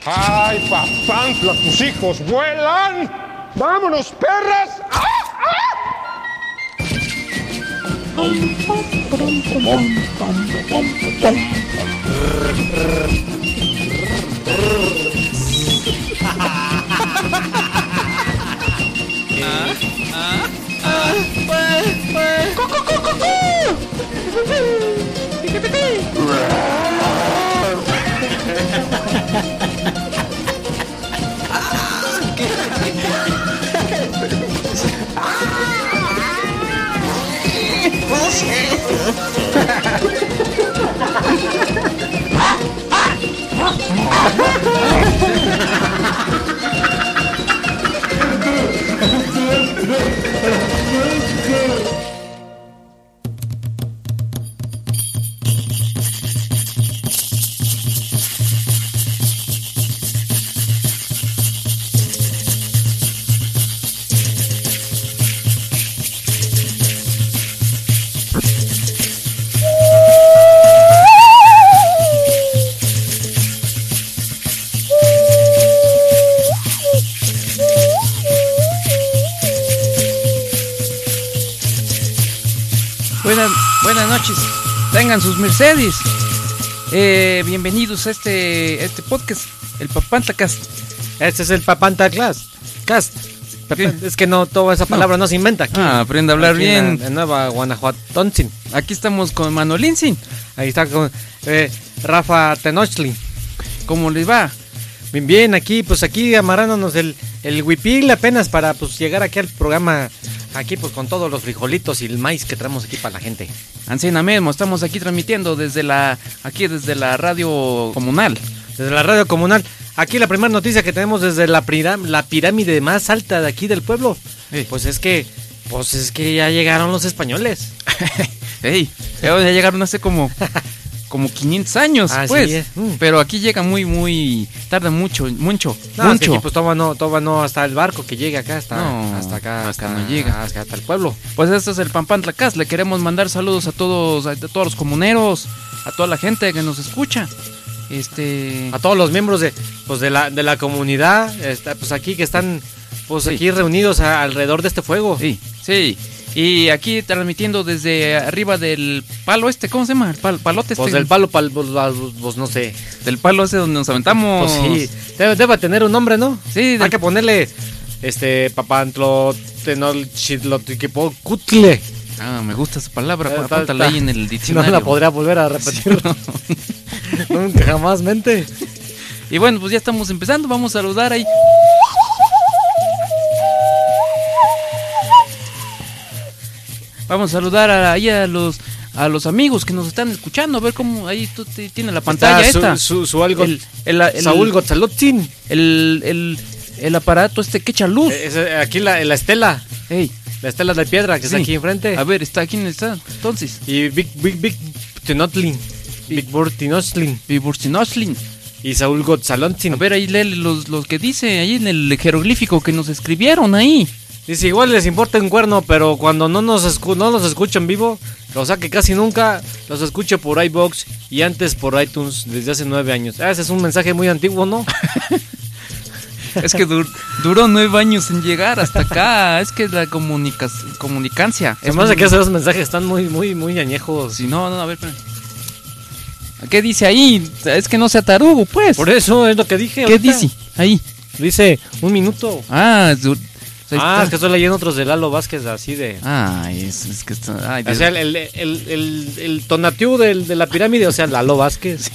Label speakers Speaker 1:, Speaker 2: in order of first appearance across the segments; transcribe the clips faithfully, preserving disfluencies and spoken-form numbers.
Speaker 1: ¡Ay, papantla, tus hijos vuelan! ¡Vámonos, perras! ¡Ah,
Speaker 2: Buenas, buenas noches, tengan sus mercedes. Eh, bienvenidos a este, este podcast, el Papantla Cast.
Speaker 3: Este es el Papantla Cast. Cast.
Speaker 2: ¿Qué?
Speaker 3: Es que no, toda esa palabra no, no se inventa aquí.
Speaker 2: Ah, aprende a hablar
Speaker 3: aquí
Speaker 2: bien.
Speaker 3: En, en Nueva Guanajuato. Tonsin.
Speaker 2: Aquí estamos con Manolín.
Speaker 3: Ahí está con eh, Rafa Tenochtli.
Speaker 2: ¿Cómo les va?
Speaker 3: Bien, bien, aquí, pues aquí amarrándonos el, el huipil apenas para pues llegar aquí al programa. Aquí pues con todos los frijolitos y el maíz que traemos aquí para la gente.
Speaker 2: Ancina mismo, estamos aquí transmitiendo desde la, aquí desde la radio comunal.
Speaker 3: Desde la radio comunal. Aquí la primera noticia que tenemos desde la, piram- la pirámide más alta de aquí del pueblo.
Speaker 2: Sí.
Speaker 3: Pues es que, pues es que ya llegaron los españoles.
Speaker 2: Ey, ya llegaron hace como, como quinientos años,
Speaker 3: Ah,
Speaker 2: pues.
Speaker 3: sí, eh. mm.
Speaker 2: Pero aquí llega muy, muy, tarda mucho, mucho,
Speaker 3: No, es que
Speaker 2: mucho.
Speaker 3: aquí, pues toma no, toma no hasta el barco que llegue acá, hasta,
Speaker 2: No,
Speaker 3: hasta acá,
Speaker 2: hasta
Speaker 3: hasta
Speaker 2: no llega.
Speaker 3: hasta, hasta el pueblo.
Speaker 2: Pues este es el Papantla Cast. Le queremos mandar saludos a todos, a todos los comuneros, a toda la gente que nos escucha. Este,
Speaker 3: A todos los miembros de, pues de la, de la comunidad, está, pues aquí que están, pues
Speaker 2: Sí.
Speaker 3: aquí reunidos a- alrededor de este fuego.
Speaker 2: sí, sí. Y aquí transmitiendo desde arriba del palo este, ¿cómo se llama? El pal- palote este.
Speaker 3: Pues del palo, pal, pues, pues, pues, no sé.
Speaker 2: Del palo ese donde nos aventamos.
Speaker 3: Pues sí, debe, debe tener un nombre, ¿no?
Speaker 2: Sí,
Speaker 3: Hay
Speaker 2: del-
Speaker 3: que ponerle, este, papantlo, cutle.
Speaker 2: Ah, me gusta esa palabra.
Speaker 3: Eh,
Speaker 2: Apúntala
Speaker 3: está-
Speaker 2: ahí en el
Speaker 3: Si no
Speaker 2: diccionario.
Speaker 3: la podría volver a repetir. Nunca jamás mente.
Speaker 2: Y bueno, pues ya estamos empezando. Vamos a saludar ahí. Vamos a saludar a, ahí a los a los amigos que nos están escuchando, a ver cómo ahí tú te- tiene la pantalla
Speaker 3: Está
Speaker 2: esta.
Speaker 3: Su, su, su algo.
Speaker 2: El, el, el-
Speaker 3: Saúl Gotzalotzin.
Speaker 2: el, el, el aparato este que echa luz.
Speaker 3: Eh, es, eh, aquí la, la estela.
Speaker 2: Ey,
Speaker 3: La estela de piedra que
Speaker 2: sí.
Speaker 3: está aquí enfrente.
Speaker 2: A ver, está quién está. Entonces,
Speaker 3: Y Big Big Big Tenochtlin. Big Bird Tenochtlin.
Speaker 2: Viburcinoslin.
Speaker 3: Y Saúl Gotzalotzin.
Speaker 2: A ver, ahí lee los, los que dice ahí en el jeroglífico que nos escribieron ahí.
Speaker 3: Dice, igual les importa un cuerno, pero cuando no nos, escu no los escucho en vivo, o sea que casi nunca los escucho por iVoox y antes por iTunes desde hace nueve años. Ah, ese es un mensaje muy antiguo, ¿no?
Speaker 2: Es que dur- duró nueve años en llegar hasta acá. Es que la comunica comunicancia.
Speaker 3: Es más de que esos mensajes están muy, muy, muy añejos.
Speaker 2: Si no, no, a ver, espérame. ¿Qué dice ahí? Es que no sea tarugo, pues.
Speaker 3: Por eso es lo que dije.
Speaker 2: ¿Qué
Speaker 3: ahorita.
Speaker 2: dice? Ahí.
Speaker 3: Dice, un minuto.
Speaker 2: Ah, es dur- ahí
Speaker 3: Ah,
Speaker 2: está.
Speaker 3: es que estoy leyendo otros de Lalo Vázquez, así de...
Speaker 2: Ay, es, es que está. Ay,
Speaker 3: O
Speaker 2: Dios.
Speaker 3: sea, el, el, el, el, el tonatiuh del, de la pirámide, o sea, Lalo Vázquez.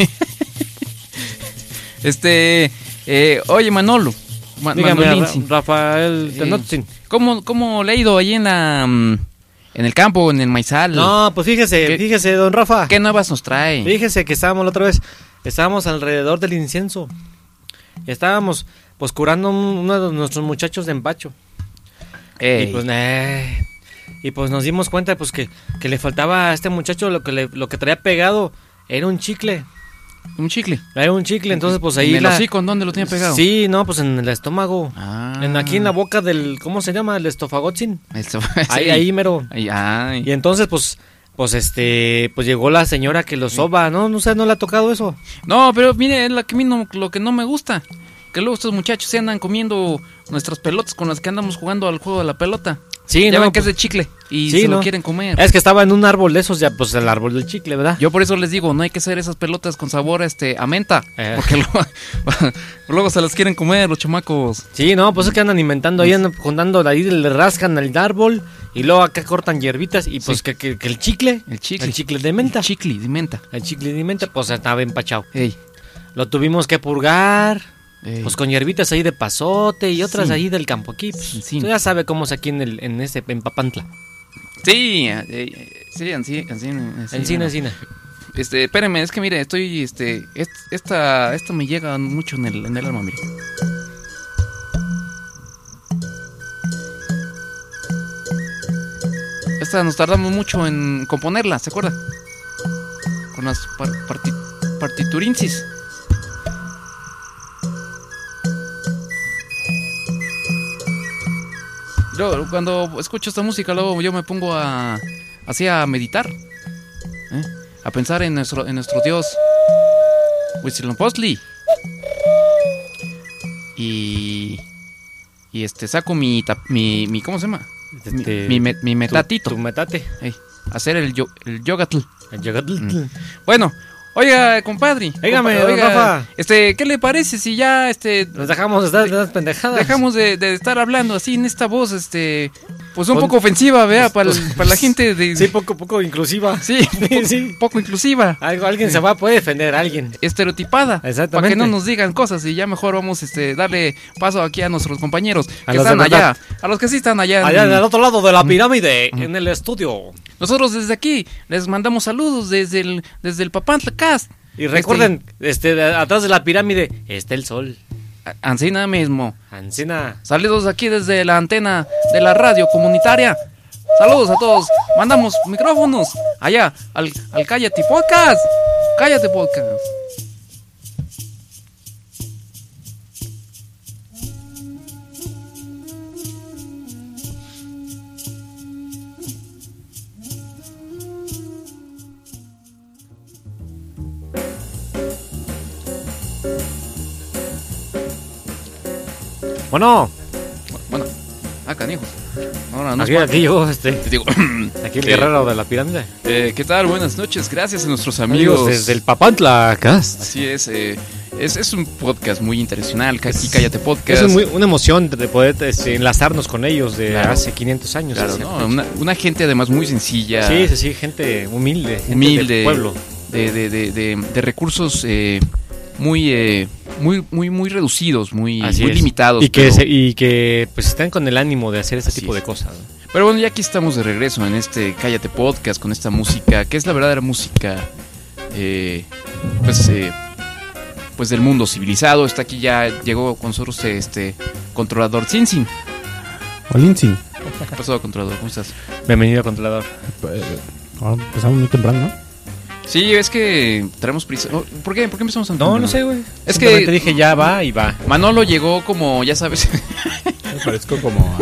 Speaker 2: Este. Eh, oye, Manolo. Ma-
Speaker 3: Dígame,
Speaker 2: Manolín,
Speaker 3: Ra-
Speaker 2: sí.
Speaker 3: Rafael
Speaker 2: Eh,
Speaker 3: Tenochtlin.
Speaker 2: ¿Cómo, ¿Cómo le ha ido ahí en la. mm, en el campo, en el maizal?
Speaker 3: No, pues fíjese,
Speaker 2: ¿Qué-
Speaker 3: fíjese, don Rafa.
Speaker 2: ¿Qué nuevas nos trae?
Speaker 3: Fíjese que estábamos la otra vez, estábamos alrededor del incienso. Estábamos, pues, curando un- uno de nuestros muchachos de empacho.
Speaker 2: Ey.
Speaker 3: Y pues, eh, y pues nos dimos cuenta, pues, que, que le faltaba a este muchacho lo que, le, lo que traía pegado era un chicle.
Speaker 2: Un chicle.
Speaker 3: Era un chicle, entonces, pues, ahí
Speaker 2: ¿En el
Speaker 3: la...
Speaker 2: hocico en dónde lo tenía pegado?
Speaker 3: Sí, no, pues, en el estómago.
Speaker 2: Ah.
Speaker 3: En, aquí en la boca del, ¿cómo se llama? El estofagotzin.
Speaker 2: Eso,
Speaker 3: Ahí,
Speaker 2: sí.
Speaker 3: ahí mero.
Speaker 2: Ahí, ay.
Speaker 3: Y entonces, pues, pues, este, pues llegó la señora que lo soba, ¿no? No sé, ¿no le ha tocado eso?
Speaker 2: No, pero mire, es la que a mí no- lo que no me gusta. que luego estos muchachos se andan comiendo nuestras pelotas con las que andamos jugando al juego de la pelota.
Speaker 3: Sí,
Speaker 2: ya
Speaker 3: no,
Speaker 2: ven que
Speaker 3: pues,
Speaker 2: es de chicle y
Speaker 3: sí,
Speaker 2: se
Speaker 3: no.
Speaker 2: lo quieren comer.
Speaker 3: Es que estaba en un árbol de esos, ya pues el árbol del chicle, ¿verdad?
Speaker 2: Yo por eso les digo, no hay que hacer esas pelotas con sabor este a menta,
Speaker 3: Eh.
Speaker 2: porque luego, luego se las quieren comer los chamacos.
Speaker 3: Sí, no, pues es que andan inventando, ahí andan juntando, ahí le rascan al árbol y luego acá cortan hierbitas y pues
Speaker 2: Sí.
Speaker 3: que, que, que el chicle,
Speaker 2: El chicle.
Speaker 3: el chicle de menta,
Speaker 2: El chicle de menta.
Speaker 3: el chicle de menta, pues estaba empachado.
Speaker 2: Ey,
Speaker 3: Lo tuvimos que purgar,
Speaker 2: ey.
Speaker 3: pues con hierbitas ahí de pasote y otras
Speaker 2: Sí.
Speaker 3: ahí del campo aquí. Pues,
Speaker 2: Sí.
Speaker 3: tú ya sabe cómo es aquí en el, en ese, en Papantla.
Speaker 2: Sí, eh, eh, sí, así, así, así,
Speaker 3: Encina, encina.
Speaker 2: Este, espérenme, es que mire, estoy, este, est- esta, esta me llega mucho en el, en el alma, mire. Esta nos tardamos mucho en componerla, ¿se acuerda? Con las par- parti- partiturinsis. Yo, cuando escucho esta música, luego yo me pongo a, así a meditar, ¿eh? A pensar en nuestro, en nuestro Dios, Huitzilopochtli. Y, y este, saco mi, tap- mi, mi, ¿cómo se llama?
Speaker 3: Este,
Speaker 2: mi, mi, me- mi metatito.
Speaker 3: Tu, tu metate.
Speaker 2: Ey, hacer el, yo, el yogatl.
Speaker 3: El yogatl.
Speaker 2: Mm. Bueno, oiga, compadre.
Speaker 3: Dígame,
Speaker 2: compa-
Speaker 3: don Rafa.
Speaker 2: Este, ¿qué le parece si ya, este,
Speaker 3: Nos dejamos de estar de las pendejadas.
Speaker 2: dejamos de, de estar hablando así en esta voz, este, pues un
Speaker 3: Pues-
Speaker 2: poco ofensiva, ¿vea?
Speaker 3: pues-
Speaker 2: para, el-
Speaker 3: pues-
Speaker 2: para la gente de...
Speaker 3: Sí, poco, poco inclusiva.
Speaker 2: Sí, un poco,
Speaker 3: sí.
Speaker 2: poco inclusiva.
Speaker 3: Algo, alguien se va a poder defender a alguien.
Speaker 2: Estereotipada.
Speaker 3: Exactamente.
Speaker 2: Para que no nos digan cosas y ya mejor vamos este darle paso aquí a nuestros compañeros
Speaker 3: A
Speaker 2: que
Speaker 3: los
Speaker 2: están
Speaker 3: de
Speaker 2: allá.
Speaker 3: verdad.
Speaker 2: A los que sí están allá. en-
Speaker 3: Allá del otro lado de la pirámide, en el estudio.
Speaker 2: Nosotros desde aquí les mandamos saludos desde el, desde el Papantla Cast.
Speaker 3: Y recuerden, este, de- atrás de la pirámide está el sol.
Speaker 2: Este, Ancina mismo.
Speaker 3: Ancina.
Speaker 2: Saludos aquí desde la antena de la radio comunitaria. Saludos a todos. Mandamos micrófonos allá al, al Cállate Podcast. Cállate Podcast.
Speaker 3: Bueno,
Speaker 2: Bueno, ah, canijos. Ahora nos
Speaker 3: aquí, aquí yo, este,
Speaker 2: Te digo,
Speaker 3: aquí el
Speaker 2: Eh,
Speaker 3: guerrero de la pirámide.
Speaker 2: eh, ¿qué tal? Buenas noches. Gracias a nuestros amigos.
Speaker 3: Amigos, desde el Papantla Cast.
Speaker 2: Así es, eh, es, es un podcast muy internacional. Aquí Cállate Podcast.
Speaker 3: Es muy, una emoción de poder este, enlazarnos con ellos de
Speaker 2: Claro.
Speaker 3: hace quinientos años.
Speaker 2: Claro,
Speaker 3: así.
Speaker 2: ¿no? Una, una gente además muy sencilla.
Speaker 3: Sí, sí, sí, gente humilde, gente
Speaker 2: humilde.
Speaker 3: del pueblo.
Speaker 2: De, de, de, de, de recursos eh, muy, eh, muy, muy, muy reducidos, muy,
Speaker 3: Así
Speaker 2: muy
Speaker 3: es.
Speaker 2: limitados.
Speaker 3: Y que,
Speaker 2: pero,
Speaker 3: se- y que pues están con el ánimo de hacer este
Speaker 2: Así
Speaker 3: tipo
Speaker 2: es.
Speaker 3: de cosas. ¿no?
Speaker 2: pero bueno, ya aquí estamos de regreso en este Cállate Podcast con esta música, que es la verdadera música, eh, pues, eh, pues del mundo civilizado. Está aquí ya, llegó con nosotros este controlador Sinsin.
Speaker 4: Olinsin.
Speaker 2: ¿Qué pasó, controlador? ¿Cómo estás?
Speaker 3: Bienvenido, controlador.
Speaker 4: Ahora empezamos muy temprano, ¿no?
Speaker 2: Sí, es que traemos prisa. Oh, ¿Por qué? ¿Por qué empezamos tan
Speaker 3: No,
Speaker 2: temprano?
Speaker 3: no sé, güey.
Speaker 2: Es
Speaker 3: Simplemente
Speaker 2: que-
Speaker 3: dije ya va y va.
Speaker 2: Manolo llegó como, ya sabes,
Speaker 4: Me parezco como...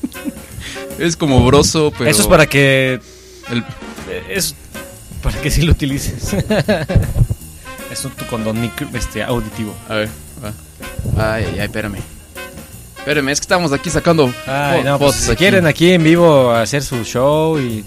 Speaker 2: es como broso, pero...
Speaker 3: Eso es para que
Speaker 2: el-
Speaker 3: es para que sí lo utilices. Es un tu condón micro- este auditivo.
Speaker 2: A ver, va. Ay, ay, espérame. Espérame, es que estamos aquí sacando
Speaker 3: Ay,
Speaker 2: fo-
Speaker 3: no, pues,
Speaker 2: fotos
Speaker 3: si
Speaker 2: aquí.
Speaker 3: quieren aquí en vivo hacer su show y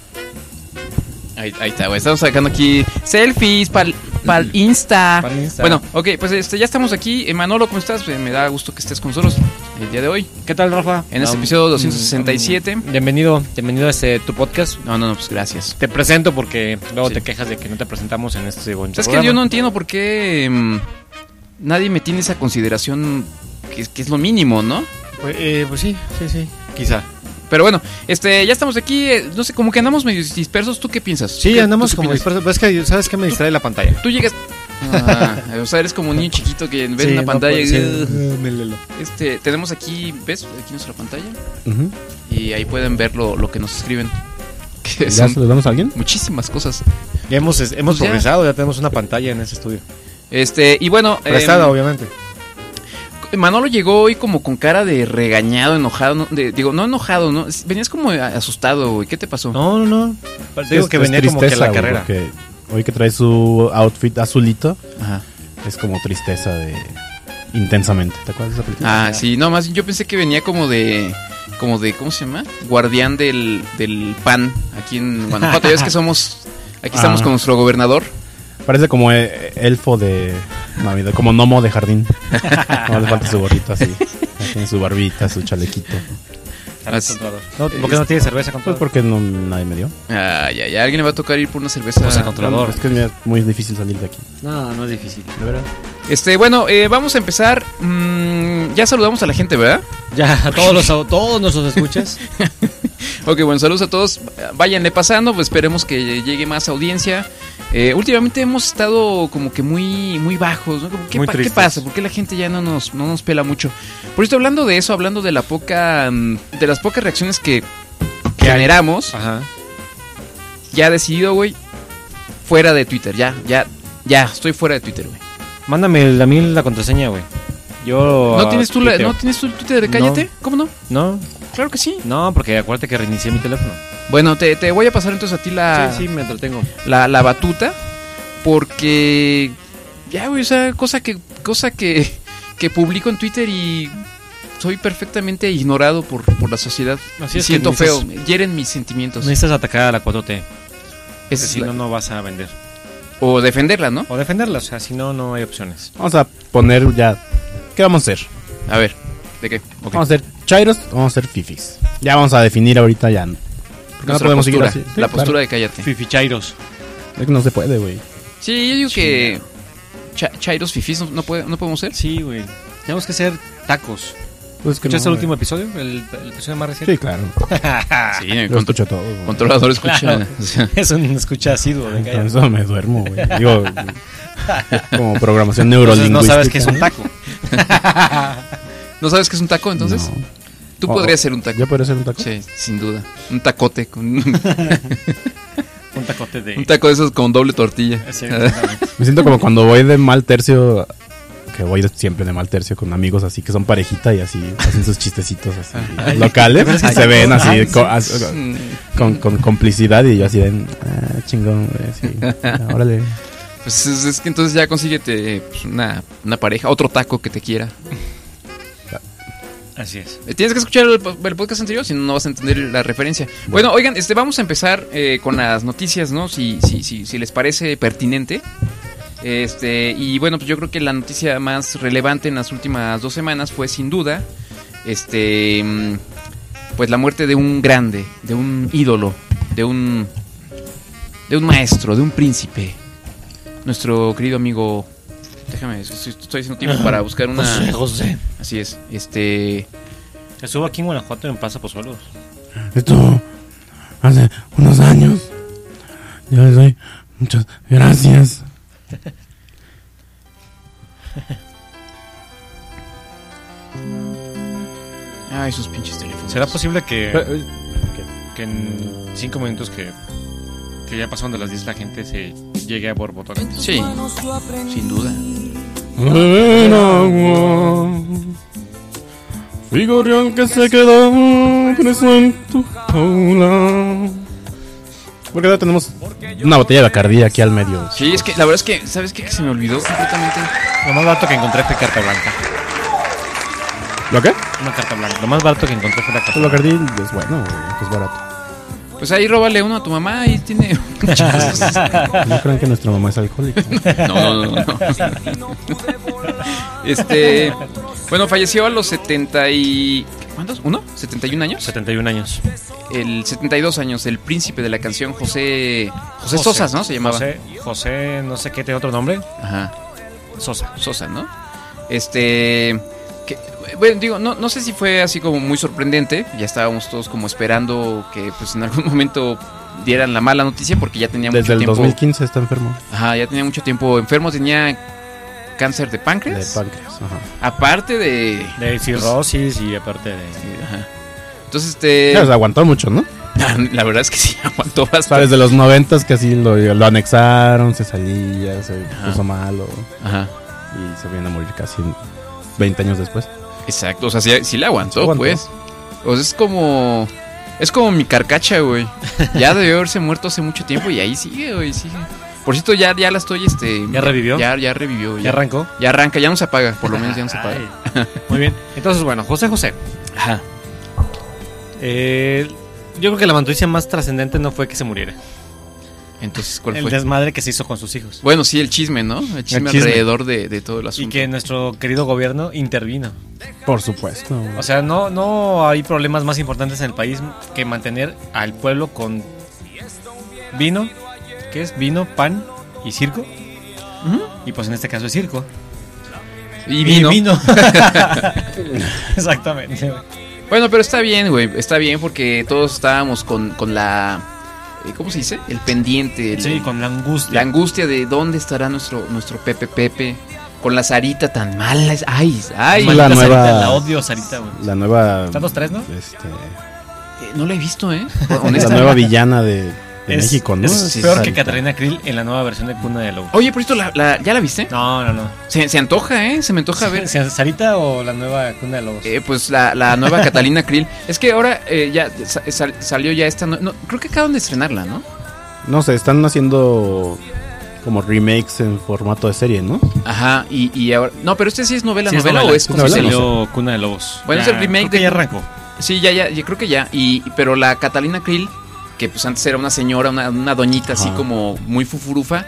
Speaker 2: Ahí, ahí está, güey. Estamos sacando aquí selfies para el Insta.
Speaker 3: Pa'l Insta.
Speaker 2: Bueno, ok, pues este, ya estamos aquí. Eh, Manolo, ¿cómo estás? Eh, me da gusto que estés con nosotros el día de hoy.
Speaker 3: ¿qué tal, Rafa?
Speaker 2: En este
Speaker 3: Um,
Speaker 2: episodio doscientos sesenta y siete.
Speaker 3: um, bienvenido, bienvenido a este tu podcast.
Speaker 2: No, no, no, pues gracias.
Speaker 3: Te presento porque luego
Speaker 2: Sí.
Speaker 3: te quejas de que no te presentamos en este bonito
Speaker 2: Es que
Speaker 3: programa.
Speaker 2: yo no entiendo por qué mm, nadie me tiene esa consideración que, es- que es lo mínimo, ¿no?
Speaker 3: Pues, eh, pues sí, sí, sí, quizá.
Speaker 2: Pero bueno, este, ya estamos aquí. eh, no sé, como que andamos medio dispersos. ¿Tú qué piensas?
Speaker 3: Sí,
Speaker 2: ¿Qué-
Speaker 3: andamos
Speaker 2: tú qué
Speaker 3: como
Speaker 2: opinas?
Speaker 3: dispersos. Pero es que, ¿sabes qué me distrae la pantalla?
Speaker 2: Tú llegas. Ah, o sea, eres como un niño chiquito que ve
Speaker 3: Sí,
Speaker 2: una
Speaker 3: no
Speaker 2: pantalla
Speaker 3: puede
Speaker 2: y.
Speaker 3: ser.
Speaker 2: "Ugh".
Speaker 3: Me lelo.
Speaker 2: Este, tenemos aquí, ¿ves? Aquí nuestra pantalla.
Speaker 4: Ujú.
Speaker 2: Y ahí pueden ver lo, lo que nos escriben. Que
Speaker 4: ¿Ya
Speaker 2: son
Speaker 4: se los damos a alguien?
Speaker 2: muchísimas cosas.
Speaker 3: Ya hemos, hemos
Speaker 2: Pues ya.
Speaker 3: progresado, ya tenemos una pantalla en ese estudio.
Speaker 2: Este, y bueno.
Speaker 3: Prestada,
Speaker 2: em,
Speaker 3: obviamente.
Speaker 2: Manolo llegó hoy como con cara de regañado, enojado. No, de- digo, no enojado, ¿no? Venías como asustado, güey. ¿Qué te pasó?
Speaker 3: No, no, no. Digo
Speaker 4: Es-
Speaker 3: que
Speaker 4: es
Speaker 3: venía como que
Speaker 4: tristeza,
Speaker 3: la
Speaker 4: güey,
Speaker 3: carrera.
Speaker 4: porque hoy que trae su outfit azulito,
Speaker 2: Ajá.
Speaker 4: es como tristeza de... intensamente. ¿Te acuerdas de esa película?
Speaker 2: Ah, sí, no, más bien yo pensé que venía como de, como de, ¿cómo se llama? Guardián del, del pan, aquí en Guanajuato. Ya ves que somos, aquí estamos
Speaker 4: Ah.
Speaker 2: con nuestro gobernador.
Speaker 4: Parece como eh, elfo de Navidad, como gnomo de jardín. No le falta su gorrito así. Ya tiene su barbita, su chalequito.
Speaker 2: As-
Speaker 3: No, ¿por qué no tiene cerveza con
Speaker 4: Pues porque no, nadie me dio.
Speaker 2: Ah, ya, ya, alguien le va a tocar ir por una cerveza.
Speaker 3: O sea, controlador.
Speaker 4: Es que es muy difícil salir de aquí.
Speaker 3: No, no es difícil.
Speaker 4: De verdad.
Speaker 2: Este, bueno, eh, vamos a empezar. Mm, ya saludamos a la gente, ¿verdad?
Speaker 3: Ya, a todos los todos nuestros escuchas.
Speaker 2: Ok, bueno, saludos a todos. Váyanle pasando, pues esperemos que llegue más audiencia. Eh, últimamente hemos estado como que muy muy bajos, ¿no? Como, ¿qué,
Speaker 3: Muy
Speaker 2: pa- ¿Qué
Speaker 3: tristes.
Speaker 2: pasa? ¿Por qué la gente ya no nos, no nos pela mucho? Por esto, hablando de eso, hablando de la poca mm, de las pocas reacciones que, que generamos,
Speaker 3: Ajá.
Speaker 2: ya he decidido, güey, fuera de Twitter. Ya, ya, ya, estoy fuera de Twitter, güey.
Speaker 3: Mándame el- a mí la contraseña, güey. Yo.
Speaker 2: ¿No tienes tú la,
Speaker 3: tuiteo.
Speaker 2: ¿no tienes tú el Twitter de Cállate?
Speaker 3: No.
Speaker 2: ¿Cómo no?
Speaker 3: No,
Speaker 2: Claro que sí.
Speaker 3: no, porque acuérdate que reinicié mi teléfono.
Speaker 2: Bueno, te, te voy a pasar entonces a ti la,
Speaker 3: Sí, sí, me entretengo.
Speaker 2: la, la batuta, porque ya, güey, o sea, cosa que cosa que, que publico en Twitter y soy perfectamente ignorado por, por la sociedad.
Speaker 3: Así
Speaker 2: Y
Speaker 3: es que
Speaker 2: siento feo,
Speaker 3: necesitas-
Speaker 2: hieren mis sentimientos.
Speaker 3: Necesitas atacar a la cuatro T.
Speaker 2: Esa es
Speaker 3: Si
Speaker 2: la-
Speaker 3: no, no vas a vender.
Speaker 2: O defenderla, ¿no?
Speaker 3: O defenderla, o sea, si no, no hay opciones.
Speaker 4: Vamos a poner ya. ¿Qué vamos a hacer?
Speaker 2: A ver, ¿de qué? Ok.
Speaker 4: Vamos a hacer chairos o vamos a hacer fifis. Ya vamos a definir ahorita ya. Porque no
Speaker 2: Nuestra
Speaker 4: podemos seguir
Speaker 2: postura,
Speaker 4: así. Sí,
Speaker 2: la
Speaker 4: claro.
Speaker 2: postura de Cállate.
Speaker 3: Fifichairos.
Speaker 4: Es que no se puede, güey.
Speaker 2: Sí, yo digo que cha- chairos fifís no, no, puede- no podemos ser.
Speaker 3: Sí, güey. Tenemos que hacer tacos.
Speaker 4: Pues que
Speaker 3: ¿Escuchaste
Speaker 4: no,
Speaker 3: el último
Speaker 4: güey.
Speaker 3: episodio? El, el episodio más reciente.
Speaker 4: Sí, claro.
Speaker 2: Sí,
Speaker 4: Lo
Speaker 2: contro-
Speaker 4: escucho todo. güey.
Speaker 2: controlador escucha.
Speaker 3: Claro.
Speaker 2: O sea,
Speaker 3: Es un escucha asiduo de
Speaker 4: Con
Speaker 3: Cállate.
Speaker 4: eso me duermo, güey. Digo, como programación
Speaker 3: Entonces
Speaker 4: neurolingüística.
Speaker 3: no sabes qué es un taco.
Speaker 2: ¿No sabes qué es un taco entonces?
Speaker 4: No.
Speaker 2: Tú
Speaker 4: Oh,
Speaker 2: podrías ser un taco.
Speaker 4: ¿Yo podría ser un taco?
Speaker 2: Sí, sin duda. Un tacote con
Speaker 3: Un tacote de...
Speaker 2: un taco de esos con doble tortilla.
Speaker 3: Sí, exactamente.
Speaker 4: Me siento como cuando voy de mal tercio, que voy de- siempre de mal tercio con amigos así que son parejita y así hacen sus chistecitos así locales y se ven así co- as- con, con complicidad y yo así de ah, chingón, güey, sí, ah, órale.
Speaker 2: Pues es, es que entonces ya consíguete pues, una, una pareja, otro taco que te quiera.
Speaker 3: Así es.
Speaker 2: Eh, Tienes que escuchar el, po- el podcast anterior, si no, no vas a entender la referencia. Bueno, oigan, este, vamos a empezar eh, con las noticias, ¿no? Si, si, si, si les parece pertinente. Este, y bueno, pues yo creo que la noticia más relevante en las últimas dos semanas fue sin duda, este, mm, pues la muerte de un grande, de un ídolo, de un, de un maestro, de un príncipe. Nuestro querido amigo, déjame, estoy, estoy haciendo tiempo para buscar una.
Speaker 3: José, José.
Speaker 2: Así es, este.
Speaker 3: Estuvo aquí en Guanajuato en Plaza Pozuelos.
Speaker 4: Esto hace unos años. Yo les doy muchas gracias.
Speaker 2: Ay, esos pinches teléfonos.
Speaker 3: ¿Será posible que,
Speaker 4: Eh,
Speaker 3: que en cinco minutos que, que ya pasaron de las diez la gente se llegue a borbotones?
Speaker 2: Sí, sin duda.
Speaker 4: En agua, figurón que se quedó preso en tu jaula. Porque ahora tenemos una botella de Bacardí aquí al medio.
Speaker 2: Sí, es que la verdad es que, ¿sabes qué? Que se me olvidó completamente.
Speaker 3: Lo más barato que encontré fue carta blanca.
Speaker 4: ¿Lo qué?
Speaker 3: Una carta blanca. Lo más barato que encontré fue la carta
Speaker 4: El
Speaker 3: blanca.
Speaker 4: Bacardí es bueno, güey, que es barato.
Speaker 2: Pues ahí róbale uno a tu mamá y tiene muchas cosas.
Speaker 4: ¿No creen que nuestra mamá es alcohólica?
Speaker 2: No, no, no, no. Este, bueno, falleció a los setenta y... ¿Cuántos? ¿Uno? ¿setenta y un años?
Speaker 3: setenta y un años.
Speaker 2: El setenta y dos años, el príncipe de la canción José... José Sosa, ¿no? Se llamaba.
Speaker 3: José, José, no sé qué, tiene otro nombre.
Speaker 2: Ajá.
Speaker 3: Sosa.
Speaker 2: Sosa, ¿no? Este... Que, bueno, digo, no, no sé si fue así como muy sorprendente. Ya estábamos todos como esperando que pues en algún momento dieran la mala noticia porque ya tenía
Speaker 4: Desde
Speaker 2: mucho
Speaker 4: el
Speaker 2: tiempo...
Speaker 4: dos mil quince está enfermo
Speaker 2: Ajá, ya tenía mucho tiempo enfermo, tenía cáncer de
Speaker 4: de
Speaker 2: páncreas.
Speaker 4: páncreas. Ajá.
Speaker 2: Aparte de...
Speaker 3: De cirrosis y aparte de...
Speaker 2: Sí, ajá. Entonces, este...
Speaker 4: Ya, o sea, aguantó mucho, ¿no?
Speaker 2: La verdad es que sí, aguantó
Speaker 4: O sea,
Speaker 2: bastante.
Speaker 4: desde los noventas que así lo, lo anexaron, se salía, se
Speaker 2: Ajá.
Speaker 4: puso malo
Speaker 2: Ajá,
Speaker 4: y se viene a morir casi veinte años después.
Speaker 2: exacto, o sea, sí, sí le aguantó,
Speaker 4: Sí aguantó.
Speaker 2: pues. O sea, es como... Es como mi carcacha, güey. Ya debió haberse muerto hace mucho tiempo y ahí sigue, güey, sigue. Por cierto, ya, ya la estoy, este...
Speaker 3: ¿Ya revivió?
Speaker 2: Ya, ya revivió.
Speaker 3: ¿Ya arrancó?
Speaker 2: Ya arranca, ya no se apaga, por lo menos ya no se apaga.
Speaker 3: Muy bien. Entonces, bueno, José José.
Speaker 2: Ajá.
Speaker 3: Eh, yo creo que la noticia más trascendente no fue que se muriera.
Speaker 2: Entonces, ¿cuál
Speaker 3: el
Speaker 2: fue?
Speaker 3: desmadre que se hizo con sus hijos.
Speaker 2: Bueno, sí, el chisme, ¿no? El chisme,
Speaker 3: El chisme.
Speaker 2: alrededor de, de todo el asunto.
Speaker 3: Y que nuestro querido gobierno intervino.
Speaker 4: Por supuesto.
Speaker 3: O sea, no, no hay problemas más importantes en el país que mantener al pueblo con vino, ¿qué es? Vino, pan y circo.
Speaker 2: Ujú.
Speaker 3: Y pues en este caso es circo.
Speaker 2: Y vino.
Speaker 3: Y vino. Exactamente.
Speaker 2: Bueno, pero está bien, güey. Está bien porque todos estábamos con, con la... eh, ¿Cómo se dice? El pendiente. El,
Speaker 3: Sí, con la angustia.
Speaker 2: La angustia de dónde estará nuestro, nuestro Pepe Pepe. Con la Sarita tan mala. es- Ay, ay.
Speaker 3: Maldita
Speaker 4: La nueva-
Speaker 3: Sarita, la odio Sarita, güey.
Speaker 4: La nueva.
Speaker 3: Están los tres, ¿no?
Speaker 4: Este,
Speaker 2: Eh, no la he visto, ¿eh?
Speaker 4: la
Speaker 2: Honestamente.
Speaker 4: nueva villana de, de
Speaker 3: Es-
Speaker 4: México, ¿no?
Speaker 3: Es
Speaker 2: Sí,
Speaker 3: peor
Speaker 4: Sarita.
Speaker 3: que Catalina Krill en la nueva versión de Cuna de Lobo.
Speaker 2: Oye, por esto, la, la- ¿ya la viste?
Speaker 3: No, no, no.
Speaker 2: Se, se antoja, ¿eh? Se me antoja ver.
Speaker 3: ¿Sarita o la nueva Cuna de Lobos?
Speaker 2: Eh, pues la, la nueva Catalina Krill. Es que ahora eh, ya sa- sal- salió ya esta. No, no, creo que acaban de estrenarla, ¿no?
Speaker 4: No sé, están haciendo como remakes en formato de serie, ¿no?
Speaker 2: Ajá, y, y ahora. No, pero este sí es novela,
Speaker 3: Sí, es
Speaker 2: novela,
Speaker 3: novela.
Speaker 2: o es
Speaker 4: ¿Es
Speaker 2: como
Speaker 4: novela?
Speaker 2: serie?
Speaker 3: Salió Cuna de Lobos.
Speaker 2: Bueno,
Speaker 3: Ya,
Speaker 2: es el remake
Speaker 3: creo que
Speaker 2: de-
Speaker 3: ya arrancó.
Speaker 2: Sí, ya, ya, yo creo que ya. Y, pero la Catalina Krill, que pues antes era una señora, una, una doñita así
Speaker 4: Ajá.
Speaker 2: como muy fufurufa.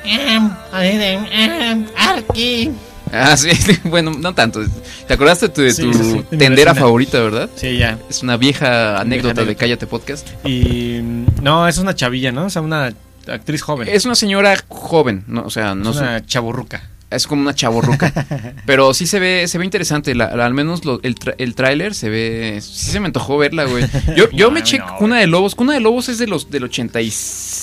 Speaker 2: Ah, sí, bueno, no tanto. ¿Te acordaste de tu, de
Speaker 3: Sí,
Speaker 2: tu
Speaker 3: sí, sí, de mi
Speaker 2: tendera
Speaker 3: vecina.
Speaker 2: favorita, verdad?
Speaker 3: Sí, ya.
Speaker 2: Es una vieja anécdota de
Speaker 3: anécdota.
Speaker 2: Cállate Podcast.
Speaker 3: Y mm, no, es una chavilla, ¿no? O sea, una actriz joven.
Speaker 2: Es una señora joven, ¿no? O sea, no
Speaker 3: es
Speaker 2: es,
Speaker 3: una chaburruca.
Speaker 2: es como una chavorruca. Pero sí se ve se ve interesante. La- la- al menos lo- el, tra- el tráiler se ve... Sí se me antojó verla, güey. Yo, yo
Speaker 3: No,
Speaker 2: me eché
Speaker 3: no,
Speaker 2: Cuna de Lobos. Cuna de Lobos es de los del ochenta y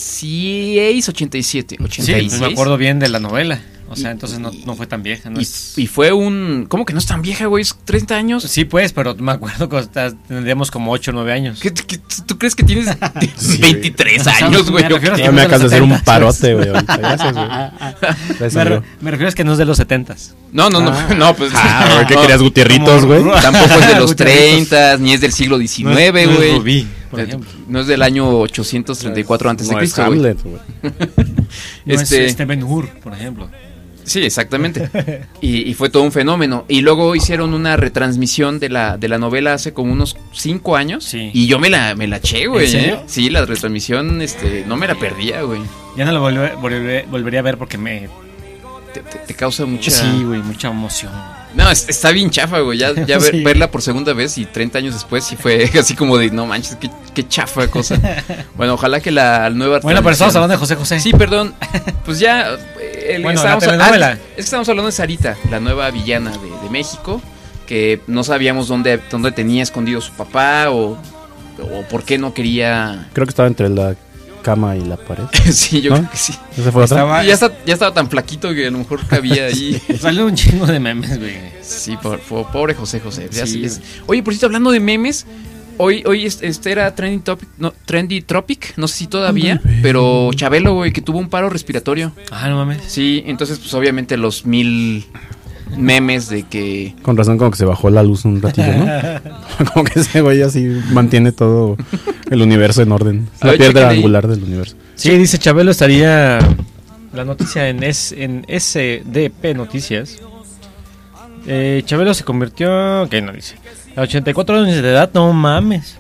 Speaker 2: seis, ochenta y siete.
Speaker 3: Sí,
Speaker 2: ochenta y seis.
Speaker 3: pues me acuerdo bien de la novela. O sea,
Speaker 2: Y-
Speaker 3: entonces no, no fue tan vieja, ¿no?
Speaker 2: Y,
Speaker 3: Es-
Speaker 2: y fue un... ¿Cómo que no es tan vieja, güey? Es treinta años.
Speaker 3: Sí, pues, pero me acuerdo que hasta tendríamos como ocho o nueve años.
Speaker 2: ¿Qué- qué- ¿Tú crees que tienes
Speaker 4: Sí,
Speaker 2: veintitrés
Speaker 3: O sea,
Speaker 2: años, güey?
Speaker 3: me refiero a
Speaker 4: Ya
Speaker 3: que
Speaker 4: me
Speaker 3: no es
Speaker 4: acabas de
Speaker 3: los
Speaker 4: hacer un
Speaker 3: setentas,
Speaker 4: parote, güey. ahorita. Gracias, güey. Gracias,
Speaker 3: Me, re-
Speaker 4: amigo.
Speaker 3: me refiero a que no es de los setentas.
Speaker 2: No, no, no, no, pues...
Speaker 4: Ah, güey, ¿qué
Speaker 2: no,
Speaker 4: querías, Gutierritos, güey?
Speaker 2: Tampoco es de los
Speaker 3: Gutierritos.
Speaker 2: treinta, ni es del siglo diecinueve,
Speaker 3: No es- no es
Speaker 2: güey.
Speaker 3: Rubí, por
Speaker 2: Eh,
Speaker 3: ejemplo.
Speaker 2: No es del año ochocientos treinta y cuatro antes de
Speaker 4: No es
Speaker 2: Cristo, güey.
Speaker 4: Hamlet, güey.
Speaker 3: No
Speaker 2: Este-
Speaker 3: es este Ben Hur, por ejemplo.
Speaker 2: Sí, exactamente. Y, y fue todo un fenómeno. Y luego hicieron una retransmisión de la, de la novela hace como unos cinco años.
Speaker 3: Sí.
Speaker 2: Y yo me la, me la eché, güey.
Speaker 3: ¿En serio?
Speaker 2: ¿eh? Sí, la retransmisión, este, no me la perdía, güey.
Speaker 3: Ya no lo volve- volveré, volvería a ver porque me...
Speaker 2: Te, te- te causa mucha...
Speaker 3: Sí, güey, mucha emoción.
Speaker 2: No, es- está bien chafa, güey. Ya, ya ver-
Speaker 3: Sí.
Speaker 2: verla por segunda vez y treinta años después sí fue así como de, no manches, qué, qué chafa cosa. Bueno, ojalá que la nueva...
Speaker 3: Bueno, pero estamos
Speaker 2: transmisión-
Speaker 3: hablando de José José.
Speaker 2: Sí, perdón. Pues ya... eh, el-
Speaker 3: Bueno,
Speaker 2: estábamos-
Speaker 3: la telenovela.
Speaker 2: ah, es que estábamos hablando de Sarita, la nueva villana de, de México, que no sabíamos dónde, dónde tenía escondido su papá o, o por qué no quería...
Speaker 4: Creo que estaba entre la cama y la pared.
Speaker 2: Sí, yo
Speaker 4: ¿No?
Speaker 2: creo que sí.
Speaker 4: ¿Esa fue otra?
Speaker 3: Estaba-
Speaker 2: Y ya, está, ya estaba tan flaquito que a lo mejor cabía ahí.
Speaker 3: Salió un chingo de memes, güey.
Speaker 2: Sí, por- por- pobre José José. Ya
Speaker 3: Sí.
Speaker 2: sí es- Oye, por cierto, hablando de memes, hoy, hoy es- este era Trendy Topic, no, Trendy Tropic, no sé si todavía, pero Chabelo, güey, que tuvo un paro respiratorio.
Speaker 3: Ah, no mames.
Speaker 2: Sí, entonces, pues obviamente los mil memes de que...
Speaker 4: Con razón como que se bajó la luz un ratito, ¿no? Como que ese güey así mantiene todo el universo en orden. Es
Speaker 2: A
Speaker 4: la
Speaker 2: ver,
Speaker 4: piedra
Speaker 2: chéquenle ahí.
Speaker 4: angular del universo.
Speaker 3: Sí, dice Chabelo estaría la noticia en, S, en S D P Noticias. Eh, Chabelo se convirtió... ¿Qué no dice? A ochenta y cuatro años de edad, no mames.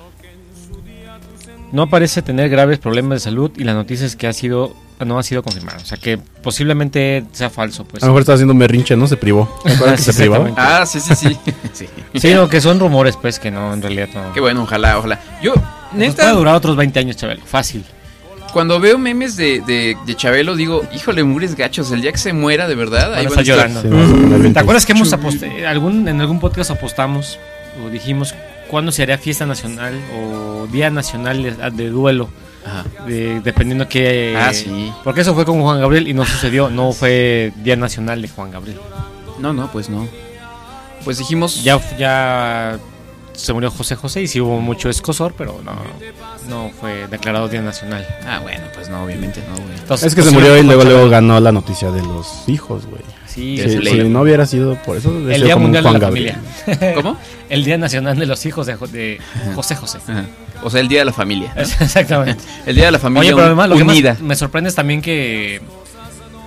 Speaker 3: No parece tener graves problemas de salud y la noticia es que ha sido no ha sido confirmado. O sea que posiblemente sea falso, pues.
Speaker 4: A lo mejor estaba haciendo un berrinche, ¿no? Se privó. ¿Te acuerdas que
Speaker 3: Sí,
Speaker 4: se privaba?
Speaker 3: exactamente.
Speaker 2: Ah, sí, sí, sí. sí.
Speaker 3: Sí, no, que son rumores, pues, que no, en realidad no.
Speaker 2: Qué bueno, ojalá, ojalá. Yo,
Speaker 3: Nos
Speaker 2: neta,
Speaker 3: puede durar otros veinte años, Chabelo. Fácil.
Speaker 2: cuando veo memes de, de, de Chabelo, digo, híjole, mugres gachos, el día que se muera, de verdad, ahí
Speaker 3: Van a
Speaker 2: van a
Speaker 3: estar
Speaker 2: estar...
Speaker 3: llorando.
Speaker 4: Sí, vamos a poner bien
Speaker 3: ¿Te acuerdas que hemos
Speaker 2: Chuy.
Speaker 3: apostado, algún, en algún podcast apostamos o dijimos cuándo se haría fiesta nacional o día nacional de, de duelo?
Speaker 2: Ajá.
Speaker 3: De- dependiendo que...
Speaker 2: Ah, sí.
Speaker 3: Porque eso fue con Juan Gabriel y no sucedió, no fue día nacional de Juan Gabriel.
Speaker 2: No, no, pues no. Pues dijimos...
Speaker 3: Ya, ya se murió José José y sí hubo mucho escosor, pero no, no fue declarado día nacional.
Speaker 2: Ah, bueno, pues no, obviamente no, güey.
Speaker 3: Entonces,
Speaker 4: Es que se
Speaker 3: pues,
Speaker 4: murió y
Speaker 3: con
Speaker 4: luego,
Speaker 3: Chabelo.
Speaker 4: luego ganó la noticia de los hijos, güey.
Speaker 3: Sí,
Speaker 2: Es
Speaker 4: Si,
Speaker 2: ley.
Speaker 4: si no hubiera sido por eso, hubiera
Speaker 3: el
Speaker 4: sido
Speaker 3: Día
Speaker 4: como un
Speaker 3: Mundial de
Speaker 4: Juan
Speaker 3: la
Speaker 4: Gabriel.
Speaker 3: Familia.
Speaker 2: ¿Cómo?
Speaker 3: El Día Nacional de los Hijos de, Jo- de José José.
Speaker 2: Ajá. O sea, el día de la familia, ¿no?
Speaker 3: Exactamente.
Speaker 2: El día de la familia
Speaker 3: Oye, pero además lo que
Speaker 2: unida.
Speaker 3: más me sorprende es también que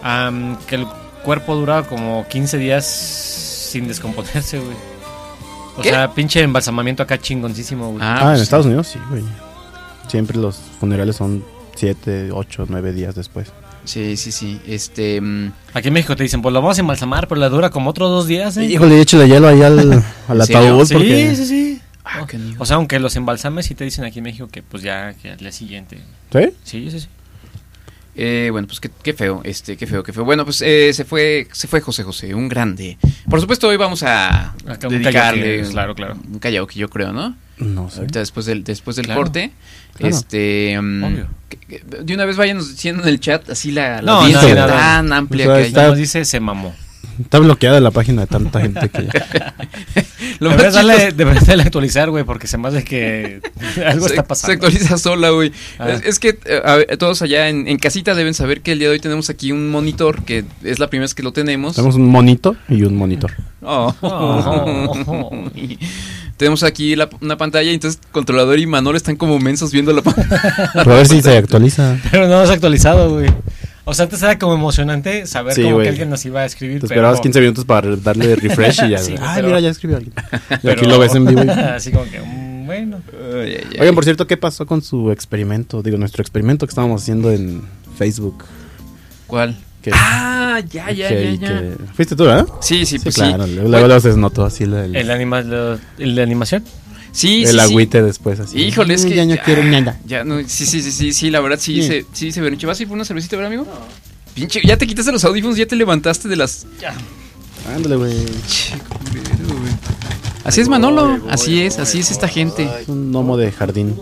Speaker 3: Um, que el cuerpo dura como quince días sin descomponerse, güey. O
Speaker 2: ¿Qué?
Speaker 3: sea, pinche embalsamamiento acá chingoncísimo, güey.
Speaker 4: Ah,
Speaker 2: pues
Speaker 4: en
Speaker 2: sí.
Speaker 4: Estados Unidos sí, güey. Siempre los funerales son siete, ocho, nueve días después.
Speaker 2: Sí, sí, sí. Este. mm,
Speaker 3: Aquí en México te dicen, pues lo vamos a embalsamar, pero la dura como otros dos días, ¿eh?
Speaker 4: Híjole, échale hielo ahí al, al
Speaker 2: ¿En serio?
Speaker 4: ataúd
Speaker 3: Sí,
Speaker 4: porque...
Speaker 3: sí, sí.
Speaker 2: Ah, qué niño.
Speaker 3: O sea, aunque los embalsames, sí te dicen aquí en México que pues ya, que al día siguiente.
Speaker 4: ¿Sí?
Speaker 3: Sí, sí, sí.
Speaker 2: Eh, bueno, pues qué, qué feo, este, qué feo, qué feo. Bueno, pues eh, se fue, se fue José José, un grande. Por supuesto, hoy vamos a
Speaker 3: Acá un
Speaker 2: dedicarle
Speaker 3: karaoke, claro, claro.
Speaker 2: un karaoke, yo creo, ¿no?
Speaker 4: No sé.
Speaker 2: Ahorita después del, después del
Speaker 3: Claro.
Speaker 2: corte,
Speaker 4: Claro.
Speaker 2: este, um,
Speaker 3: Obvio.
Speaker 2: que- que- de una vez váyanos diciendo en el chat así la, la
Speaker 3: No,
Speaker 2: audiencia
Speaker 3: nada, nada.
Speaker 2: tan amplia
Speaker 4: O sea,
Speaker 2: que hay.
Speaker 4: está-
Speaker 3: Ya nos dice, se mamó.
Speaker 4: Está bloqueada la página de tanta gente que ya...
Speaker 2: Lo más
Speaker 3: Deberías darle,
Speaker 2: chistoso-
Speaker 3: deberías darle a actualizar, güey, porque se me hace que algo
Speaker 2: se,
Speaker 3: está
Speaker 2: se
Speaker 3: pasando.
Speaker 2: actualiza sola, güey.
Speaker 3: Ah.
Speaker 2: Es, es que eh, a ver, todos allá en, en casita deben saber que el día de hoy tenemos aquí un monitor, que es la primera vez que lo tenemos.
Speaker 4: Tenemos un monito y un monitor.
Speaker 2: Oh.
Speaker 3: Oh.
Speaker 2: Tenemos aquí la- una pantalla y entonces controlador y Manolo están como mensos viendo la pantalla.
Speaker 4: Pero a ver si se actualiza.
Speaker 3: Pero no hemos actualizado, güey. O sea, antes era como emocionante saber
Speaker 4: Sí,
Speaker 3: como
Speaker 4: güey.
Speaker 3: que alguien nos iba a escribir.
Speaker 4: Te
Speaker 3: pero-
Speaker 4: esperabas quince minutos para darle refresh y ya.
Speaker 3: Sí,
Speaker 4: Ay,
Speaker 3: pero-
Speaker 4: mira, ya escribió alguien. Y
Speaker 3: pero-
Speaker 4: aquí lo ves en vivo. y-
Speaker 3: Así como que, mm, bueno.
Speaker 2: Ay, ay, ay.
Speaker 4: Oigan, por cierto, ¿qué pasó con su experimento? Digo, nuestro experimento que estábamos haciendo en Facebook.
Speaker 2: ¿Cuál?
Speaker 4: Que,
Speaker 2: Ah, ya, ya,
Speaker 4: que-
Speaker 2: ya, ya.
Speaker 4: que- ¿Fuiste tú, eh?
Speaker 2: Sí, sí,
Speaker 4: Sí,
Speaker 2: pues
Speaker 4: claro.
Speaker 2: sí.
Speaker 4: Luego, luego luego se notó así la- el,
Speaker 3: ¿El, anima lo- el de animación?
Speaker 2: Sí,
Speaker 4: el
Speaker 2: sí, sí.
Speaker 4: agüite después. Así.
Speaker 2: Híjole, es
Speaker 4: Mm,
Speaker 2: que
Speaker 4: Ya no quiero nada.
Speaker 2: Ya no, sí, sí, sí, sí, sí, la verdad sí,
Speaker 4: Sí.
Speaker 2: se, sí se berrinche. ¿Vas a ir por una cervecita, verdad, amigo? Pinche, ya te quitaste los audífonos, ya te levantaste de las.
Speaker 4: Ándale, güey.
Speaker 2: Che, culero, güey. Así es Manolo, así es, así es esta gente.
Speaker 4: Es un gnomo de jardín.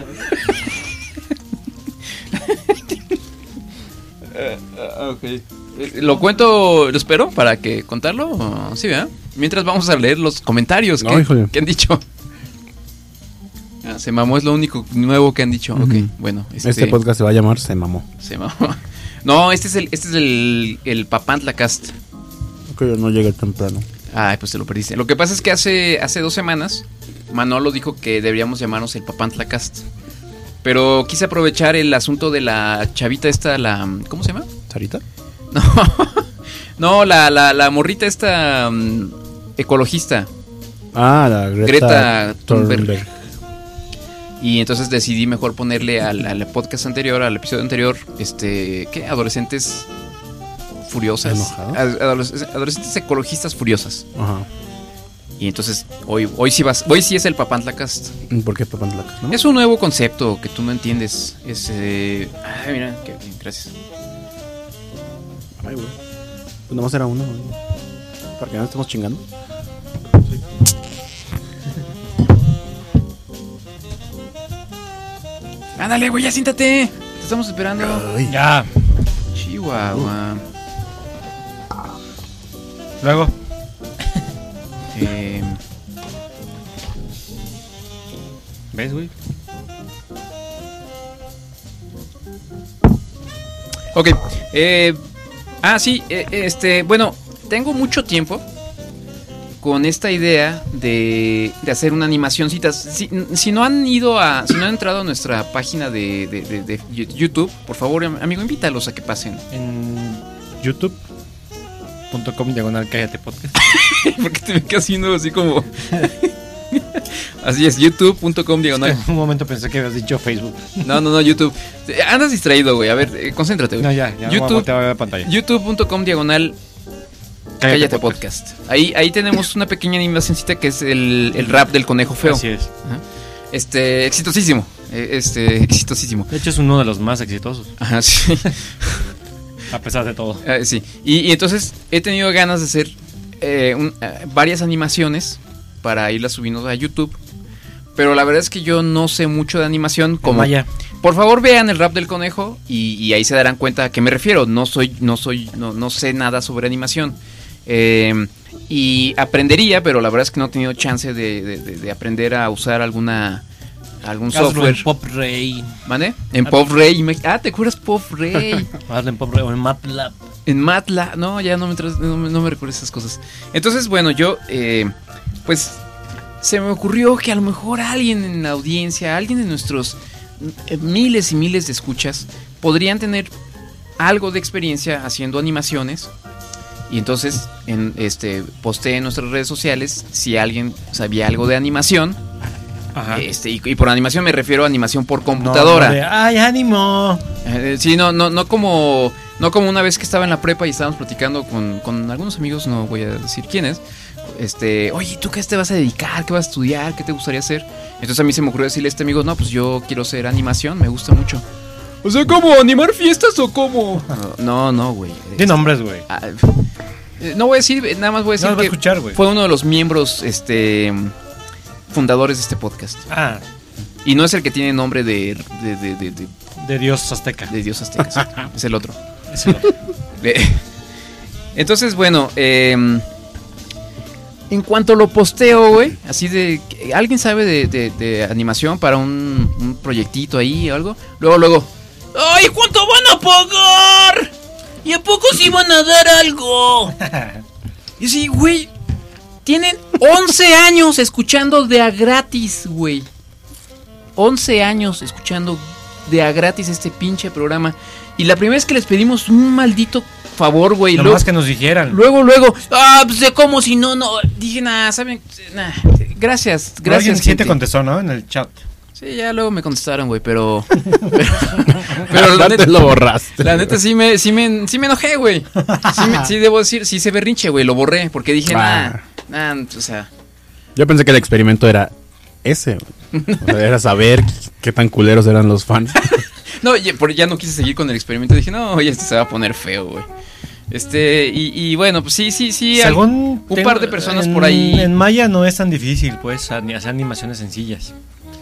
Speaker 2: Eh, ¿Lo cuento, lo espero para que contarlo? ¿O sí, ¿verdad? Mientras vamos a leer los comentarios
Speaker 4: No,
Speaker 2: que,
Speaker 4: híjole.
Speaker 2: que han dicho. Ah, se mamó, es lo único nuevo que han dicho. Ok,
Speaker 4: Ujú.
Speaker 2: bueno. Este,
Speaker 4: Este podcast se va a llamar Se Mamó.
Speaker 2: se mamó. No, este es el, este es el, el Papantla Cast.
Speaker 4: Que no llegué temprano.
Speaker 2: Ay, pues te lo perdiste. Lo que pasa es que hace, hace dos semanas Manolo dijo que deberíamos llamarnos el Papantla Cast. Pero quise aprovechar el asunto de la chavita esta, la... ¿Cómo se llama?
Speaker 4: ¿Sarita?
Speaker 2: No, no la, la, la morrita esta um, ecologista.
Speaker 4: Ah, la Greta,
Speaker 2: Greta Thunberg.
Speaker 4: Thunberg.
Speaker 2: Y entonces decidí mejor ponerle al, al podcast anterior, al episodio anterior, este, ¿qué? Adolescentes furiosas.
Speaker 4: ¿Enojados?
Speaker 2: Ad- adoles- adolescentes ecologistas furiosas.
Speaker 4: Ajá.
Speaker 2: Y entonces hoy, hoy sí vas, hoy sí es el Papantlacast.
Speaker 4: ¿Por qué Papantlaca? ¿No?
Speaker 2: Es un nuevo concepto que tú no entiendes. Es, eh, ay, mira, qué bien, gracias.
Speaker 4: Ay, güey. Pues nomás era uno, güey. Para que no estemos chingando.
Speaker 2: Ándale, güey, ya siéntate. Te estamos esperando.
Speaker 4: Ay.
Speaker 3: Ya.
Speaker 2: Chihuahua.
Speaker 3: Luego.
Speaker 2: Eh,
Speaker 3: ¿Ves, güey?
Speaker 2: ok. Eh, ah, sí. eh, este, bueno, tengo mucho tiempo con esta idea de, de hacer una animacióncita. Si, si no han ido a, si no han entrado a nuestra página de, de, de- de YouTube, por favor, am- amigo, invítalos a que pasen.
Speaker 3: En YouTube. Punto com diagonal cállate podcast.
Speaker 2: Porque te ven haciendo así como. Así es, youtube punto com diagonal.
Speaker 3: En un momento pensé que habías dicho Facebook.
Speaker 2: No, no, no, YouTube. Andas distraído, güey. A ver, eh, concéntrate, güey.
Speaker 3: No, ya, ya.
Speaker 2: YouTube.
Speaker 3: Te va a ver la pantalla.
Speaker 2: youtube punto com diagonal Cállate podcast. Ahí, ahí tenemos una pequeña animacióncita que es el, el rap del conejo feo.
Speaker 3: Así es.
Speaker 2: Ajá. Este, exitosísimo. eh, Este, exitosísimo.
Speaker 3: De hecho, es uno de los más exitosos.
Speaker 2: Ajá, sí.
Speaker 3: A pesar de todo.
Speaker 2: Ah, sí. Y, y entonces he tenido ganas de hacer eh, un- eh, varias animaciones para irlas subiendo a YouTube. Pero la verdad es que yo no sé mucho de animación. Como,
Speaker 3: Maya.
Speaker 2: por favor vean el rap del conejo y, y ahí se darán cuenta a qué me refiero. No soy, no soy, no, no sé nada sobre animación. Eh, y aprendería, pero la verdad es que no he tenido chance de, de- de- de aprender a usar alguna algún
Speaker 3: Hazlo
Speaker 2: software.
Speaker 3: en Pop Ray.
Speaker 2: ¿Vale? En PopRay. me- Ah, ¿te acuerdas PopRay?
Speaker 3: Hazlo en Pop Ray o en MATLAB.
Speaker 2: En MATLAB. No, ya no me, tra- no, me- no me recuerdo esas cosas. Entonces, bueno, yo, eh, pues, se me ocurrió que a lo mejor alguien en la audiencia, alguien de nuestros eh, miles y miles de escuchas, podrían tener algo de experiencia haciendo animaciones. Y entonces en este posteé en nuestras redes sociales si alguien sabía algo de animación.
Speaker 3: Ajá.
Speaker 2: Este, y, y por animación me refiero a animación por computadora.
Speaker 3: No, no de, ¡ay, ánimo!
Speaker 2: Eh, sí, no, no, no como no como una vez que estaba en la prepa y estábamos platicando con, con algunos amigos, no voy a decir quiénes. Este, oye, ¿tú qué te vas a dedicar? ¿Qué vas a estudiar? ¿Qué te gustaría hacer? Entonces a mí se me ocurrió decirle a este amigo, no, pues yo quiero hacer animación, me gusta mucho. O sea, ¿cómo? ¿Animar fiestas o cómo? No, no, güey.
Speaker 3: ¿Qué nombres, güey?
Speaker 2: Ah, no voy a decir, nada más voy a decir
Speaker 3: No,
Speaker 2: que
Speaker 3: va a escuchar, güey.
Speaker 2: fue uno de los miembros, este, fundadores de este podcast.
Speaker 3: Ah,
Speaker 2: Y no es el que tiene nombre de de, de, de, de,
Speaker 3: de Dios azteca.
Speaker 2: de Dios aztecas. Es el otro.
Speaker 3: Es el otro.
Speaker 2: Eh, Entonces, bueno, eh, en cuanto lo posteo, güey, así de... ¿Alguien sabe de, de, de animación para un, un proyectito ahí o algo? Luego, luego... ¡Ay, cuánto van a pagar! ¿Y a poco sí van a dar algo? Y sí, güey, tienen once años escuchando de a gratis, güey. once años escuchando de a gratis este pinche programa. Y la primera vez que les pedimos un maldito favor, güey.
Speaker 3: Lo
Speaker 2: luego,
Speaker 3: más que nos dijeran.
Speaker 2: Luego, luego, ah, pues de cómo si no, no. Dije, nada, ¿saben? Nah, gracias,
Speaker 3: Pero
Speaker 2: gracias.
Speaker 3: alguien sí te
Speaker 2: gente.
Speaker 3: contestó, ¿no? En el chat.
Speaker 2: Sí, ya luego me contestaron, güey, pero. Pero, pero la,
Speaker 4: Ya
Speaker 2: neta,
Speaker 4: te lo borraste.
Speaker 2: la neta sí me, sí me, sí me enojé, güey. Sí, me- sí debo decir, sí se berrinche, güey. Lo borré porque dije, nah,
Speaker 4: Ah.
Speaker 2: nah, o sea.
Speaker 4: Yo pensé que el experimento era ese, güey. O sea, era saber qué tan culeros eran los fans.
Speaker 2: No, ya, por- ya no quise seguir con el experimento. Dije, no, ya esto se va a poner feo, güey. Este, y, y bueno, pues sí, sí, sí. al-
Speaker 3: Según
Speaker 2: un
Speaker 3: tengo-
Speaker 2: par de personas
Speaker 3: en-
Speaker 2: por ahí.
Speaker 3: En Maya no es tan difícil, pues, ani- hacer animaciones sencillas.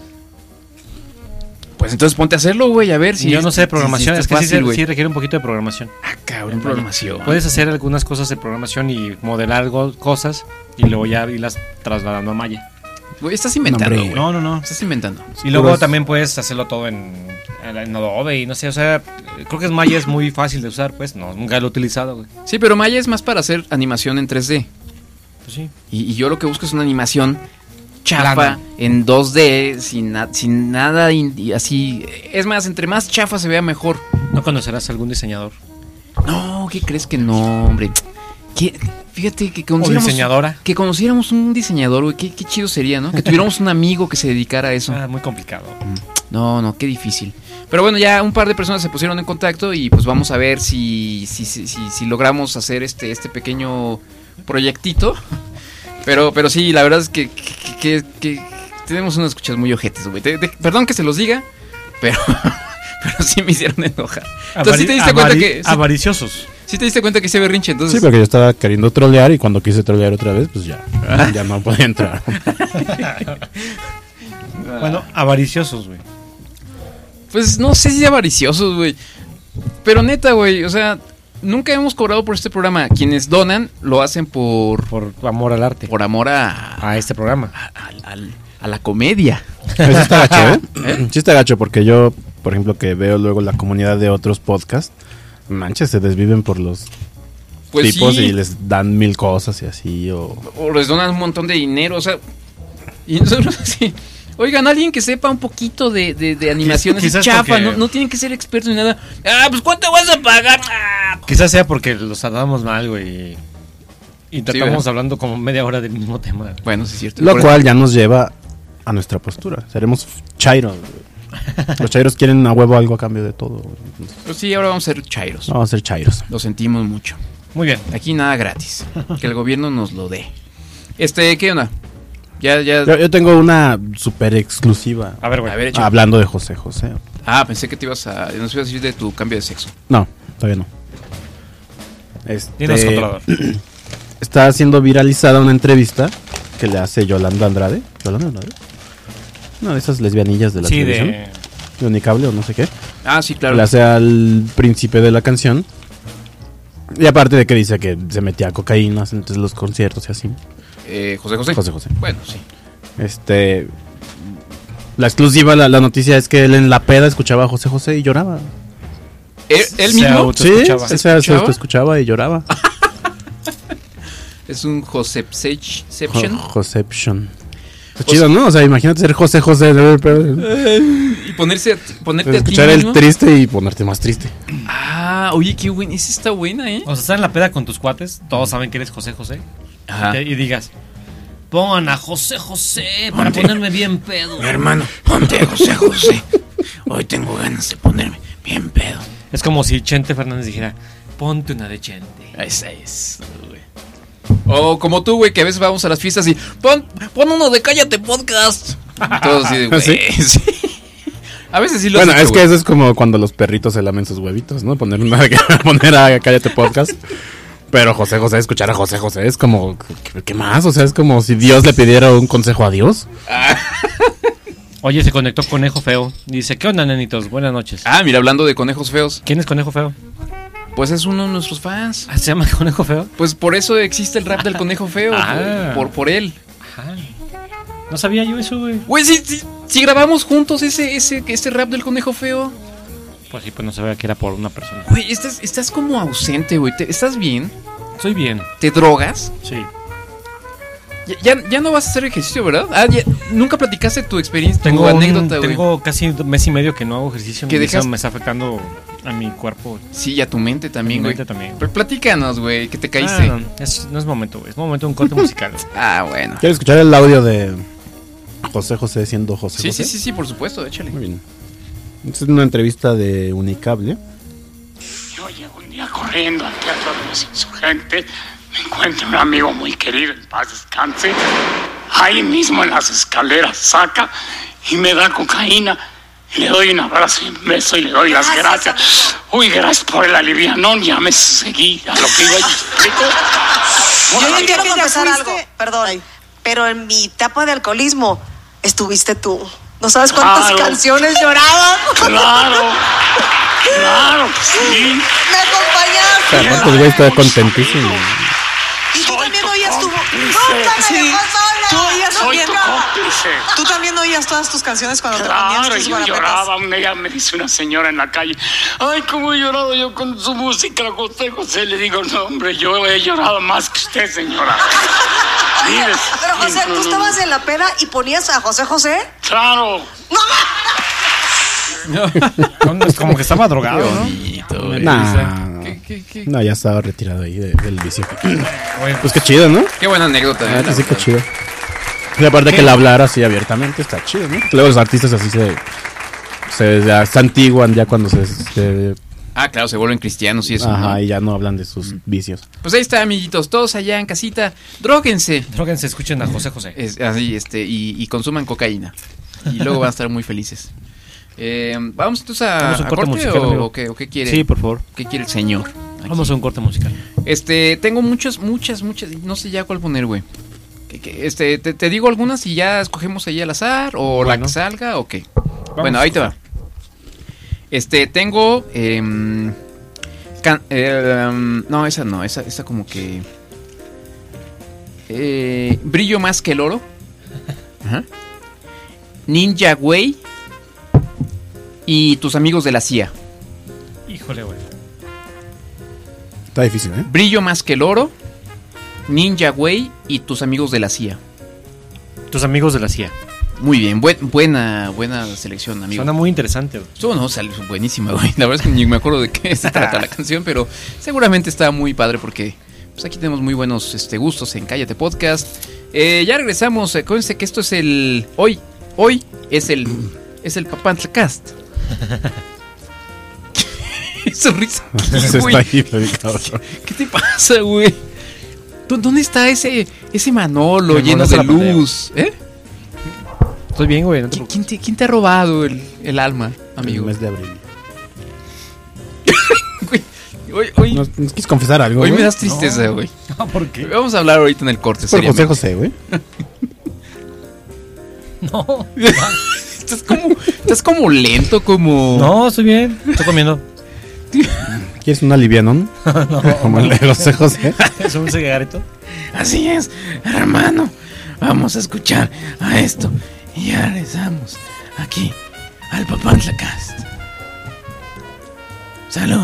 Speaker 2: Pues entonces ponte a hacerlo, güey, a ver si.
Speaker 3: Yo no sé de programación,
Speaker 2: si- si
Speaker 3: es
Speaker 2: está
Speaker 3: que sí,
Speaker 2: fácil,
Speaker 3: se-
Speaker 2: güey.
Speaker 3: sí requiere un poquito de programación.
Speaker 2: Ah, cabrón, programación.
Speaker 3: Puedes hacer algunas cosas de programación y modelar go- cosas y luego ya irlas trasladando a Maya.
Speaker 2: Güey, estás inventando,
Speaker 4: No,
Speaker 2: güey.
Speaker 3: No, no, no.
Speaker 2: Estás inventando.
Speaker 3: Y luego
Speaker 4: Puros-
Speaker 3: también puedes hacerlo todo en, en Adobe y no sé, o sea, creo que es Maya es muy fácil de usar, pues, no, nunca lo he utilizado, güey.
Speaker 2: Sí, pero Maya es más para hacer animación en tres D.
Speaker 3: Pues sí.
Speaker 2: Y, y yo lo que busco es una animación chafa
Speaker 3: Plana.
Speaker 2: en dos D, sin, na- sin nada in- y así. Es más, entre más chafa se vea mejor.
Speaker 3: ¿No conocerás a algún diseñador?
Speaker 2: No, ¿qué crees que no, hombre? ¿Qué? Fíjate que
Speaker 3: ¿O
Speaker 2: conociéramos,
Speaker 3: diseñadora?
Speaker 2: que conociéramos un diseñador, güey. Qué, qué chido sería, ¿no? Que tuviéramos un amigo que se dedicara a eso.
Speaker 3: Ah, muy complicado.
Speaker 2: No, no, qué difícil. Pero bueno, ya un par de personas se pusieron en contacto y pues vamos a ver si si, si, si, si logramos hacer este este pequeño proyectito. Pero pero sí, la verdad es que, que, que- que tenemos unas escuchas muy ojetes, güey. Te- te- Perdón que se los diga, pero pero sí me hicieron enojar. Entonces, ¿sí te diste cuenta
Speaker 3: Avari-
Speaker 2: que sí,
Speaker 3: Avariciosos.
Speaker 2: sí te diste cuenta que hice berrinche? Entonces,
Speaker 4: Sí, porque yo estaba queriendo trolear y cuando quise trolear otra vez, pues ya, ya no podía entrar.
Speaker 3: Bueno, avariciosos, güey.
Speaker 2: pues no sé si avariciosos, güey. Pero neta, güey, o sea, nunca hemos cobrado por este programa. Quienes donan lo hacen por
Speaker 3: Por amor al arte.
Speaker 2: por amor a,
Speaker 3: A este programa.
Speaker 2: a, al- a la comedia.
Speaker 4: Eso está gacho, ¿eh? Sí está gacho porque yo, por ejemplo, que veo luego la comunidad de otros podcasts, manches, se desviven por los
Speaker 2: Pues
Speaker 4: tipos
Speaker 2: sí,
Speaker 4: y les dan mil cosas y así, o...
Speaker 2: o les donan un montón de dinero, o sea, y nosotros sí. Oigan, alguien que sepa un poquito de, de, de animaciones
Speaker 3: Quizás
Speaker 2: chafa,
Speaker 3: porque-
Speaker 2: no, no tienen que ser expertos ni nada. Ah, pues ¿cuánto vas a pagar? Ah,
Speaker 3: Quizás sea porque los tratamos mal, güey. Y, y tratamos
Speaker 2: ¿verdad?
Speaker 3: hablando como media hora del mismo tema.
Speaker 2: bueno, sí es cierto.
Speaker 4: Lo
Speaker 2: Por-
Speaker 4: cual ya nos lleva a nuestra postura. Seremos chairos. güey. Los chairos quieren a huevo algo a cambio de todo. güey. Entonces,
Speaker 2: Pues sí, ahora vamos a ser chairos.
Speaker 4: vamos a ser chairos.
Speaker 2: Lo sentimos mucho.
Speaker 3: Muy bien.
Speaker 2: Aquí nada gratis. Que el gobierno nos lo dé. Este, ¿qué onda? Ya, ya.
Speaker 4: Yo, yo tengo una super exclusiva.
Speaker 3: A ver, güey.
Speaker 2: A ver, hecho.
Speaker 4: Hablando de José José.
Speaker 2: Ah, pensé que te ibas a. Nos ibas a decir de tu cambio de sexo.
Speaker 4: No, todavía no. Este,
Speaker 3: Dinos, controlador.
Speaker 4: está siendo viralizada una entrevista que le hace Yolanda Andrade. ¿Yolanda Andrade? Una de esas lesbianillas de la
Speaker 3: Sí,
Speaker 4: televisión.
Speaker 3: de...
Speaker 4: De Unicable o no sé qué.
Speaker 2: Ah, sí, claro.
Speaker 4: Le hace al príncipe de la canción. Y aparte de que dice que se metía cocaína entre los conciertos y así.
Speaker 2: Eh, José José.
Speaker 4: José José.
Speaker 2: Bueno, sí.
Speaker 4: Este. La exclusiva, la, la noticia es que él en la peda escuchaba a José José y lloraba.
Speaker 2: ¿Él, él
Speaker 3: Se
Speaker 2: mismo?
Speaker 3: auto-
Speaker 4: Sí,
Speaker 3: escuchaba.
Speaker 4: él se, se
Speaker 2: ¿Escuchaba?
Speaker 4: autoescuchaba y lloraba.
Speaker 2: Es un Joseception.
Speaker 4: Joseception. Está
Speaker 2: O
Speaker 4: chido, ¿no? O sea, imagínate ser José José.
Speaker 2: Y ponerse a ti- ponerte a ti
Speaker 4: Escuchar el
Speaker 2: mismo.
Speaker 4: triste y ponerte más triste.
Speaker 2: Ah, Ah, oye, qué buena. Esa está buena, ¿eh?
Speaker 3: O sea, estás en la peda con tus cuates, todos saben que eres José José.
Speaker 2: Ajá.
Speaker 3: Y, te- y digas, pongan a José José para ponerme bien pedo.
Speaker 2: Mi hermano, ponte José José. Hoy tengo ganas de ponerme bien pedo.
Speaker 3: Es como si Chente Fernández dijera, ponte una de Chente.
Speaker 2: Esa es, güey. O como tú, güey, que a veces vamos a las fiestas y pon, pon uno de Cállate Podcast. Todos así de, güey.
Speaker 4: ¿Sí?
Speaker 2: Sí. A veces sí lo
Speaker 4: Bueno,
Speaker 2: has hecho,
Speaker 4: es que
Speaker 2: güey.
Speaker 4: eso es como cuando los perritos se lamen sus huevitos, ¿no? Poner una poner a Cállate Podcast. Pero José José, escuchar a José José es como, ¿qué, qué más? O sea, es como si Dios le pidiera un consejo a Dios.
Speaker 3: Oye, se conectó Conejo Feo. Dice, ¿qué onda, nenitos? Buenas noches.
Speaker 2: Ah, mira, hablando de conejos feos,
Speaker 3: ¿Quién es Conejo Feo?
Speaker 2: pues es uno de nuestros fans.
Speaker 3: Ah, ¿se llama Conejo Feo?
Speaker 2: Pues por eso existe el rap del conejo feo,
Speaker 3: Ah.
Speaker 2: güey, por, por él.
Speaker 3: Ajá. No sabía yo eso, güey.
Speaker 2: Güey, si, si, si grabamos juntos ese, ese, ese rap del conejo feo.
Speaker 3: Pues sí, pues no sabía que era por una persona.
Speaker 2: Güey, estás, estás como ausente, güey. ¿Te- ¿Estás bien?
Speaker 3: Soy bien.
Speaker 2: ¿Te drogas?
Speaker 3: Sí.
Speaker 2: Ya, ya, ya no vas a hacer ejercicio, ¿verdad? Ah, ya- nunca platicaste tu experiencia, tu
Speaker 3: Tengo, un-
Speaker 2: anécdota, güey.
Speaker 3: tengo casi un mes y medio que no hago ejercicio.
Speaker 2: ¿Que
Speaker 3: y
Speaker 2: dejas-
Speaker 3: eso me está afectando a mi cuerpo.
Speaker 2: Sí, y a tu mente también,
Speaker 3: mi
Speaker 2: güey.
Speaker 3: mente también.
Speaker 2: Pero platícanos, güey, que te caíste.
Speaker 3: Ah, no, es, no es momento, güey. Es momento de un corte musical. güey.
Speaker 2: Ah, bueno.
Speaker 4: ¿Quieres escuchar el audio de José José siendo José
Speaker 2: Sí,
Speaker 4: José?
Speaker 2: sí, sí, sí, por supuesto, échale.
Speaker 4: Muy bien. Esta es una entrevista de Unicable.
Speaker 5: Yo llego un día corriendo al Teatro de los Insurgentes, me encuentro un amigo muy querido, en paz descanse, ahí mismo en las escaleras saca y me da cocaína. Y le doy un abrazo y un beso y le doy las gracias. Uy, gracias por el alivianón, ya me seguí a lo que iba, ¿y explico?
Speaker 6: Yo
Speaker 5: Bueno,
Speaker 6: ya quiero
Speaker 7: que te
Speaker 6: confesar
Speaker 7: fuiste-
Speaker 6: algo, perdón, pero en mi etapa de alcoholismo estuviste tú. No sabes cuántas
Speaker 5: Claro.
Speaker 6: canciones lloraba.
Speaker 5: Claro, claro que sí.
Speaker 6: Me acompañaste.
Speaker 4: Además, pues güey está contentísimo.
Speaker 6: Y tú
Speaker 5: Soy
Speaker 6: también
Speaker 5: tu
Speaker 6: oías tu.
Speaker 5: cómplice.
Speaker 6: ¡No, me
Speaker 7: Sí.
Speaker 6: dejó sola!
Speaker 7: Tú oías
Speaker 5: Soy
Speaker 7: también.
Speaker 5: tu cómplice.
Speaker 7: Tú también oías todas tus canciones cuando te
Speaker 5: Claro,
Speaker 7: ponías tus
Speaker 5: yo
Speaker 7: guarapetas.
Speaker 5: lloraba, un día me dice una señora en la calle, ay, cómo he llorado yo con su música, José José. Le digo, no, hombre, yo he llorado más que usted, señora. Mire,
Speaker 6: Pero José,
Speaker 5: no,
Speaker 6: tú
Speaker 5: no,
Speaker 6: estabas en la peda y ponías a José José.
Speaker 5: Claro.
Speaker 3: No, es como que estaba drogado, ¿no?
Speaker 2: Bonito, güey.
Speaker 4: Nah,
Speaker 2: ¿Qué, qué, qué?
Speaker 4: no, ya estaba retirado ahí de- del vicio.
Speaker 3: Oye,
Speaker 4: Pues qué chido, ¿no?
Speaker 2: Qué buena anécdota,
Speaker 4: Ah,
Speaker 2: eh, la
Speaker 4: sí, qué
Speaker 2: verdad.
Speaker 4: chido. Y aparte que el hablar así abiertamente está chido, ¿no? Luego los artistas así se se, ya se antiguan ya cuando se, se-
Speaker 2: Ah, claro, se vuelven cristianos y eso,
Speaker 4: ajá,
Speaker 2: ¿no?
Speaker 4: y ya no hablan de sus vicios.
Speaker 2: Pues ahí está, amiguitos, todos allá en casita, dróguense.
Speaker 3: Dróguense, escuchen a José José.
Speaker 2: Es, así, este, y, y consuman cocaína. Y luego van a estar muy felices. Eh, Vamos entonces a,
Speaker 3: Vamos a un
Speaker 2: a
Speaker 3: corte
Speaker 2: corte
Speaker 3: musical,
Speaker 2: o,
Speaker 3: amigo.
Speaker 2: o qué, o qué quiere.
Speaker 3: Sí, por favor.
Speaker 2: ¿Qué quiere el señor? Aquí.
Speaker 3: Vamos a un corte musical.
Speaker 2: Este, tengo muchas, muchas, muchas. No sé ya cuál poner, güey. Que- que, Este, te, te digo algunas y ya escogemos ahí al azar o la
Speaker 3: Bueno.
Speaker 2: que salga o qué. Bueno, ahí te va. Este, tengo. em, can- em, no, esa no, esa, esa como que. eh, Brillo más que el oro. Ajá. Ninja Way. Y tus amigos de la C I A.
Speaker 3: Híjole, güey.
Speaker 4: Está difícil, ¿eh?
Speaker 2: Brillo más que el oro. Ninja Way y tus amigos de la C I A.
Speaker 3: Tus amigos de la C I A.
Speaker 2: Muy bien, buen- buena, buena selección, amigo.
Speaker 3: Suena muy interesante, güey.
Speaker 2: Estuvo, no, salió buenísima, güey. La verdad es que ni me acuerdo de qué se trata la canción, pero seguramente está muy padre porque pues aquí tenemos muy buenos este, gustos en Cállate Podcast. Eh, ya regresamos, eh, acuérdense que esto es el... Hoy, hoy es el... Es el Papantla-cast. Esa risa.
Speaker 4: Se
Speaker 2: güey.
Speaker 4: está ahí, pero, cabrón.
Speaker 2: ¿Qué te pasa, güey? ¿Dó- ¿Dónde está ese ese Manolo
Speaker 3: Me
Speaker 2: lleno
Speaker 3: molaste
Speaker 2: de
Speaker 3: la pantalla.
Speaker 2: luz? ¿Eh?
Speaker 3: Estoy bien, güey. No te
Speaker 2: ¿Qui-
Speaker 3: preocupes.
Speaker 2: ¿Quién te, quién te ha robado el, el alma, amigo?
Speaker 4: El mes de abril.
Speaker 2: Güey, hoy hoy,
Speaker 4: ¿Nos, nos quieres confesar algo?
Speaker 2: hoy me
Speaker 4: güey?
Speaker 2: das tristeza, güey.
Speaker 3: No, ¿por qué?
Speaker 2: Vamos a hablar ahorita en el corte,
Speaker 4: Por José
Speaker 2: seriamente.
Speaker 4: José, güey.
Speaker 3: No.
Speaker 2: Estás como, estás como lento, como...
Speaker 3: No, estoy bien. Estoy comiendo.
Speaker 4: ¿Quieres un alivianón? Como el de José José.
Speaker 3: ¿Es un cigarrito?
Speaker 2: Así es, hermano. Vamos a escuchar a esto. Y ya regresamos aquí al Papantla-cast. Salud.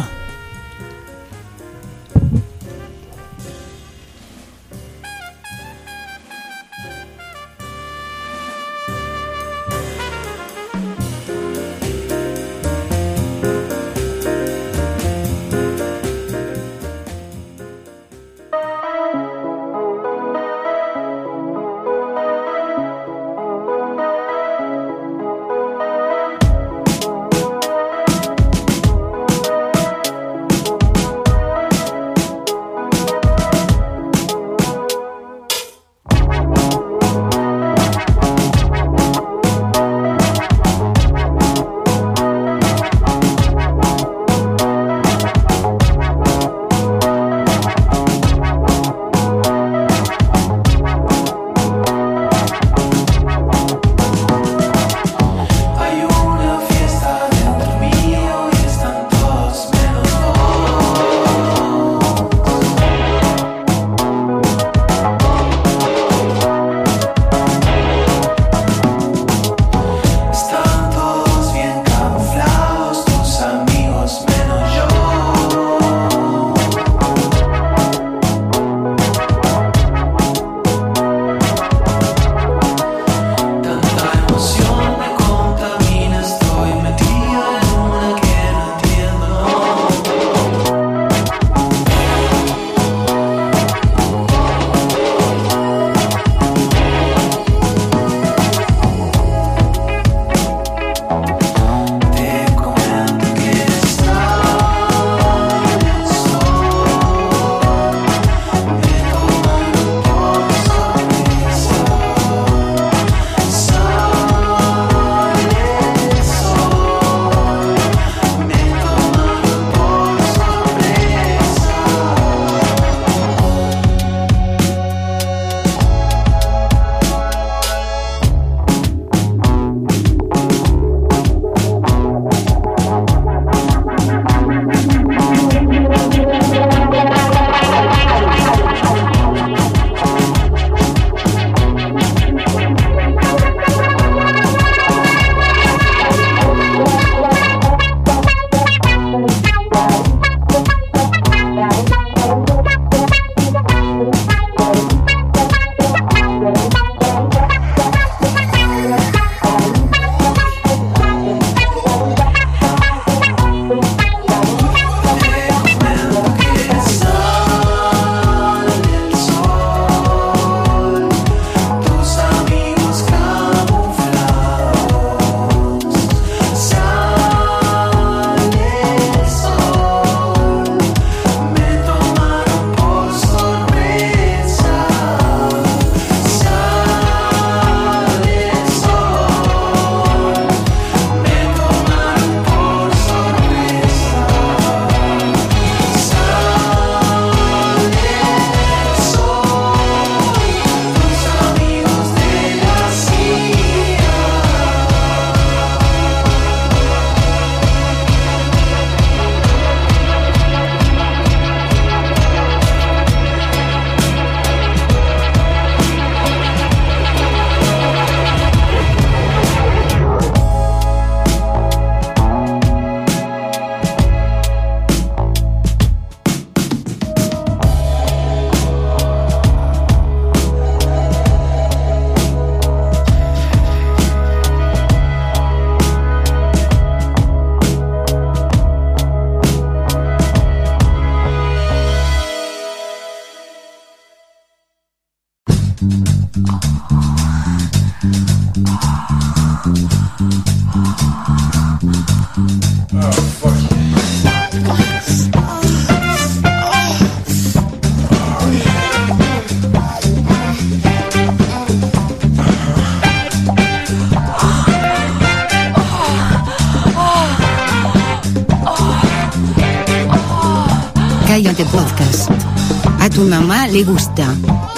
Speaker 8: Cállate Podcast. A tu mamá le gusta.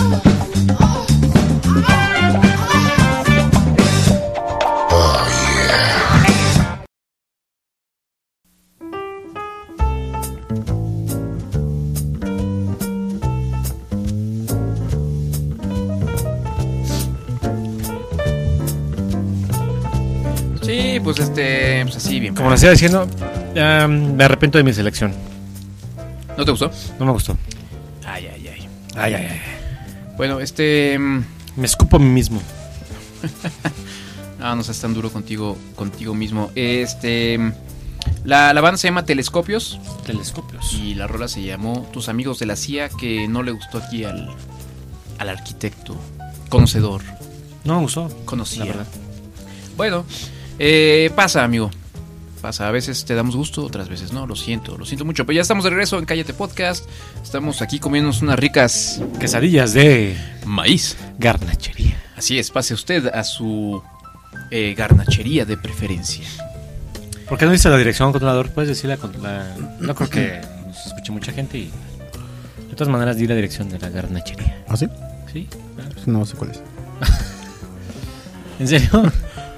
Speaker 2: Sí, pues este, pues así, bien.
Speaker 3: Como les iba diciendo, ya me arrepiento de mi selección.
Speaker 2: ¿No te gustó?
Speaker 3: No me gustó.
Speaker 2: Ay, ay, ay.
Speaker 3: Ay, ay, ay.
Speaker 2: Bueno, este...
Speaker 3: Me escupo a mí mismo.
Speaker 2: Ah, no seas tan duro contigo, contigo mismo. Este... La, la banda se llama Telescopios.
Speaker 3: Telescopios.
Speaker 2: Y la rola se llamó Tus amigos de la C I A, que no le gustó aquí al, al arquitecto conocedor.
Speaker 3: No me gustó.
Speaker 2: Conocía.
Speaker 3: La verdad.
Speaker 2: Bueno, eh, pasa, amigo. Pasa, a veces te damos gusto, otras veces no, lo siento, lo siento mucho. Pero ya estamos de regreso en Cállate Podcast. Estamos aquí comiéndonos unas ricas
Speaker 3: quesadillas de
Speaker 2: maíz.
Speaker 3: Garnachería.
Speaker 2: Así es, pase usted a su eh, garnachería de preferencia.
Speaker 3: ¿Por qué no dice la dirección, controlador? Puedes decir la, la... No creo que nos escuche mucha gente y... De todas maneras, di la dirección de la garnachería.
Speaker 4: ¿Ah, sí?
Speaker 3: Sí, claro.
Speaker 4: No sé cuál es.
Speaker 3: ¿En serio?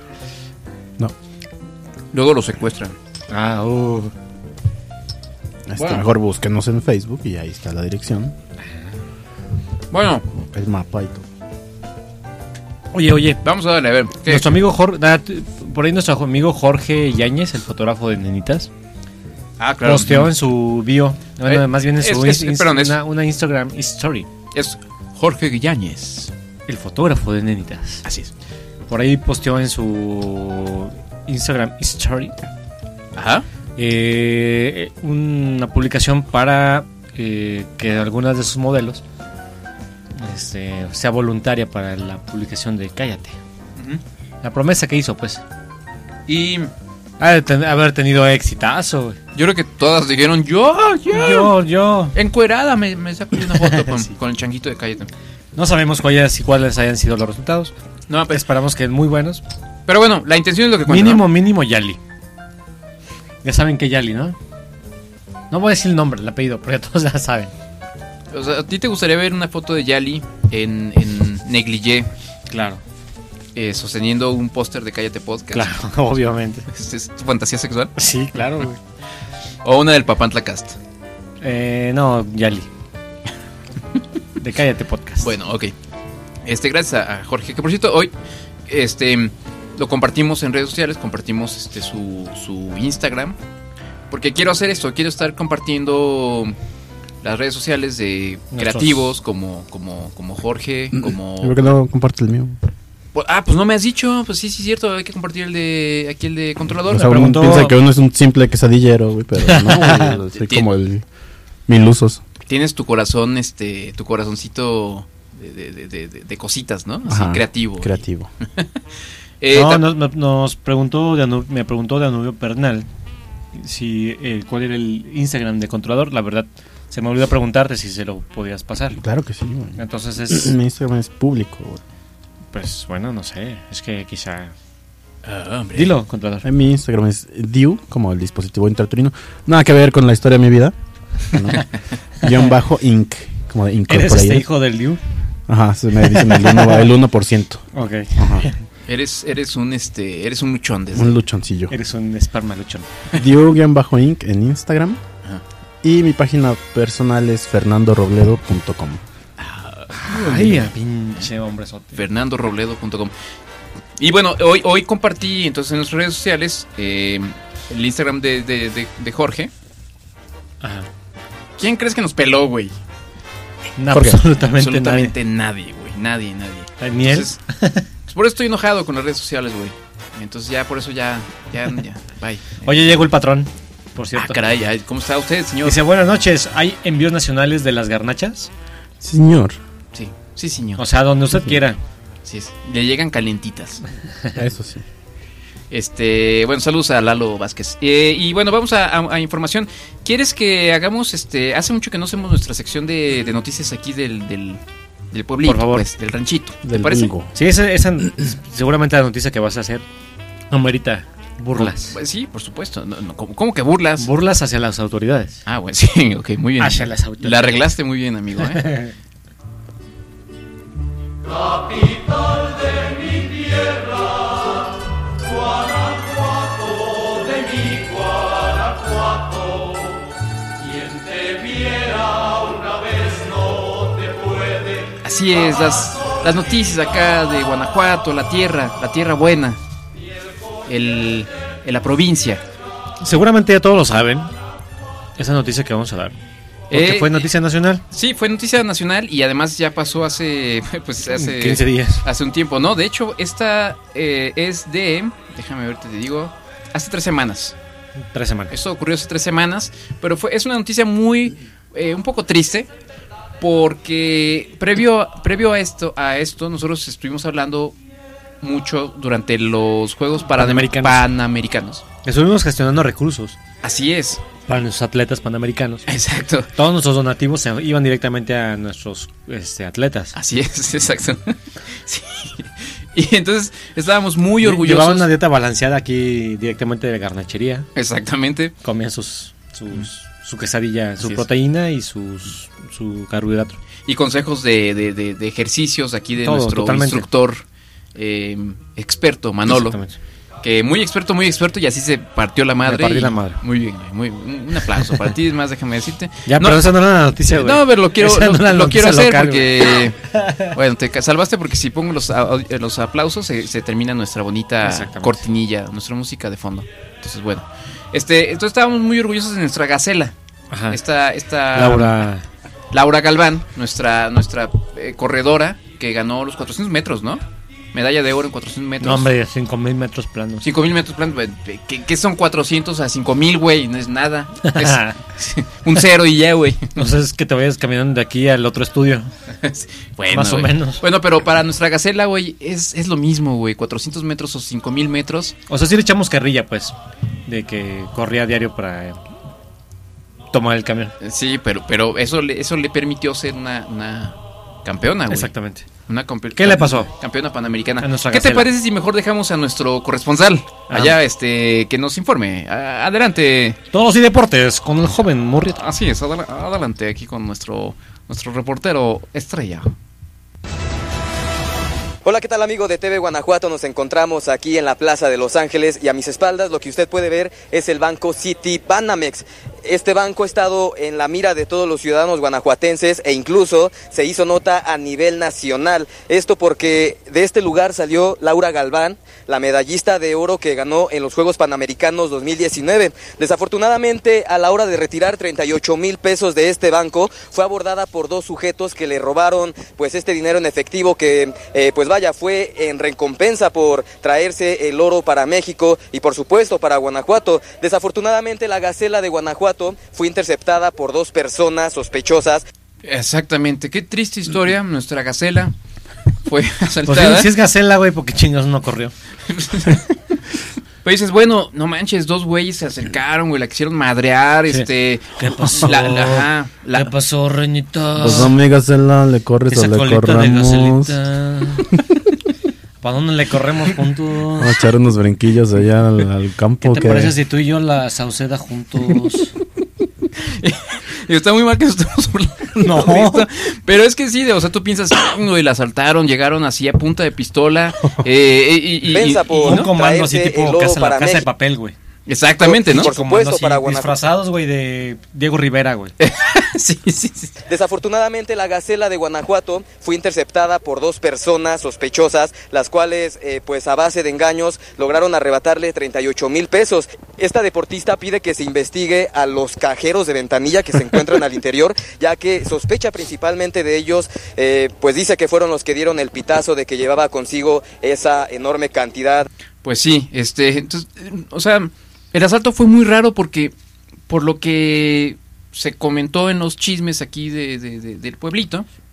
Speaker 4: No.
Speaker 2: Luego lo secuestran.
Speaker 3: Ah, uh.
Speaker 4: Este,
Speaker 2: Bueno.
Speaker 4: Mejor búsquenos en Facebook y ahí está la dirección.
Speaker 2: Bueno,
Speaker 4: El mapa y todo.
Speaker 3: Oye, oye.
Speaker 2: vamos a darle a ver. ¿qué?
Speaker 3: Nuestro amigo Jorge... da- Por ahí nuestro amigo Jorge Yáñez, el fotógrafo de Nenitas,
Speaker 2: Ah, claro.
Speaker 3: posteó en su bio, bueno,
Speaker 2: Eh,
Speaker 3: más bien en su
Speaker 2: es-
Speaker 3: ins-
Speaker 2: es- perdón, es-
Speaker 3: una, una Instagram story.
Speaker 2: Es Jorge Guillañez.
Speaker 3: El fotógrafo de Nenitas.
Speaker 2: Así es.
Speaker 3: Por ahí posteó en su Instagram story
Speaker 2: Ajá.
Speaker 3: eh, una publicación para eh, que algunas de sus modelos este, sea voluntaria para la publicación de Cállate.
Speaker 2: Ujú.
Speaker 3: La promesa que hizo, pues.
Speaker 2: Y
Speaker 3: Ha de ten- haber tenido exitazo, güey.
Speaker 2: yo creo que todas dijeron, yo, yo,
Speaker 3: Yo, yo.
Speaker 2: encuerada, me, me saco yo una foto con,
Speaker 3: Sí.
Speaker 2: con el changuito de Cállate.
Speaker 3: No sabemos cuáles, cuáles hayan sido los resultados.
Speaker 2: No, pues,
Speaker 3: Esperamos que muy buenos.
Speaker 2: pero bueno, la intención es lo que cuenta,
Speaker 3: Mínimo,
Speaker 2: ¿no?
Speaker 3: mínimo Yali. Ya saben que Yali, ¿no? No voy a decir el nombre, el apellido, porque todos ya saben.
Speaker 2: O sea, ¿a ti te gustaría ver una foto de Yali en, en negligé,
Speaker 3: Claro,
Speaker 2: eh, sosteniendo un póster de Cállate Podcast?
Speaker 3: claro, obviamente.
Speaker 2: ¿Es, es tu fantasía sexual?
Speaker 3: Sí, claro, güey.
Speaker 2: ¿O una del Papantla Cast?
Speaker 3: Eh, no, Yali. De Cállate Podcast.
Speaker 2: Bueno, ok. Este, gracias a, a Jorge, que por cierto, hoy este lo compartimos en redes sociales, compartimos este su, su Instagram. Porque quiero hacer esto, quiero estar compartiendo las redes sociales de
Speaker 3: Nuestros-
Speaker 2: creativos como, como, como Jorge, como...
Speaker 4: ¿Por qué no compartes el mío?
Speaker 2: Pues- Ah, pues no me has dicho, pues sí, sí es cierto, hay que compartir el de aquí el de controlador.
Speaker 4: O sea, uno
Speaker 3: preguntó-
Speaker 4: piensa que uno es un simple quesadillero, güey, pero no, güey, soy
Speaker 2: Tien-
Speaker 4: como el mil usos.
Speaker 2: Tienes tu corazón, este, tu corazoncito de, de, de, de, de- de cositas, ¿no? Así,
Speaker 4: Ajá,
Speaker 2: creativo.
Speaker 4: Creativo.
Speaker 2: Eh,
Speaker 3: no,
Speaker 2: ta-
Speaker 3: nos, me- nos preguntó, de Anu- me preguntó de Anubio Pernal si eh, cuál era el Instagram de controlador. La verdad, se me olvidó preguntarte si se lo podías pasar.
Speaker 4: Claro que sí, güey.
Speaker 3: Entonces es,
Speaker 4: Mi Instagram es público, güey.
Speaker 3: pues bueno, no sé, es que quizá...
Speaker 2: Ah, hombre.
Speaker 3: Dilo, controlador.
Speaker 4: En mi Instagram es Diu, como el dispositivo intrauterino. Nada que ver con la historia de mi vida. ¿no? Guión bajo Inc. Como de
Speaker 3: ¿Eres
Speaker 4: Incorporated.
Speaker 3: este hijo del Liu?
Speaker 4: Ajá, se me dicen el uno, el uno por ciento.
Speaker 3: Ok.
Speaker 4: Ajá.
Speaker 2: Eres, eres un este, eres un luchón desde.
Speaker 4: Un luchoncillo.
Speaker 3: Eres un esperma luchón.
Speaker 4: Diu-Inc. en Instagram.
Speaker 2: Ajá.
Speaker 4: Y mi página personal es fernando robledo punto com.
Speaker 3: Ay, a pinche hombrezote.
Speaker 2: fernando robledo punto com. Y bueno, hoy, hoy compartí entonces en nuestras redes sociales eh, el Instagram de, de, de, de Jorge.
Speaker 3: Ajá.
Speaker 2: ¿Quién crees que nos peló, güey?
Speaker 3: No,
Speaker 4: ¿Por qué?
Speaker 3: absolutamente,
Speaker 2: Absolutamente nadie, güey. Nadie, nadie.
Speaker 3: nadie. Ni él.
Speaker 2: Entonces, pues por eso estoy enojado con las redes sociales, güey. Entonces ya, por eso ya, ya, ya, bye.
Speaker 3: Oye, llegó el patrón, por
Speaker 2: Ah,
Speaker 3: cierto.
Speaker 2: caray, ay, ¿cómo está usted, señor?
Speaker 3: Dice, buenas noches, ¿hay envíos nacionales de las garnachas?
Speaker 4: Señor.
Speaker 2: Sí. Sí, señor.
Speaker 3: O sea, donde usted quiera.
Speaker 2: Sí, es. Le llegan calientitas.
Speaker 4: Eso sí.
Speaker 2: Este, bueno, saludos a Lalo Vázquez. Eh, y bueno, vamos a, a, a información. ¿Quieres que hagamos, este, hace mucho que no hacemos nuestra sección de, de noticias aquí del, del, del pueblito,
Speaker 3: por favor,
Speaker 2: pues, del ranchito? ¿Te
Speaker 4: Del
Speaker 2: parece?
Speaker 4: bingo.
Speaker 3: Sí, esa, esa seguramente la noticia que vas a hacer amerita burlas.
Speaker 2: Pues sí, por supuesto. No, no, ¿cómo, ¿Cómo que burlas?
Speaker 3: Burlas hacia las autoridades.
Speaker 2: Ah, bueno, sí, ok, muy bien.
Speaker 3: Hacia las autoridades.
Speaker 2: La arreglaste muy bien, amigo, ¿eh?
Speaker 9: Capital de mi tierra, Guanajuato de mi Guanajuato, quien te viera una vez no te puede.
Speaker 2: Así es, las, las noticias acá de Guanajuato, la tierra, la tierra buena, el, en la provincia.
Speaker 3: Seguramente ya todos lo saben, esa noticia que vamos a dar. Porque
Speaker 2: Eh,
Speaker 3: fue noticia nacional.
Speaker 2: Sí, fue noticia nacional y además ya pasó hace, pues hace
Speaker 3: quince días.
Speaker 2: Hace un tiempo, ¿no? De hecho, esta eh, es de, déjame ver, te digo, hace tres semanas.
Speaker 3: Tres semanas.
Speaker 2: Esto ocurrió hace tres semanas, pero fue es una noticia muy, eh, un poco triste, porque previo, previo a esto, a esto, nosotros estuvimos hablando mucho durante los Juegos Panamericanos. Panamericanos.
Speaker 3: Estuvimos gestionando recursos
Speaker 2: Así es.
Speaker 3: para nuestros atletas panamericanos.
Speaker 2: Exacto.
Speaker 3: Todos nuestros donativos se iban directamente a nuestros este, atletas.
Speaker 2: Así es, exacto. Sí. Y entonces estábamos muy orgullosos.
Speaker 3: Llevaban una dieta balanceada aquí directamente de garnachería.
Speaker 2: Exactamente.
Speaker 3: Comían sus, sus su quesadilla, su
Speaker 2: Así
Speaker 3: proteína es. y sus, su carbohidrato.
Speaker 2: Y consejos de, de, de, de ejercicios aquí de
Speaker 3: Todo,
Speaker 2: nuestro
Speaker 3: totalmente.
Speaker 2: instructor eh, experto, Manolo. Que muy experto, muy experto y así se partió la madre.
Speaker 3: Me partí
Speaker 2: y-
Speaker 3: la madre.
Speaker 2: Muy bien, güey, muy, un aplauso para ti, es más, déjame decirte.
Speaker 3: Ya, pero esa no era la noticia, güey.
Speaker 2: No, pero lo quiero,
Speaker 3: Esa
Speaker 2: lo,
Speaker 3: no era la
Speaker 2: lo quiero
Speaker 3: noticia
Speaker 2: hacer
Speaker 3: local,
Speaker 2: porque, bueno, te ca- salvaste porque si pongo los, au- los aplausos se, se termina nuestra bonita
Speaker 3: Exactamente.
Speaker 2: cortinilla, nuestra música de fondo. Entonces, bueno, este, entonces estábamos muy orgullosos de nuestra gacela.
Speaker 3: Ajá.
Speaker 2: Esta, esta
Speaker 3: Laura.
Speaker 2: Laura Galván, nuestra, nuestra eh, corredora que ganó los cuatrocientos metros, ¿no? Medalla de oro en cuatrocientos metros.
Speaker 3: No, hombre, cinco mil metros planos.
Speaker 2: cinco mil metros planos. ¿Qué, qué son cuatrocientos a cinco mil, güey? No es nada. Es un cero y ya, güey.
Speaker 3: No sé, es que te vayas caminando de aquí al otro estudio.
Speaker 2: Bueno,
Speaker 3: Más o
Speaker 2: güey.
Speaker 3: menos.
Speaker 2: Bueno, pero para nuestra gacela, güey, es, es lo mismo, güey. cuatrocientos metros o cinco mil metros.
Speaker 3: O sea, sí le echamos carrilla, pues, de que corría a diario para eh, tomar el camión.
Speaker 2: Sí, pero, pero eso, le, eso le permitió ser una, una campeona, güey.
Speaker 3: Exactamente.
Speaker 2: Una campe-
Speaker 3: ¿Qué le pasó?
Speaker 2: Campeona panamericana.
Speaker 3: A nuestra
Speaker 2: ¿Qué te
Speaker 3: gacela.
Speaker 2: parece si mejor dejamos a nuestro corresponsal allá,
Speaker 3: Ah.
Speaker 2: este, que nos informe? A- adelante.
Speaker 3: Todos y deportes con el joven Murrieta.
Speaker 2: Así es, adela- adelante aquí con nuestro, nuestro reportero estrella.
Speaker 10: Hola, ¿qué tal amigo de T V Guanajuato? Nos encontramos aquí en la Plaza de Los Ángeles y a mis espaldas lo que usted puede ver es el banco City Banamex. Este banco ha estado en la mira de todos los ciudadanos guanajuatenses e incluso se hizo nota a nivel nacional. Esto porque de este lugar salió Laura Galván, la medallista de oro que ganó en los Juegos Panamericanos dos mil diecinueve. Desafortunadamente, a la hora de retirar treinta y ocho mil pesos de este banco, fue abordada por dos sujetos que le robaron pues este dinero en efectivo que eh, pues vaya, fue en recompensa por traerse el oro para México y por supuesto para Guanajuato. Desafortunadamente, la gacela de Guanajuato fue interceptada por dos personas sospechosas.
Speaker 2: Exactamente, qué triste historia. Nuestra gacela fue
Speaker 3: Pues
Speaker 2: asaltada.
Speaker 3: sí, si es gacela, güey, porque chingos no corrió.
Speaker 2: Pero dices, bueno, no manches, dos güeyes se acercaron, güey, la quisieron madrear,
Speaker 3: Sí.
Speaker 2: este...
Speaker 3: ¿Qué pasó?
Speaker 2: La, la- ajá, la-
Speaker 3: ¿Qué pasó, reñita?
Speaker 4: Pues no, mi gacela, le corres
Speaker 3: Esa
Speaker 4: o le
Speaker 3: colita de
Speaker 4: corramos.
Speaker 3: gacelita. ¿Para dónde le corremos juntos?
Speaker 4: Vamos a echar unos brinquillos allá al, al campo.
Speaker 3: ¿Qué te
Speaker 4: que-
Speaker 3: parece si tú y yo la Sauceda juntos?
Speaker 2: Y está muy mal que nos estemos burlando
Speaker 3: No.
Speaker 2: de esto, pero es que sí, o sea, tú piensas, güey, la asaltaron, llegaron así a punta de pistola, eh, y, y- y-
Speaker 10: Pensa
Speaker 2: y-
Speaker 10: por-
Speaker 3: Un
Speaker 2: ¿no?
Speaker 3: comando así
Speaker 10: traerse
Speaker 3: tipo
Speaker 10: el oro
Speaker 3: casa,
Speaker 10: para
Speaker 3: la casa de
Speaker 10: México.
Speaker 3: papel, güey.
Speaker 2: Exactamente, ¿no?
Speaker 10: Por
Speaker 3: Comando
Speaker 10: supuesto,
Speaker 3: así,
Speaker 10: para Guanajuato.
Speaker 3: disfrazados, güey, de Diego Rivera, güey.
Speaker 2: sí, sí, sí.
Speaker 10: Desafortunadamente, la gacela de Guanajuato fue interceptada por dos personas sospechosas, las cuales, eh, pues a base de engaños, lograron arrebatarle treinta y ocho mil pesos. Esta deportista pide que se investigue a los cajeros de ventanilla que se encuentran al interior, ya que sospecha principalmente de ellos, eh, pues dice que fueron los que dieron el pitazo de que llevaba consigo esa enorme cantidad.
Speaker 2: Pues sí, este, entonces, eh, o sea, el asalto fue muy raro porque, por lo que se comentó en los chismes aquí de, de- de- del pueblito,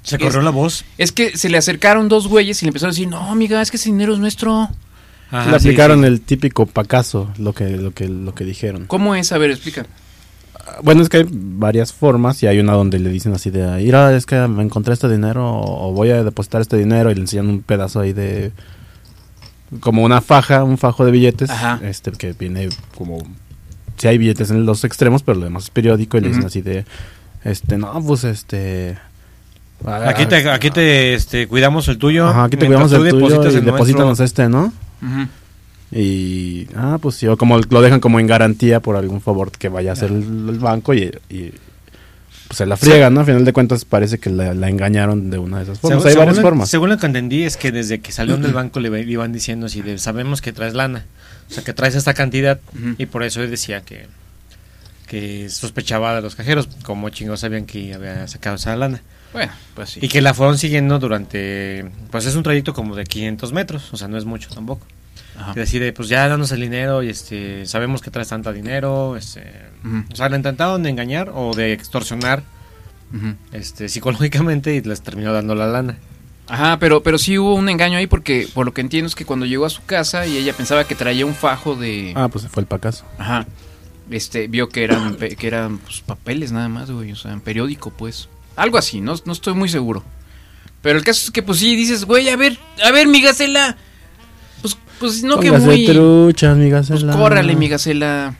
Speaker 3: Se corrió
Speaker 2: es,
Speaker 3: la voz.
Speaker 2: Es que se le acercaron dos güeyes y le empezaron a decir, no, amiga, es que ese dinero es nuestro.
Speaker 4: Ajá, le aplicaron sí, sí. el típico pacazo, lo que, lo que, lo que dijeron.
Speaker 2: ¿Cómo es? A ver, explica.
Speaker 4: Bueno, es que hay varias formas y hay una donde le dicen así de, mira, es que me encontré este dinero o voy a depositar este dinero y le enseñan un pedazo ahí de, como una faja, un fajo de billetes, Ajá. este que viene como, sí hay billetes en los extremos, pero lo demás es periódico y le uh-huh. dicen así de, este, no, pues este...
Speaker 3: Aquí te, aquí te este, cuidamos el tuyo.
Speaker 4: Ajá, aquí te cuidamos el tuyo y deposítanos este, ¿no? Uh-huh. Y, ah, pues sí, o como lo dejan como en garantía por algún favor que vaya a hacer el, el banco y, y pues se la friegan, sí. ¿no? A final de cuentas parece que la, la engañaron de una de esas formas.
Speaker 3: Según,
Speaker 4: hay
Speaker 3: según
Speaker 4: varias
Speaker 3: lo,
Speaker 4: formas.
Speaker 3: Según lo que entendí es que desde que salieron del banco le, le iban diciendo así de, sabemos que traes lana, o sea, que traes esta cantidad uh-huh. y por eso él decía que, que sospechaba de los cajeros, como chingos sabían que había sacado esa lana.
Speaker 2: Bueno, pues sí.
Speaker 3: Y que la fueron siguiendo durante, pues es un trayecto como de quinientos metros, o sea, no es mucho tampoco. Ajá. Y decide, pues ya danos el dinero y este sabemos que traes tanto dinero, este, uh-huh. o sea, le intentaron de engañar o de extorsionar uh-huh. este psicológicamente y les terminó dando la lana.
Speaker 2: Ajá, pero pero sí hubo un engaño ahí porque por lo que entiendo es que cuando llegó a su casa y ella pensaba que traía un fajo de
Speaker 4: Ah, pues fue el pacazo.
Speaker 2: Ajá. Este, vio que eran que eran pues, papeles nada más, güey, o sea, en periódico, pues. Algo así, no no estoy muy seguro. Pero el caso es que pues sí dices, güey, a ver, a ver, mi Gacela. Pues, pues no
Speaker 4: Póngase
Speaker 2: que muy...
Speaker 4: truchas, mi Gacela.
Speaker 2: Pues córrale, mi Gacela.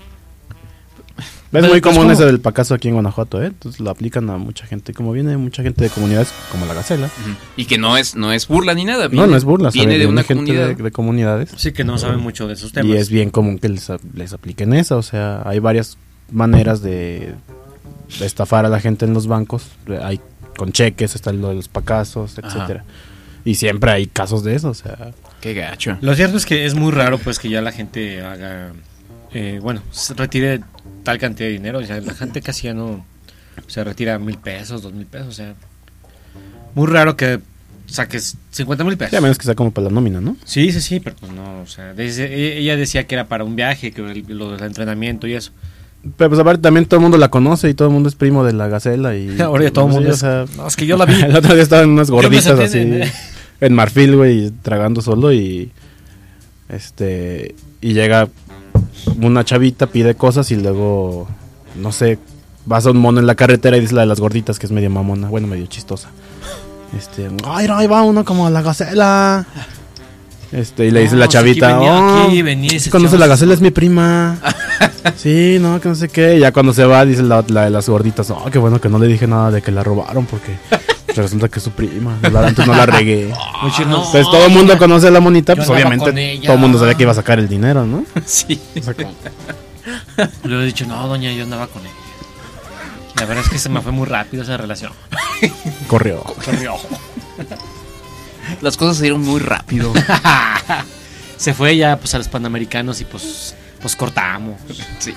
Speaker 4: Es muy común ese del pacazo aquí en Guanajuato, ¿eh? Entonces lo aplican a mucha gente. Como viene mucha gente de comunidades como la Gacela.
Speaker 2: Uh-huh. Y que no es no es burla ni nada.
Speaker 4: Viene, no, no es burla.
Speaker 2: Viene
Speaker 4: sabe,
Speaker 2: de una
Speaker 4: gente
Speaker 2: comunidad.
Speaker 4: De, de comunidades.
Speaker 3: Sí, que no saben mucho de esos temas.
Speaker 4: Y es bien común que les, les apliquen esa. O sea, hay varias maneras de, de estafar a la gente en los bancos. Hay con cheques, está lo de los pacazos, etcétera. Y siempre hay casos de eso, o sea...
Speaker 2: Qué gacho.
Speaker 3: Lo cierto es que es muy raro pues que ya la gente haga... Eh, bueno, se retire tal cantidad de dinero. O sea, la gente casi ya no... Se retira mil pesos, dos mil pesos, o sea... Muy raro que saques cincuenta mil pesos.
Speaker 4: Sí, a menos que sea como para la nómina, ¿no?
Speaker 3: Sí, sí, sí, pero pues no, o sea... Desde, ella decía que era para un viaje, que el, lo del entrenamiento y eso.
Speaker 4: Pero pues aparte también todo el mundo la conoce y todo el mundo es primo de la Gacela y...
Speaker 3: Ahora ya todo el mundo es... O sea, no, es que yo la vi.
Speaker 4: El otro día estaban unas gorditas así en, en Marfil, güey, tragando solo y... Este... Y llega una chavita, pide cosas y luego... No sé, vas a un mono en la carretera y dice la de las gorditas que es medio mamona, bueno, medio chistosa. Este... Ay, no, ahí va uno como la Gacela... Este, y le dice no, la chavita,
Speaker 3: aquí venía,
Speaker 4: oh,
Speaker 3: aquí venía ese
Speaker 4: conoce la Gacela, es mi prima. Sí, no, que no sé qué. Y ya cuando se va, dice la, la de las gorditas, oh, qué bueno que no le dije nada de que la robaron, porque resulta que es su prima. Antes no la regué.
Speaker 3: Oh, no,
Speaker 4: pues todo el mundo conoce a la monita, pues obviamente todo el mundo sabía que iba a sacar el dinero, ¿no?
Speaker 2: Sí.
Speaker 3: O sea, le he dicho, no, doña, yo andaba con ella. La verdad es que se me fue muy rápido esa relación.
Speaker 4: Corrió.
Speaker 3: Corrió.
Speaker 2: Las cosas se dieron muy rápido.
Speaker 3: Se fue ya pues a los Panamericanos y pues pues cortamos.
Speaker 2: Sí.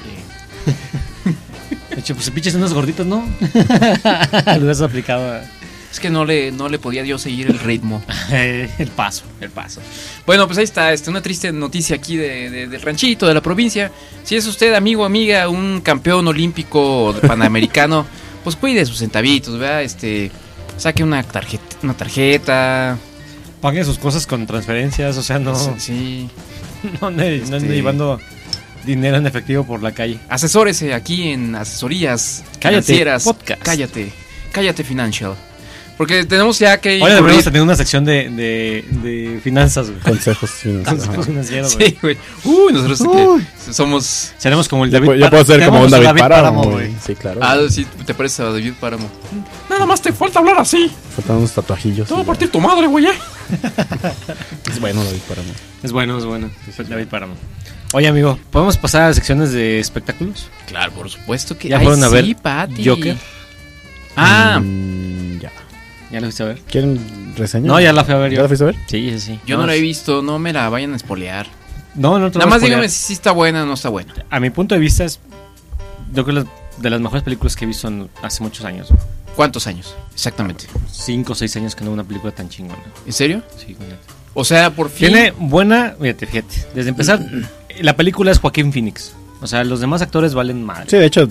Speaker 3: De hecho, pues pinches unos gorditos, ¿no? Lo has aplicado.
Speaker 2: Es que no le no le podía yo seguir el ritmo.
Speaker 3: El paso,
Speaker 2: el paso. Bueno, pues ahí está, este, una triste noticia aquí de, de, del ranchito, de la provincia. Si es usted, amigo, amiga, un campeón olímpico panamericano, pues cuide sus centavitos, ¿verdad? Este, saque una tarjeta, una tarjeta.
Speaker 3: Pague sus cosas con transferencias, o sea, no.
Speaker 2: Sí.
Speaker 3: No ande este... no llevando dinero en efectivo por la calle.
Speaker 2: Asesórese aquí en Asesorías
Speaker 3: Cállate,
Speaker 2: Financieras.
Speaker 3: Podcast.
Speaker 2: Cállate, cállate Financial. Porque tenemos ya que...
Speaker 3: Ahora deberíamos tener una sección de, de, de finanzas, güey.
Speaker 4: Consejos financieros.
Speaker 3: Consejos financieros, güey.
Speaker 2: Sí, güey. Uy, nosotros Uy. Que somos...
Speaker 3: Seremos como el David
Speaker 4: Páramo. Yo puedo ser como un David, David Páramo, güey.
Speaker 2: Sí, claro. Ah, sí, te pareces a David Páramo.
Speaker 7: Nada más te falta hablar así.
Speaker 4: Faltan unos tatuajillos.
Speaker 7: Te voy a partir tu madre, güey, ¿eh?
Speaker 4: Es bueno David Páramo.
Speaker 3: Es bueno, es bueno. Es David Páramo. Oye, amigo, ¿podemos pasar a secciones de espectáculos?
Speaker 2: Claro, por supuesto que...
Speaker 3: Ya fueron a ver
Speaker 2: Patty.
Speaker 3: Joker.
Speaker 2: Ah,
Speaker 4: mm, ya.
Speaker 3: ¿Ya lo fuiste a ver?
Speaker 4: ¿Quieren reseña?
Speaker 3: No, ya la fui a ver yo.
Speaker 4: ¿Ya la fuiste a ver?
Speaker 3: Sí, sí, sí.
Speaker 2: Yo no, no la he visto, no me la vayan a espolear.
Speaker 3: No, no te
Speaker 2: Nada más dígame si sí está buena o no está buena.
Speaker 3: A mi punto de vista es... Yo creo que de las mejores películas que he visto en, hace muchos años.
Speaker 2: ¿Cuántos años? Exactamente.
Speaker 3: Cinco o seis años que no veo una película tan chingona.
Speaker 2: ¿En serio?
Speaker 3: Sí, fíjate.
Speaker 2: O sea, por fin...
Speaker 3: Tiene buena... Fíjate, fíjate. Desde empezar, la película es Joaquín Phoenix. O sea, los demás actores valen mal.
Speaker 4: Sí, de hecho...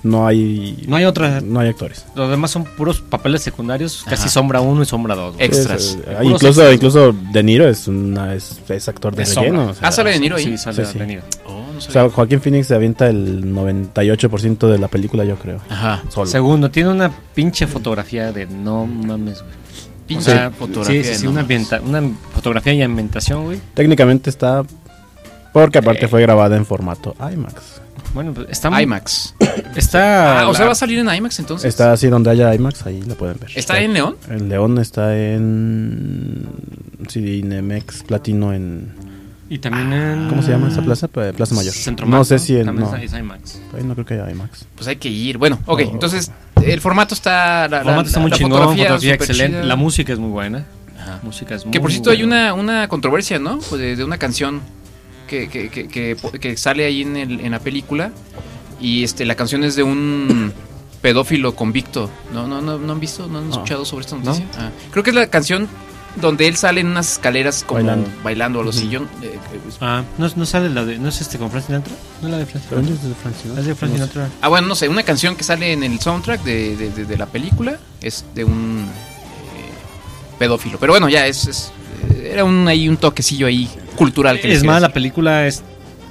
Speaker 4: No hay...
Speaker 3: No hay otra.
Speaker 4: No hay actores.
Speaker 3: Los demás son puros papeles secundarios, casi
Speaker 2: Ajá.
Speaker 3: sombra uno y sombra dos. güey.
Speaker 2: Extras.
Speaker 4: Es, eh,
Speaker 3: Puros
Speaker 4: incluso,
Speaker 3: extras.
Speaker 4: incluso De Niro es, una, es, es actor de
Speaker 3: Es
Speaker 4: relleno.
Speaker 3: sombra.
Speaker 4: O sea,
Speaker 2: Ah, ¿sale De Niro ahí?
Speaker 3: Sí, sale
Speaker 4: Sí, sí.
Speaker 3: De Niro.
Speaker 2: Oh, no
Speaker 4: o
Speaker 2: sabía.
Speaker 4: sea, Joaquín Phoenix se avienta el noventa y ocho por ciento de la película, yo creo.
Speaker 2: Ajá.
Speaker 4: Solo.
Speaker 3: Segundo, tiene una pinche fotografía de no mames, güey.
Speaker 2: Pinche
Speaker 3: O sea,
Speaker 2: fotografía.
Speaker 3: Sí, sí, sí,
Speaker 2: no
Speaker 3: una,
Speaker 2: mames.
Speaker 3: ambienta- una fotografía y ambientación, güey.
Speaker 4: Técnicamente está... Porque aparte
Speaker 3: Eh.
Speaker 4: fue grabada en formato IMAX.
Speaker 3: Bueno, pues está muy-
Speaker 2: IMAX.
Speaker 3: Está.
Speaker 2: Ah, o sea,
Speaker 3: la-
Speaker 2: va a salir en IMAX entonces.
Speaker 4: Está así donde haya IMAX, ahí la pueden ver.
Speaker 2: ¿Está en León?
Speaker 4: En León está en... Cinemex Platino en...
Speaker 3: Y también en.
Speaker 4: ¿Cómo se llama esa plaza? Pues, Plaza Mayor.
Speaker 3: Centro
Speaker 4: No
Speaker 3: Max,
Speaker 4: sé si en...
Speaker 3: También
Speaker 4: No,
Speaker 3: es IMAX.
Speaker 4: ahí no creo que haya IMAX.
Speaker 2: Pues hay que ir. Bueno, ok,
Speaker 4: Oh.
Speaker 2: entonces el formato está. La,
Speaker 3: El formato
Speaker 2: la-
Speaker 3: está muy
Speaker 2: la
Speaker 3: chingón, fotografía,
Speaker 2: súper
Speaker 3: excelente.
Speaker 2: chida.
Speaker 3: La música es muy buena.
Speaker 2: Ajá.
Speaker 3: Música es muy
Speaker 2: Que por cierto hay
Speaker 3: buena.
Speaker 2: una, una controversia, ¿no? Pues de, de una canción que, que, que, que, que sale ahí en, el, en la película. Y este la canción es de un pedófilo convicto. ¿No, no, no, no han visto? ¿No han
Speaker 4: No.
Speaker 2: escuchado sobre esta noticia? Ah, creo que es la canción donde él sale en unas escaleras como
Speaker 4: Bailando.
Speaker 2: bailando, o algo así.
Speaker 4: Ujú.
Speaker 2: Yo, eh,
Speaker 3: Ah, ¿no, no sale la de. ¿No es este con Frank Sinatra? ¿No es la de Frank
Speaker 4: Pero
Speaker 3: Sinatra?
Speaker 4: es de Frank Sinatra.
Speaker 3: Es de Frank
Speaker 4: No sé.
Speaker 3: Sinatra.
Speaker 2: Ah, bueno, no sé, una canción que sale en el soundtrack de, de, de- de la película es de un eh, pedófilo. Pero bueno, ya es, es, eh, era un ahí un toquecillo ahí cultural que les
Speaker 3: Es
Speaker 2: quería
Speaker 3: más, la
Speaker 2: decir.
Speaker 3: película es.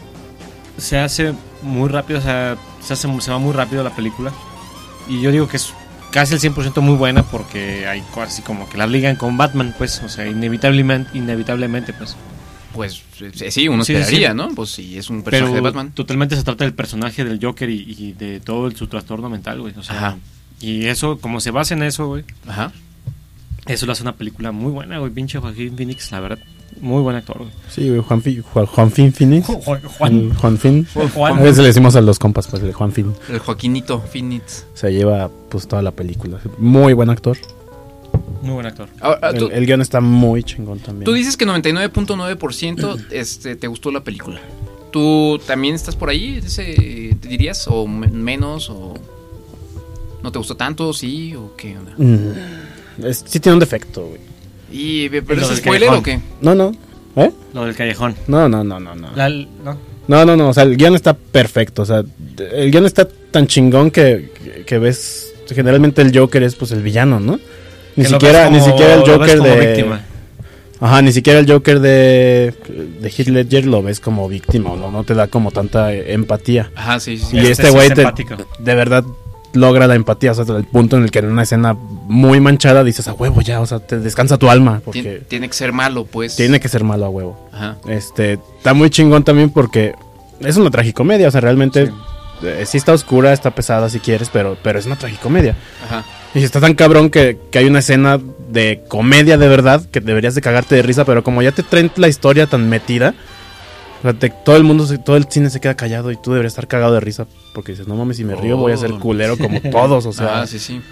Speaker 3: Se hace muy rápido, o sea, se, hace, se va muy rápido la película. Y yo digo que es casi el cien por ciento muy buena porque hay cosas así como que la ligan con Batman, pues, o sea, inevitablemente, inevitablemente pues.
Speaker 2: Pues eh, sí, uno
Speaker 3: Sí,
Speaker 2: esperaría,
Speaker 3: sí.
Speaker 2: ¿no? Pues sí, es un personaje
Speaker 3: Pero
Speaker 2: de Batman.
Speaker 3: totalmente se trata del personaje del Joker y, y de todo el- su trastorno mental, güey. O sea,
Speaker 2: Ajá.
Speaker 3: y eso, como se basa en eso, güey,
Speaker 2: Ajá.
Speaker 3: eso lo hace una película muy buena, güey. Pinche Joaquín Phoenix, la verdad, muy buen actor, güey.
Speaker 4: Sí, güey, Juan, Fi- Juan, Juanfin Phoenix.
Speaker 3: Juan-
Speaker 4: El Juan Fin.
Speaker 3: Juan.
Speaker 4: A veces le decimos a los compas, pues, el Juan Fin.
Speaker 2: El Joaquinito Phoenix.
Speaker 4: Se lleva, pues, toda la película. Muy buen actor.
Speaker 3: Muy buen actor.
Speaker 2: Ahora, tú,
Speaker 4: El, el guión está muy chingón también.
Speaker 2: tú dices que noventa y nueve punto nueve por ciento este, te gustó la película. ¿Tú también estás por ahí? Ese, ¿te dirías? ¿O me- menos? ¿O no te gustó tanto? ¿Sí? ¿O qué onda?
Speaker 4: Mm, es- sí tiene un defecto, güey.
Speaker 2: ¿Y, ¿Pero
Speaker 3: Lo
Speaker 2: es
Speaker 3: del
Speaker 2: spoiler
Speaker 3: callejón.
Speaker 2: o qué?
Speaker 4: No, no. ¿Eh?
Speaker 3: Lo del callejón.
Speaker 4: No, no, no, no, no.
Speaker 3: La- ¿no?
Speaker 4: No, no, no, o sea, el guión está perfecto, o sea, el guión está tan chingón que, que, que ves, generalmente el Joker es pues el villano, ¿no? Ni
Speaker 3: Que lo
Speaker 4: siquiera,
Speaker 3: ves
Speaker 4: ni
Speaker 3: como-
Speaker 4: siquiera el
Speaker 3: lo ves
Speaker 4: Joker
Speaker 3: como
Speaker 4: de...
Speaker 3: víctima.
Speaker 4: Ajá, ni siquiera el Joker de, de Heath Ledger lo ves como víctima, no, no te da como tanta eh, empatía.
Speaker 2: Ajá, sí, sí. sí.
Speaker 4: Y
Speaker 3: Este
Speaker 4: este
Speaker 3: sí
Speaker 4: güey
Speaker 3: es
Speaker 4: te-
Speaker 3: empático.
Speaker 4: de verdad logra la empatía, o sea, hasta el punto en el que en una escena muy manchada dices a huevo ya, o sea, te descansa tu alma,
Speaker 2: Tien-
Speaker 4: porque
Speaker 2: Tiene que ser malo, pues.
Speaker 4: tiene que ser malo a huevo.
Speaker 2: Ajá.
Speaker 4: Este, está muy chingón también porque es una tragicomedia, o sea, realmente
Speaker 3: Sí.
Speaker 4: eh, sí está oscura, está pesada si quieres, pero, pero es una tragicomedia.
Speaker 2: Ajá.
Speaker 4: Y está tan cabrón que, que hay una escena de comedia de verdad que deberías de cagarte de risa, pero como ya te traen la historia tan metida, o sea, te- todo el mundo, se- todo el cine se queda callado y tú deberías estar cagado de risa porque dices, no mames, si me río voy a ser
Speaker 2: Oh.
Speaker 4: culero como todos, o sea,
Speaker 2: Ah, sí, sí.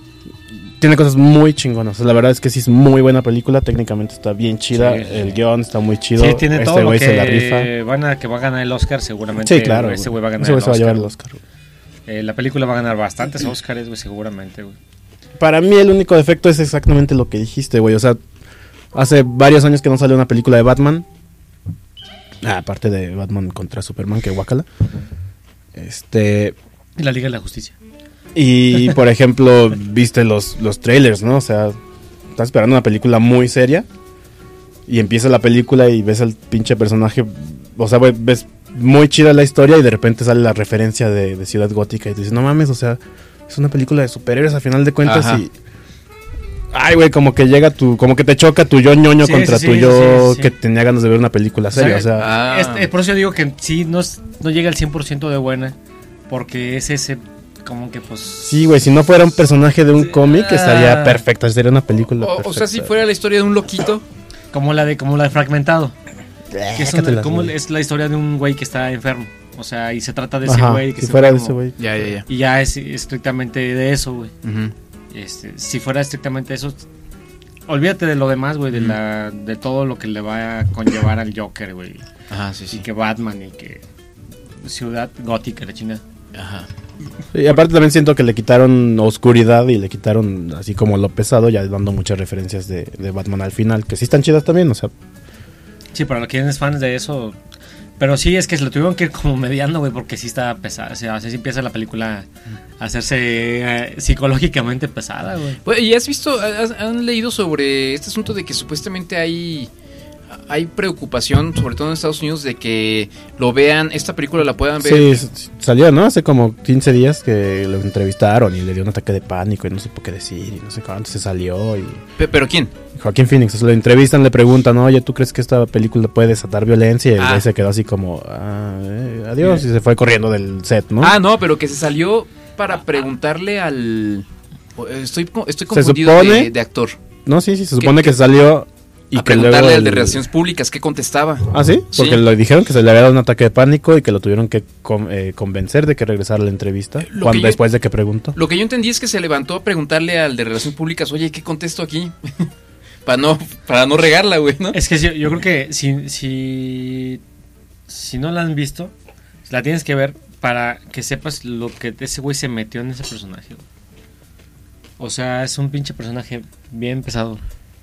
Speaker 4: tiene cosas muy chingonas. O sea, la verdad es que sí es muy buena película, técnicamente está bien chida,
Speaker 3: Sí, sí.
Speaker 4: el guión está muy chido,
Speaker 3: Sí, tiene
Speaker 4: este
Speaker 3: todo lo
Speaker 4: güey se la rifa.
Speaker 3: que, van a, que va a ganar el Oscar seguramente.
Speaker 4: Sí, claro.
Speaker 3: Ese güey va a ganar
Speaker 4: Ese güey
Speaker 3: el
Speaker 4: se va a
Speaker 3: Oscar.
Speaker 4: llevar el Oscar. güey.
Speaker 3: Eh, la película va a ganar bastantes Oscars, güey, seguramente, güey.
Speaker 4: Para mí el único defecto es exactamente lo que dijiste, güey. O sea, hace varios años que no sale una película de Batman. Ah, aparte de Batman contra Superman, que guácala. Este...
Speaker 3: Y la Liga de la Justicia.
Speaker 4: Y, por ejemplo, viste los, los trailers, ¿no? O sea, estás esperando una película muy seria y empieza la película y ves al pinche personaje, o sea, güey, ves muy chida la historia y de repente sale la referencia de, de Ciudad Gótica y te dices, no mames, o sea, es una película de superhéroes a final de cuentas.
Speaker 2: Ajá.
Speaker 4: Y... Ay, güey, como que llega tu, como que te choca tu yo ñoño
Speaker 3: Sí,
Speaker 4: contra
Speaker 3: sí,
Speaker 4: tu
Speaker 3: sí,
Speaker 4: yo
Speaker 3: sí, sí.
Speaker 4: que tenía ganas de ver una película seria, o sea...
Speaker 2: Ah.
Speaker 3: Este, por eso yo digo que sí, no, es- no llega al cien por ciento de buena, porque es ese, como que pues...
Speaker 4: Sí, güey, si no fuera un personaje de un cómic estaría
Speaker 3: Ah.
Speaker 4: perfecta, sería una película
Speaker 2: O,
Speaker 4: perfecta.
Speaker 2: o sea, si fuera la historia de un loquito.
Speaker 3: Como la de, como la de Fragmentado. Que es, una-
Speaker 4: Sácatelas,
Speaker 3: como
Speaker 4: güey.
Speaker 3: es la historia de un güey que está enfermo. O sea, y se trata de ese
Speaker 4: Ajá,
Speaker 3: güey que
Speaker 4: si
Speaker 3: se
Speaker 4: fuera de
Speaker 3: enfermó.
Speaker 4: ese güey.
Speaker 2: Ya, ya, ya.
Speaker 3: Y ya es estrictamente de eso, güey.
Speaker 2: Ujú.
Speaker 3: Este, si fuera estrictamente eso, olvídate de lo demás, güey, de la de todo lo que le va a conllevar al Joker, güey.
Speaker 2: Ajá, sí,
Speaker 3: Y
Speaker 2: sí.
Speaker 3: que Batman y que Ciudad Gótica, la chingada.
Speaker 2: Ajá.
Speaker 4: Y aparte también siento que le quitaron oscuridad y le quitaron así como lo pesado, ya dando muchas referencias de, de Batman al final, que sí están chidas también, o sea,
Speaker 3: Sí, para los quienes fans de eso, Pero sí, es que se lo tuvieron que ir como mediando, güey, porque sí está pesada. O sea, así empieza la película a hacerse eh, psicológicamente pesada, güey.
Speaker 2: Bueno, ¿y has visto, has, han leído sobre este asunto de que supuestamente hay... Hay preocupación, sobre todo en Estados Unidos, de que lo vean, esta película la puedan ver?
Speaker 4: Sí, salió, ¿no? Hace como quince días que lo entrevistaron y le dio un ataque de pánico y no supo qué decir y no sé cuánto se salió. Y...
Speaker 2: ¿Pero quién?
Speaker 4: Joaquín Phoenix. Se lo entrevistan, le preguntan, oye, ¿tú crees que esta película puede desatar violencia? Y el
Speaker 2: Ah.
Speaker 4: güey se quedó así como, ah, eh, adiós, y se fue corriendo del set, ¿no?
Speaker 2: Ah, no, pero que se salió para preguntarle al... Estoy, estoy
Speaker 4: Se
Speaker 2: confundido
Speaker 4: supone-
Speaker 2: de, de actor.
Speaker 4: No, sí, sí, se supone que salió... Y
Speaker 2: a
Speaker 4: que
Speaker 2: preguntarle
Speaker 4: luego
Speaker 2: al de
Speaker 4: el-
Speaker 2: Relaciones Públicas, ¿qué contestaba?
Speaker 4: ¿Ah, sí? Porque le dijeron que se le había dado un ataque de pánico y que lo tuvieron que con- eh, convencer de que regresara a la entrevista
Speaker 2: Lo
Speaker 4: cuando,
Speaker 2: que yo-
Speaker 4: después de que preguntó.
Speaker 2: Lo que yo entendí es que se levantó a preguntarle al de Relaciones Públicas, oye, ¿qué contesto aquí? para no para no regarla, güey, ¿no?
Speaker 3: Es que yo, yo creo que si, si, si no la han visto, la tienes que ver para que sepas lo que ese güey se metió en ese personaje, güey. O sea, es un pinche personaje bien pesado.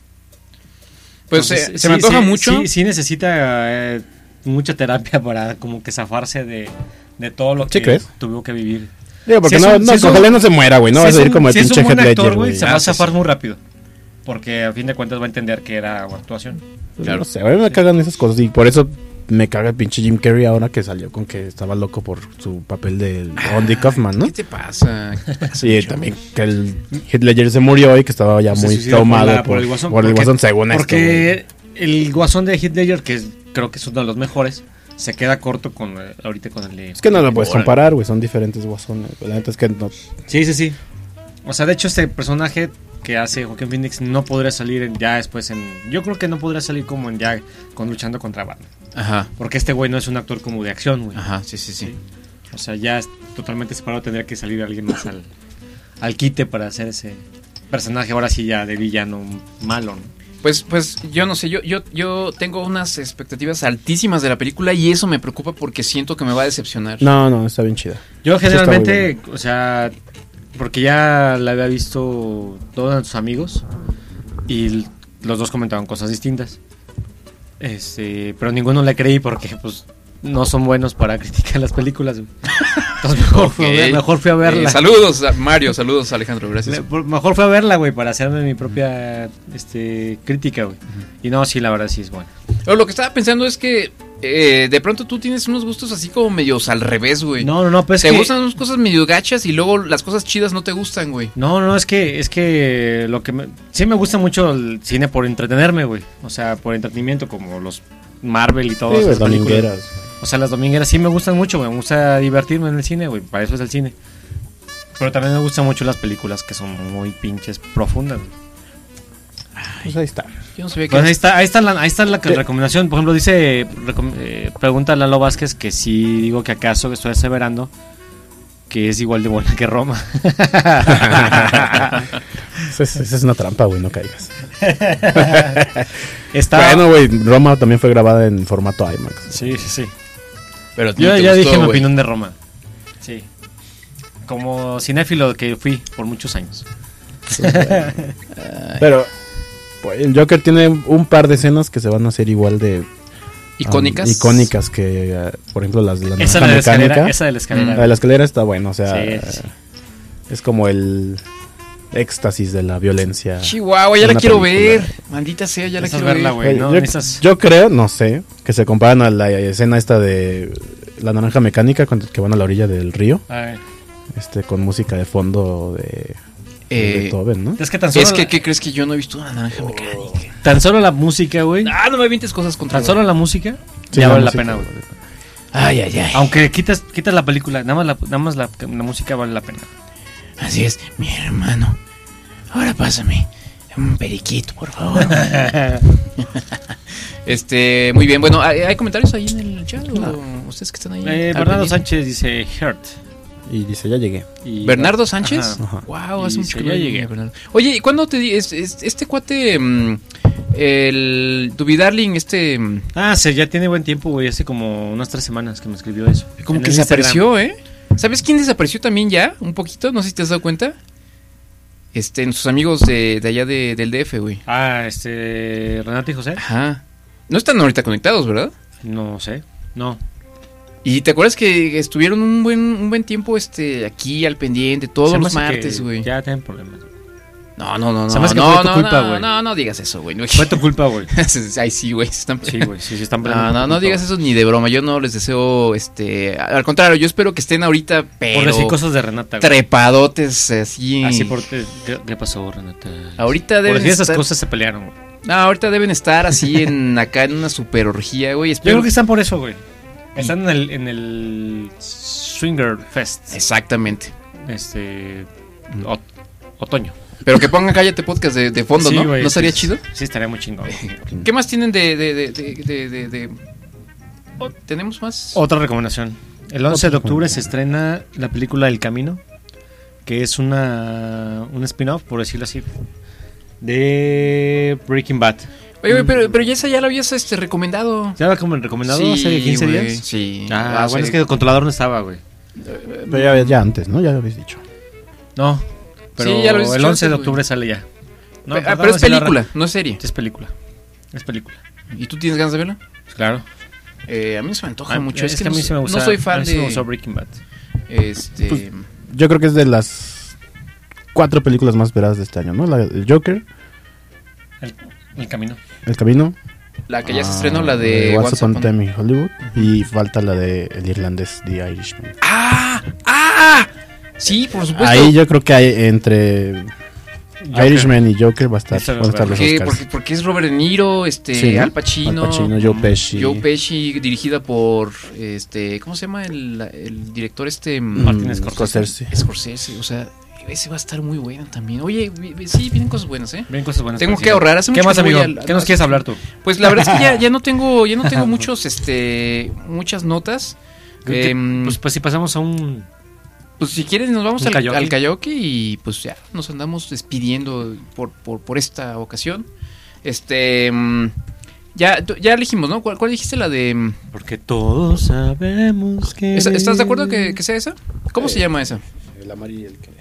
Speaker 2: Pues
Speaker 3: Entonces,
Speaker 2: eh, se me antoja
Speaker 3: sí,
Speaker 2: mucho.
Speaker 3: Sí, sí necesita eh, mucha terapia para como que zafarse de, de todo lo
Speaker 4: ¿Sí
Speaker 3: que
Speaker 4: crees?
Speaker 3: tuvo que vivir.
Speaker 4: Digo, porque
Speaker 3: Si
Speaker 4: no,
Speaker 3: es un-
Speaker 4: no,
Speaker 3: si es un-
Speaker 4: ojalá no se muera, güey, no
Speaker 3: si
Speaker 4: va a
Speaker 3: es
Speaker 4: salir
Speaker 3: un-
Speaker 4: como el
Speaker 3: si es un
Speaker 4: pinche
Speaker 3: buen
Speaker 4: Heath
Speaker 3: actor,
Speaker 4: Ledger,
Speaker 3: güey,
Speaker 4: güey.
Speaker 3: se va
Speaker 2: Ah,
Speaker 3: a
Speaker 2: sí,
Speaker 3: zafar
Speaker 2: sí.
Speaker 3: muy rápido. Porque a fin de cuentas va a entender que era actuación.
Speaker 4: Claro. No sé, a mí me cagan esas cosas y por eso me caga el pinche Jim Carrey ahora que salió con que estaba loco por su papel de Andy Kaufman, ¿no?
Speaker 2: ¿Qué te pasa? ¿Qué te pasa,
Speaker 4: Sí,
Speaker 2: mucho?
Speaker 4: también que el Heath Ledger se murió y que estaba ya
Speaker 3: Se
Speaker 4: muy
Speaker 3: suicidó
Speaker 4: traumado
Speaker 3: por, la-
Speaker 4: por,
Speaker 3: por el Guasón.
Speaker 4: por el
Speaker 3: porque-
Speaker 4: Guasón, según esto,
Speaker 3: Porque el Guasón de Heath Ledger, que es- creo que es uno de los mejores, se queda corto con eh, ahorita con el de...
Speaker 4: Es que no lo puedes
Speaker 3: Órale.
Speaker 4: comparar, güey, son diferentes guasones. La neta es que no.
Speaker 3: Sí, sí, sí. O sea, de hecho este personaje que hace Joaquin Phoenix no podría salir en- ya después en... Yo creo que no podría salir como en ya con luchando contra Batman.
Speaker 2: Ajá.
Speaker 3: Porque este güey no es un actor como de acción, güey.
Speaker 2: Ajá, sí, sí, sí.
Speaker 3: O sea, ya es totalmente separado, tendría que salir alguien más al, al quite para hacer ese personaje ahora sí ya de villano malo, ¿no?
Speaker 2: Pues, pues yo no sé, yo, yo, yo tengo unas expectativas altísimas de la película y eso me preocupa porque siento que me va a decepcionar.
Speaker 4: No, no, está bien chida.
Speaker 3: Yo
Speaker 4: Sí, está muy
Speaker 3: generalmente, o sea, porque ya la había visto todos nuestros amigos y l- los dos comentaban cosas distintas. Este, pero ninguno le creí porque pues no son buenos para criticar las películas, güey. Entonces mejor, fui a ver-
Speaker 2: Ok.
Speaker 3: mejor fui a verla.
Speaker 2: Eh, saludos, a Mario, saludos, Alejandro, gracias.
Speaker 3: Le- por- mejor fui a verla, güey, para hacerme mi propia este, crítica, güey. Y no, sí, la verdad sí es buena.
Speaker 2: Pero lo que estaba pensando es que eh, de pronto tú tienes unos gustos así como medios al revés, güey.
Speaker 3: No, no, no, pues
Speaker 2: Te
Speaker 3: es que-
Speaker 2: gustan unas cosas medio gachas y luego las cosas chidas no te gustan, güey.
Speaker 3: No, no, es que es que lo que me, sí me gusta mucho el cine por entretenerme, güey. O sea, por entretenimiento como los Marvel y
Speaker 4: Sí,
Speaker 3: todas
Speaker 4: güey,
Speaker 3: esas películas.
Speaker 4: domingueras.
Speaker 3: O sea, las domingueras sí me gustan mucho, güey. Me gusta divertirme en el cine, güey. Para eso es el cine. Pero también me gustan mucho las películas que son muy pinches profundas, güey.
Speaker 4: Pues ahí está.
Speaker 2: Yo no sabía que
Speaker 3: Pues ahí está, ahí está la, ahí está la recomendación. Por ejemplo, dice, recom- eh, pregunta a Lalo Vázquez que si digo que acaso estoy aseverando que es igual de buena que Roma.
Speaker 4: Esa es, esa es una trampa, güey, no caigas.
Speaker 3: Está-
Speaker 4: Bueno, güey, Roma también fue grabada en formato IMAX.
Speaker 3: Sí, sí, sí.
Speaker 2: Pero
Speaker 3: Yo
Speaker 2: te
Speaker 3: ya
Speaker 2: gustó,
Speaker 3: dije mi
Speaker 2: güey.
Speaker 3: opinión de Roma. Sí. Como cinéfilo que fui por muchos años.
Speaker 4: Pero pues, el Joker tiene un par de escenas que se van a hacer igual de...
Speaker 2: ¿Icónicas?
Speaker 4: um, icónicas que, uh, por ejemplo, las de la
Speaker 3: Esa
Speaker 4: naranja
Speaker 3: de la escalera,
Speaker 4: mecánica.
Speaker 3: esa de la escalera.
Speaker 4: La de la escalera está buena, o sea...
Speaker 3: Sí, sí.
Speaker 4: Es como el éxtasis de la violencia.
Speaker 2: Chihuahua, ya
Speaker 4: de
Speaker 2: la
Speaker 4: una
Speaker 2: quiero
Speaker 4: película.
Speaker 2: ver. Maldita sea, ya la
Speaker 3: Necesitas
Speaker 2: quiero
Speaker 3: verla,
Speaker 2: ver.
Speaker 3: güey.
Speaker 4: Oye,
Speaker 3: no,
Speaker 4: yo,
Speaker 3: necesitas-
Speaker 4: yo creo, no sé, que se comparan a la escena esta de la naranja mecánica cuando que van a la orilla del río,
Speaker 3: Ay.
Speaker 4: este con música de fondo de,
Speaker 2: Eh,
Speaker 4: de Beethoven, ¿no?
Speaker 3: Es que tan solo,
Speaker 2: Es que,
Speaker 3: la,
Speaker 2: ¿qué crees que yo no he visto una naranja mecánica?
Speaker 3: tan solo la música, güey.
Speaker 2: Ah, no me avientes cosas contra
Speaker 3: Tan solo la música
Speaker 4: Sí,
Speaker 3: ya
Speaker 4: la
Speaker 3: vale
Speaker 4: música,
Speaker 3: la pena, güey.
Speaker 2: Ay, ay, ay.
Speaker 3: Aunque quitas, quitas la película, nada más la, nada más la, la música vale la pena.
Speaker 2: Así es, mi hermano. Ahora pásame un periquito, por favor. Este, muy bien. Bueno, ¿hay, hay comentarios ahí en el chat? ¿O ustedes que están ahí?
Speaker 3: Eh,
Speaker 2: al
Speaker 3: Bernardo
Speaker 2: pendiente?
Speaker 3: Sánchez dice Hurt.
Speaker 4: Y dice, ya llegué.
Speaker 3: Y-
Speaker 2: ¿Bernardo Sánchez?
Speaker 3: Ajá.
Speaker 2: Wow,
Speaker 3: Y
Speaker 2: hace
Speaker 3: dice,
Speaker 2: mucho que
Speaker 3: ya
Speaker 2: no
Speaker 3: llegué.
Speaker 2: llegué, Bernardo. Oye, ¿y cuándo te di es- es- este cuate, mm, el Duby Darling, este, mm,
Speaker 3: Ah, sí, ya tiene buen tiempo, güey. Hace como unas tres semanas que me escribió eso.
Speaker 2: como
Speaker 3: En
Speaker 2: que
Speaker 3: el
Speaker 2: desapareció, ¿eh? ¿Sabes quién desapareció también ya? Un poquito, no sé si te has dado cuenta. Este, nuestros amigos de, de allá de, del D F, güey.
Speaker 3: Ah, este. Renata y José.
Speaker 2: Ajá. No están ahorita conectados, ¿verdad?
Speaker 3: No sé. No.
Speaker 2: Y te acuerdas que estuvieron un buen un buen tiempo este aquí al pendiente todos
Speaker 3: Se me
Speaker 2: los
Speaker 3: hace que
Speaker 2: martes, güey.
Speaker 3: Ya tienen problemas.
Speaker 2: No, no, no, no.
Speaker 3: Se me hace que
Speaker 2: no,
Speaker 3: fue tu
Speaker 2: no,
Speaker 3: culpa,
Speaker 2: no,
Speaker 3: güey.
Speaker 2: no, no digas eso, güey.
Speaker 3: Fue tu culpa, güey.
Speaker 2: Ay, sí, güey. Se están
Speaker 3: Sí, güey, sí, sí están
Speaker 2: No,
Speaker 3: peleando.
Speaker 2: no,
Speaker 3: por
Speaker 2: no
Speaker 3: culpa,
Speaker 2: digas
Speaker 3: güey.
Speaker 2: eso ni de broma. Yo no les deseo, este... Al contrario, yo espero que estén ahorita, pero...
Speaker 3: Por decir cosas de Renata, güey.
Speaker 2: Trepadotes, así...
Speaker 3: Así por... ¿Qué, qué pasó, Renata?
Speaker 2: Ahorita
Speaker 3: Por
Speaker 2: deben
Speaker 3: decir esas
Speaker 2: estar...
Speaker 3: cosas se pelearon, güey.
Speaker 2: No, ahorita deben estar así en... Acá en una super orgía, güey.
Speaker 3: Yo
Speaker 2: Espero...
Speaker 3: creo que están por eso, güey. Están en el, en el Swinger Fest.
Speaker 2: Exactamente.
Speaker 3: Este... ot- otoño.
Speaker 2: Pero que pongan Cállate Podcast de, de fondo,
Speaker 3: Sí,
Speaker 2: ¿no?
Speaker 3: güey,
Speaker 2: ¿No estaría
Speaker 3: sí,
Speaker 2: chido?
Speaker 3: Sí, estaría muy chingón.
Speaker 2: ¿Qué más tienen de... de, de, de, de, de- de- oh, ¿Tenemos más?
Speaker 3: Otra recomendación. El once de octubre se estrena la película El Camino, que es una un spin-off, por decirlo así, de Breaking Bad.
Speaker 2: Oye, güey, pero, pero ya esa ya la habías este, recomendado.
Speaker 3: ¿Ya la como recomendado
Speaker 2: Sí,
Speaker 3: hace quince
Speaker 2: güey,
Speaker 3: días?
Speaker 2: sí.
Speaker 3: Ah,
Speaker 2: Hace-
Speaker 3: bueno, es que el controlador no estaba, güey.
Speaker 4: Pero ya, ya antes, ¿no? Ya lo habéis dicho.
Speaker 3: No, pero
Speaker 2: Sí, ya lo habías
Speaker 3: el
Speaker 2: dicho
Speaker 3: once de
Speaker 2: antes,
Speaker 3: octubre
Speaker 2: güey.
Speaker 3: sale ya. No,
Speaker 2: Pe- ah,
Speaker 3: perdón,
Speaker 2: pero es
Speaker 3: sí la
Speaker 2: película,
Speaker 3: re-
Speaker 2: no es serie.
Speaker 3: Es película. Es película.
Speaker 2: ¿Y tú tienes ganas de verla?
Speaker 3: Claro.
Speaker 2: Eh, a mí no se me antoja
Speaker 3: Ah,
Speaker 2: mucho.
Speaker 3: es,
Speaker 2: Es, que,
Speaker 3: que a mí
Speaker 2: no,
Speaker 3: sí me gusta.
Speaker 2: no soy
Speaker 3: a
Speaker 2: fan
Speaker 3: mí sí me
Speaker 2: de...
Speaker 3: gustó Breaking Bad.
Speaker 2: Este...
Speaker 4: Pues, yo creo que es de las cuatro películas más esperadas de este año, ¿no? La, el Joker,
Speaker 3: El, el Camino.
Speaker 4: El Camino.
Speaker 2: La que ya se
Speaker 4: ah,
Speaker 2: estrenó, la de
Speaker 4: Once
Speaker 2: Once
Speaker 4: Upon a
Speaker 2: Upon-
Speaker 4: Time in Hollywood. Y falta la de El Irlandés, The Irishman.
Speaker 2: ¡Ah! ¡Ah! Sí, por supuesto.
Speaker 4: Ahí yo creo que hay entre
Speaker 3: Joker.
Speaker 4: Irishman y Joker va a estar,
Speaker 3: Eso
Speaker 4: van a estar los
Speaker 2: porque,
Speaker 4: Oscars.
Speaker 2: porque, porque es Robert De Niro, este,
Speaker 4: Sí, ¿no?
Speaker 2: Al Pacino,
Speaker 4: Al Pacino, Joe Pesci.
Speaker 2: Joe Pesci, dirigida por, este, ¿cómo se llama el, el director este?
Speaker 4: Mm,
Speaker 3: Martin Scorsese.
Speaker 4: Scorsese.
Speaker 2: Scorsese, o sea, ese va a estar muy bueno también. Oye, vi- vi- sí, vienen cosas buenas, ¿eh?
Speaker 3: Bien cosas buenas.
Speaker 2: Tengo
Speaker 3: para
Speaker 2: que
Speaker 3: el cine.
Speaker 2: ahorrar. Hace
Speaker 3: ¿Qué
Speaker 2: mucho
Speaker 3: más,
Speaker 2: que no voy
Speaker 3: amigo?
Speaker 2: al-
Speaker 3: ¿Qué nos quieres hablar tú?
Speaker 2: Pues la verdad es que ya, ya no tengo, ya no tengo muchos, este, muchas notas.
Speaker 3: ¿Qué-
Speaker 2: Em,
Speaker 3: pues, pues si pasamos a un...
Speaker 2: Pues si quieres nos vamos
Speaker 3: ¿Un
Speaker 2: al
Speaker 3: karaoke?
Speaker 2: al karaoke y pues ya nos andamos despidiendo por, por, por esta ocasión. Este mm, ya, tú- ya elegimos, ¿no? ¿Cuál, cuál dijiste? La de mm,
Speaker 3: Porque todos sabemos que...
Speaker 2: ¿es- ¿Estás de acuerdo que, que sea esa? ¿Cómo se llama esa?
Speaker 4: El amar y el querer.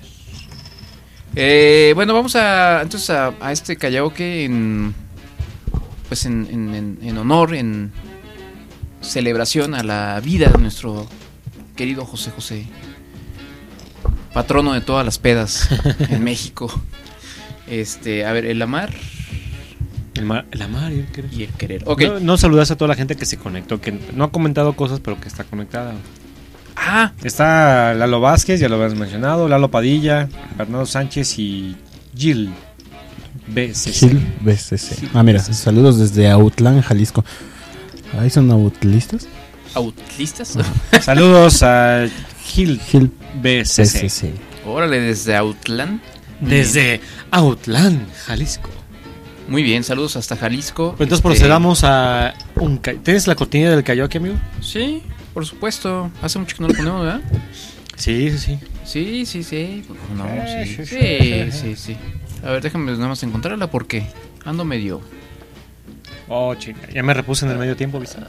Speaker 2: Eh, bueno, vamos a entonces a, a este karaoke en pues en, en, en, en honor, en celebración a la vida de nuestro querido José José, patrono de todas las pedas en México. Este, a ver, el amar
Speaker 3: El, mar, el amar y el querer.
Speaker 2: y el querer. Ok.
Speaker 3: No, no saludas a toda la gente que se conectó, que no ha comentado cosas, pero que está conectada.
Speaker 2: Ah,
Speaker 3: Está Lalo Vázquez, ya lo habías mencionado, Lalo Padilla, Bernardo Sánchez y Gil B C C.
Speaker 4: Gil B C C. Ah, mira, saludos desde Autlán, Jalisco. ¿Ahí son autlistas?
Speaker 2: ¿outlistas?
Speaker 3: Saludos a Gil
Speaker 4: Gil
Speaker 3: B C C.
Speaker 4: B C C.
Speaker 2: Órale, desde Autlán.
Speaker 3: Desde Autlán, Jalisco.
Speaker 2: Muy bien, saludos hasta Jalisco.
Speaker 3: Pues entonces
Speaker 2: Este,
Speaker 3: procedamos a un... ca- ¿Tienes la cortina del karaoke, amigo?
Speaker 2: Sí, por supuesto. Hace mucho que no lo ponemos, ¿verdad?
Speaker 3: Sí, sí, sí.
Speaker 2: Sí, sí, sí. No, sí,
Speaker 3: sí,
Speaker 2: sí, sí, sí. A ver, déjame nada más encontrarla porque ando medio...
Speaker 3: Oh, chinga. Ya me repuse en el medio tiempo, ¿viste?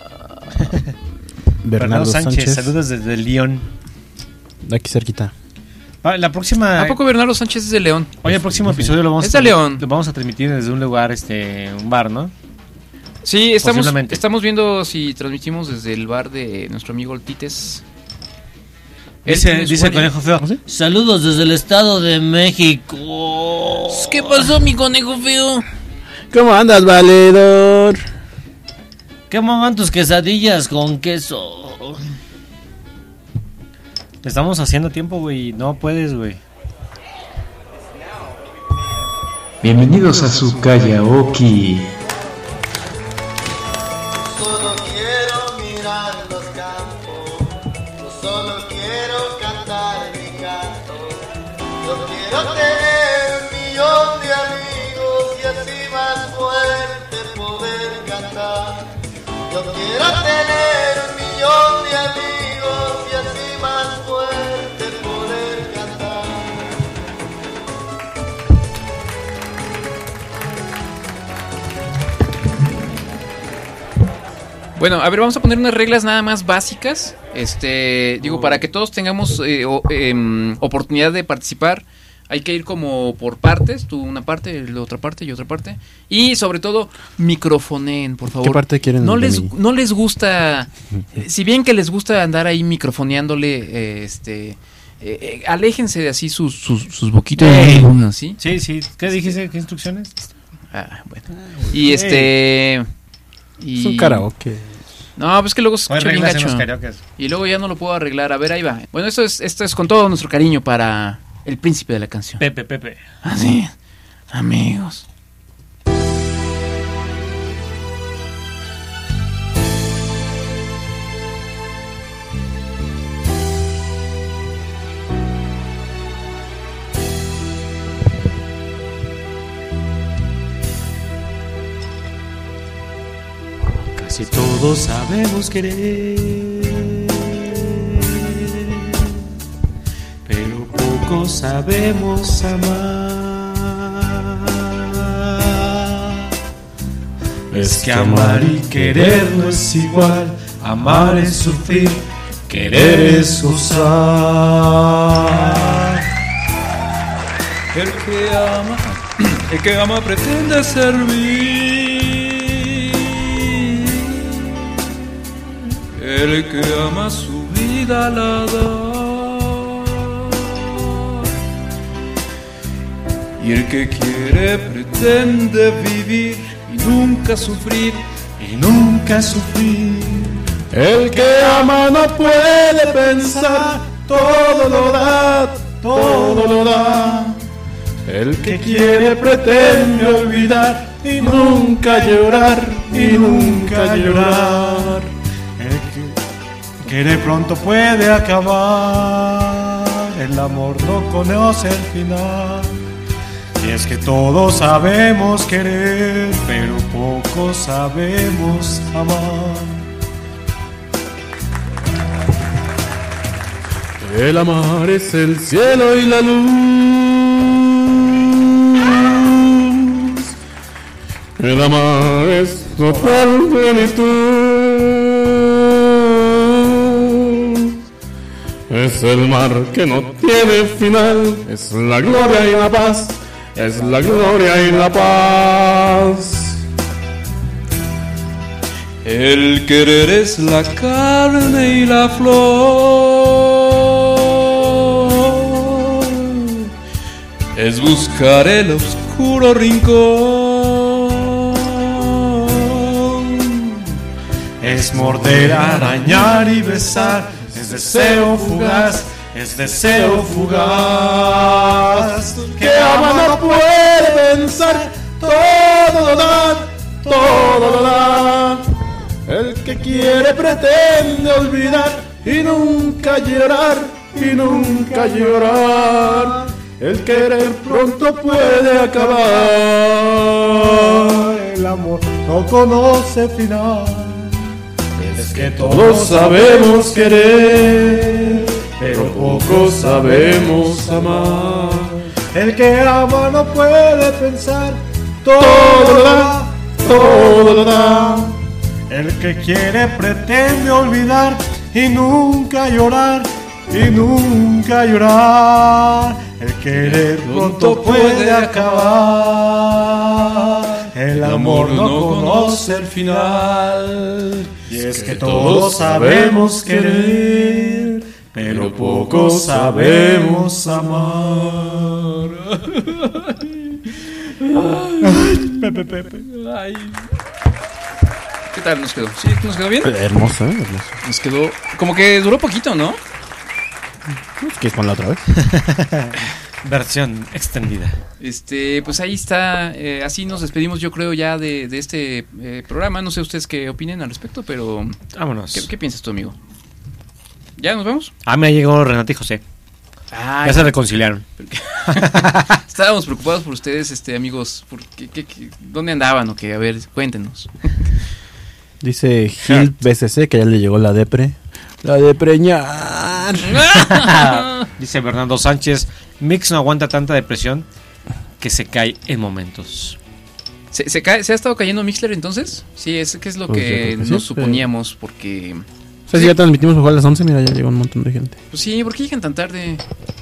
Speaker 4: Bernardo Sánchez.
Speaker 3: Saludos desde León.
Speaker 4: De aquí cerquita.
Speaker 3: Ah, la próxima...
Speaker 2: ¿A poco Bernardo Sánchez es de León?
Speaker 3: Oye, el próximo episodio lo vamos,
Speaker 2: Es de
Speaker 3: a,
Speaker 2: León.
Speaker 3: lo vamos a transmitir desde un lugar, este, un bar, ¿no?
Speaker 2: Sí, estamos,
Speaker 3: Posiblemente.
Speaker 2: estamos viendo si transmitimos desde el bar de nuestro amigo Tites. Él
Speaker 3: Dice,
Speaker 2: tiene su
Speaker 3: dice el
Speaker 2: bar y-
Speaker 3: conejo feo.
Speaker 11: Saludos desde el Estado de México. ¿Qué pasó, mi conejo feo?
Speaker 4: ¿Cómo andas, valedor?
Speaker 11: ¿Qué maman tus quesadillas con queso?
Speaker 3: Le estamos haciendo tiempo, güey. No puedes, güey.
Speaker 12: Bienvenidos a su karaoke.
Speaker 13: Solo quiero mirar los campos, yo solo quiero cantar mi canto. Yo quiero tener un millón de amigos y así más fuerte poder cantar. Yo quiero tener un millón de amigos y así más fuerte poder cantar.
Speaker 2: Bueno, a ver, vamos a poner unas reglas nada más básicas. Este, digo, para que todos tengamos eh, o- em, oportunidad de participar. Hay que ir como por partes, tú una parte, la otra parte y otra parte. Y sobre todo, microfoneen, por favor.
Speaker 4: ¿Qué parte quieren
Speaker 2: No
Speaker 4: de
Speaker 2: les,
Speaker 4: mí?
Speaker 2: no les gusta, eh, si bien que les gusta andar ahí microfoneándole, eh, este, eh, eh, aléjense de así sus, sus, sus boquitas.
Speaker 3: Hey.
Speaker 2: ¿Sí?
Speaker 3: Sí, sí. ¿Qué dijiste? ¿Qué instrucciones?
Speaker 2: Ah, bueno. Y este... Y...
Speaker 4: Es un karaoke.
Speaker 2: No, pues que luego se escucha bien gacho.
Speaker 3: Karaokes.
Speaker 2: Y luego ya no lo puedo arreglar. A ver, ahí va. Bueno, esto es, esto es con todo nuestro cariño para el príncipe de la canción.
Speaker 3: Pepe, Pepe.
Speaker 2: Así, amigos.
Speaker 14: Casi todos sabemos querer, pero pocos sabemos amar. Es que amar y querer no es igual, amar es sufrir, querer es usar. El que ama, el que ama pretende servir. El que ama su vida la da, y el que quiere pretende vivir y nunca sufrir, y nunca sufrir.
Speaker 4: El que ama no puede pensar, todo lo da, todo lo da. El que quiere pretende olvidar y nunca llorar, y nunca llorar.
Speaker 14: Querer pronto puede acabar, el amor no conoce el final. Y es que todos sabemos querer, pero pocos sabemos amar.
Speaker 4: El amar es el cielo y la luz. El amar es total plenitud. Es el mar que no tiene final, es la gloria y la paz, es la gloria y la paz.
Speaker 14: El querer es la carne y la flor, es buscar el oscuro rincón, es morder, arañar y besar. Es deseo fugaz, es deseo fugaz.
Speaker 4: Que ama no puede pensar, todo lo da, todo lo da. El que quiere pretende olvidar y nunca llorar, y nunca llorar. El querer pronto puede acabar.
Speaker 14: El amor no conoce final. Es que
Speaker 4: Todos sabemos querer, pero pocos sabemos amar.
Speaker 14: el que ama no puede pensar,
Speaker 4: Todo lo da, todo lo da.
Speaker 14: el que quiere pretende olvidar y nunca llorar, y nunca llorar. El querer pronto puede acabar, el amor no conoce el final. Y es que todos sabemos querer, pero pocos sabemos amar. Ay, Pepe, Pepe. Ay.
Speaker 2: ¿Qué tal nos quedó? ¿Sí? ¿Nos quedó bien?
Speaker 4: Hermoso, ¿eh? Hermoso.
Speaker 2: Nos quedó... Como que duró poquito, ¿no?
Speaker 4: ¿Quieres ponerla otra vez?
Speaker 3: Versión extendida.
Speaker 2: Este, pues ahí está. Eh, así nos despedimos, yo creo, ya de, de este eh, programa. No sé ustedes qué opinen al respecto, pero...
Speaker 3: Vámonos.
Speaker 2: ¿Qué, qué piensas tú, amigo? ¿Ya nos vamos?
Speaker 3: Ah, me llegó Renata y José.
Speaker 2: Ah,
Speaker 3: ya se reconciliaron.
Speaker 2: Estábamos preocupados por ustedes, este, amigos. Por qué, qué, qué, ¿Dónde andaban o qué? A ver, cuéntenos.
Speaker 4: Dice Gil B C C que ya le llegó la depre. La de preñar.
Speaker 3: Dice Bernardo Sánchez, Mix no aguanta tanta depresión que se cae en momentos.
Speaker 2: ¿Se, se, cae, ¿Se ha estado cayendo Mixler entonces? Sí, es que es lo
Speaker 4: Pues
Speaker 2: que
Speaker 4: yo creo que
Speaker 2: nos
Speaker 4: sí,
Speaker 2: suponíamos, porque...
Speaker 4: O sea, si ya transmitimos mejor a las once, mira, ya llegó un montón de gente.
Speaker 2: Pues sí, ¿por qué llegan tan tarde?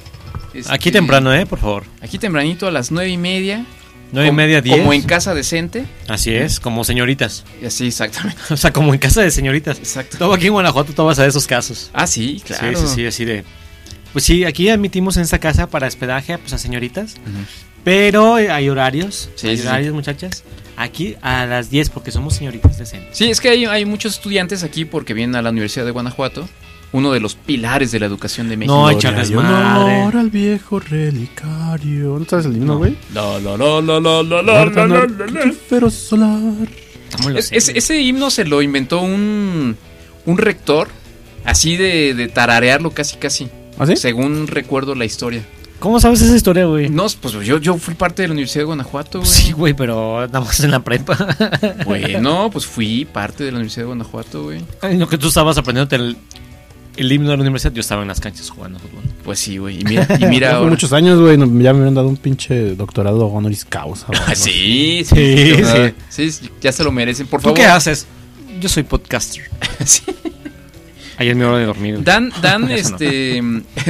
Speaker 2: Este,
Speaker 3: Aquí temprano, ¿eh? Por favor.
Speaker 2: Aquí tempranito a las nueve y media.
Speaker 3: Nueve y media, diez.
Speaker 2: Como en casa decente.
Speaker 3: Así es, como señoritas.
Speaker 2: Y así, exactamente.
Speaker 3: O sea, como en casa de señoritas.
Speaker 2: Exacto.
Speaker 3: Todo aquí en Guanajuato, todo vas a esos casos.
Speaker 2: Ah, sí, claro.
Speaker 3: Sí, sí, sí, así de... Pues sí, aquí admitimos en esta casa para hospedaje pues, a señoritas. Uh-huh. Pero hay horarios.
Speaker 2: Sí,
Speaker 3: hay
Speaker 2: sí,
Speaker 3: horarios,
Speaker 2: sí.
Speaker 3: muchachas. Aquí a las diez, porque somos señoritas decentes.
Speaker 2: Sí, es que hay, hay muchos estudiantes aquí porque vienen a la Universidad de Guanajuato. Uno de los pilares de la educación de México.
Speaker 3: No, echarles madre.
Speaker 4: Honor al viejo relicario. ¿No sabes el himno, güey?
Speaker 2: No, no, no, no, no, no, no, no, no, no.
Speaker 4: Pero solar.
Speaker 2: Es, es, ese himno se lo inventó un, un rector, así de, de tararearlo casi, casi.
Speaker 4: ¿Ah, sí?
Speaker 2: Según recuerdo la historia.
Speaker 3: ¿Cómo sabes esa historia, güey?
Speaker 2: No, pues yo, yo fui parte de la Universidad de Guanajuato, güey.
Speaker 3: Sí, güey, pero andamos en la prepa.
Speaker 2: Bueno, pues fui parte de la Universidad de Guanajuato, güey.
Speaker 3: En lo que tú estabas aprendiéndote el, el himno de la universidad, yo estaba en las canchas jugando fútbol.
Speaker 2: Pues sí, güey. Y mira, y mira
Speaker 4: Hace
Speaker 2: ahora.
Speaker 4: muchos años, güey, ya me habían dado un pinche doctorado honoris causa.
Speaker 2: Ah, sí,
Speaker 3: sí, sí,
Speaker 2: sí,
Speaker 3: sí.
Speaker 2: sí. Sí, ya se lo merecen, por
Speaker 3: ¿Tú
Speaker 2: favor.
Speaker 3: qué haces? Yo soy podcaster.
Speaker 2: Sí.
Speaker 3: Ayer me hora de dormir.
Speaker 2: Dan, dan,
Speaker 3: Eso no.
Speaker 2: este...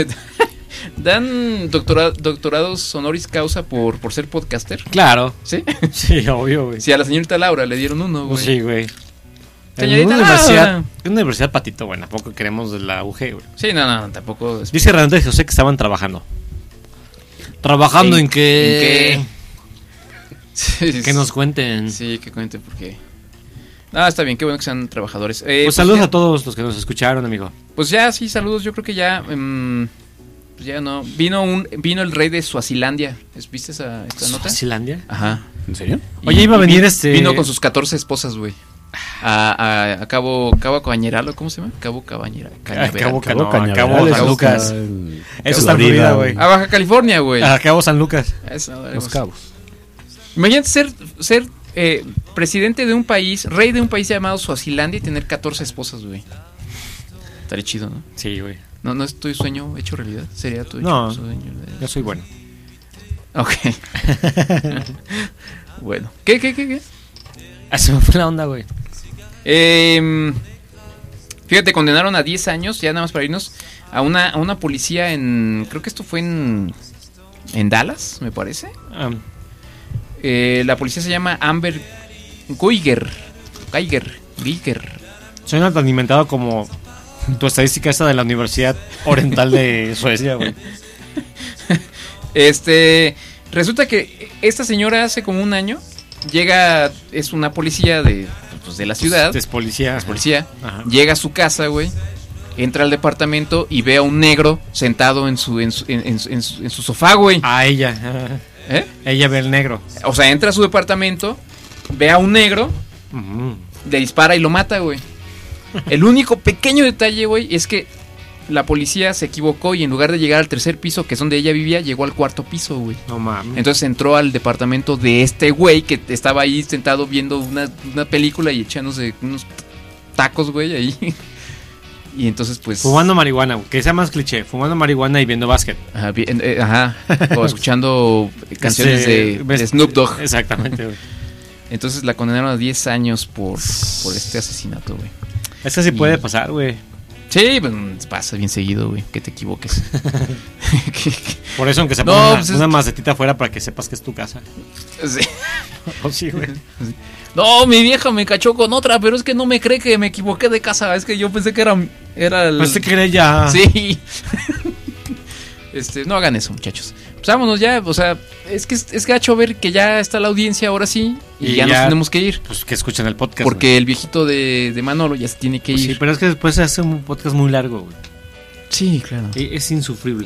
Speaker 2: Dan doctora, doctorados honoris causa por, por ser podcaster.
Speaker 3: Claro.
Speaker 2: ¿Sí?
Speaker 3: Sí, obvio, güey.
Speaker 2: Sí, a la señorita Laura le dieron uno, güey.
Speaker 3: Sí, güey.
Speaker 2: Señorita
Speaker 3: una
Speaker 2: Laura.
Speaker 3: universidad, una universidad patito, bueno, tampoco queremos de la U G, güey.
Speaker 2: Sí, no, no, tampoco. Es...
Speaker 3: Dice Renato y José que estaban trabajando. ¿Trabajando en, en qué?
Speaker 2: ¿En qué? Sí,
Speaker 3: que nos cuenten.
Speaker 2: Sí, que cuenten porque... No, está bien, qué bueno que sean trabajadores. Eh,
Speaker 3: pues,
Speaker 2: pues
Speaker 3: saludos
Speaker 2: ya,
Speaker 3: a todos los que nos escucharon, amigo.
Speaker 2: Pues ya, sí, saludos. Yo creo que ya... Um, pues ya no. Vino un vino el rey de Suazilandia. ¿Viste esa esta nota?
Speaker 3: ¿Suazilandia?
Speaker 2: Ajá.
Speaker 4: ¿En serio?
Speaker 2: Y,
Speaker 3: Oye, iba a venir
Speaker 2: vino,
Speaker 3: este...
Speaker 2: Vino con sus catorce esposas, güey. A, a, a Cabo Cabo Cabañeral, ¿cómo se llama? Cabo Cabañeral.
Speaker 3: A Cabo,
Speaker 4: Cabo
Speaker 3: no,
Speaker 4: Cañaveral.
Speaker 3: Cabo San
Speaker 4: Eso
Speaker 3: Lucas.
Speaker 4: está en-
Speaker 3: Eso está en Florida, güey.
Speaker 2: A Baja California, güey.
Speaker 3: A Cabo San Lucas.
Speaker 2: Eso,
Speaker 4: Los Cabos.
Speaker 2: Imagínate ser, ser eh, presidente de un país, rey de un país llamado Suazilandia y tener catorce esposas, güey. Estaría chido, ¿no?
Speaker 3: Sí, güey.
Speaker 2: No, no es tu sueño hecho realidad. Sería tu
Speaker 3: No,
Speaker 2: sueño.
Speaker 3: Yo soy bueno.
Speaker 2: Ok. Bueno. ¿Qué, qué, qué, qué?
Speaker 3: Ah, se me fue la onda, güey.
Speaker 2: Eh, fíjate, condenaron a diez años, ya nada más para irnos, a una, a una policía en... Creo que esto fue en... En Dallas, me parece.
Speaker 3: Um,
Speaker 2: Eh, la policía se llama Amber Geiger. Geiger. Geiger.
Speaker 3: Suena tan inventado como tu estadística esta de la Universidad Oriental de Suecia, güey.
Speaker 2: Este, resulta que esta señora hace como un año llega, es una policía de, pues, de la ciudad.
Speaker 3: Es policía.
Speaker 2: Es policía.
Speaker 3: Ajá.
Speaker 2: Llega a su casa, güey. Entra al departamento y ve a un negro sentado en su, en su, en, en, en su, en su sofá, güey.
Speaker 3: A ella.
Speaker 2: ¿Eh?
Speaker 3: Ella ve el negro.
Speaker 2: O sea, entra a su departamento, ve a un negro,
Speaker 3: Uh-huh.
Speaker 2: le dispara y lo mata, güey. El único pequeño detalle, güey, es que la policía se equivocó y en lugar de llegar al tercer piso, que es donde ella vivía, llegó al cuarto piso, güey.
Speaker 3: No mames.
Speaker 2: Entonces entró al departamento de este güey que estaba ahí sentado viendo una, una película y echándose unos tacos, güey, ahí. Y entonces, pues...
Speaker 3: Fumando marihuana, güey, que sea más cliché. Fumando marihuana y viendo básquet.
Speaker 2: Ajá, bien, eh, ajá. O escuchando canciones
Speaker 3: Este,
Speaker 2: de,
Speaker 3: ves-
Speaker 2: de Snoop Dogg.
Speaker 3: Exactamente, güey.
Speaker 2: Entonces la condenaron a diez años por, por este asesinato, güey.
Speaker 3: Eso sí
Speaker 2: Y-
Speaker 3: puede pasar, güey.
Speaker 2: Sí, pues, pasa bien seguido, güey, que te equivoques.
Speaker 3: Por eso, aunque se
Speaker 2: No,
Speaker 3: ponga una,
Speaker 2: pues es-
Speaker 3: una macetita afuera para que sepas que es tu casa.
Speaker 2: Sí.
Speaker 3: Oh, sí, güey.
Speaker 2: No, mi vieja me cachó con otra, pero es que no me cree que me equivoqué de casa. Es que yo pensé que era, era el...
Speaker 3: Pensé que era ella.
Speaker 2: Sí. Este, no hagan eso, muchachos. Pues vámonos ya, o sea, es que es, es gacho ver que ya está la audiencia ahora sí y,
Speaker 3: Y
Speaker 2: ya,
Speaker 3: ya-
Speaker 2: nos tenemos que ir.
Speaker 3: Pues que escuchen el podcast.
Speaker 2: Porque
Speaker 3: güey.
Speaker 2: el viejito de, de Manolo ya se tiene que
Speaker 3: Pues
Speaker 2: ir.
Speaker 3: sí, pero es que después se hace un podcast muy largo, güey.
Speaker 2: Sí, claro.
Speaker 3: Y es insufrible.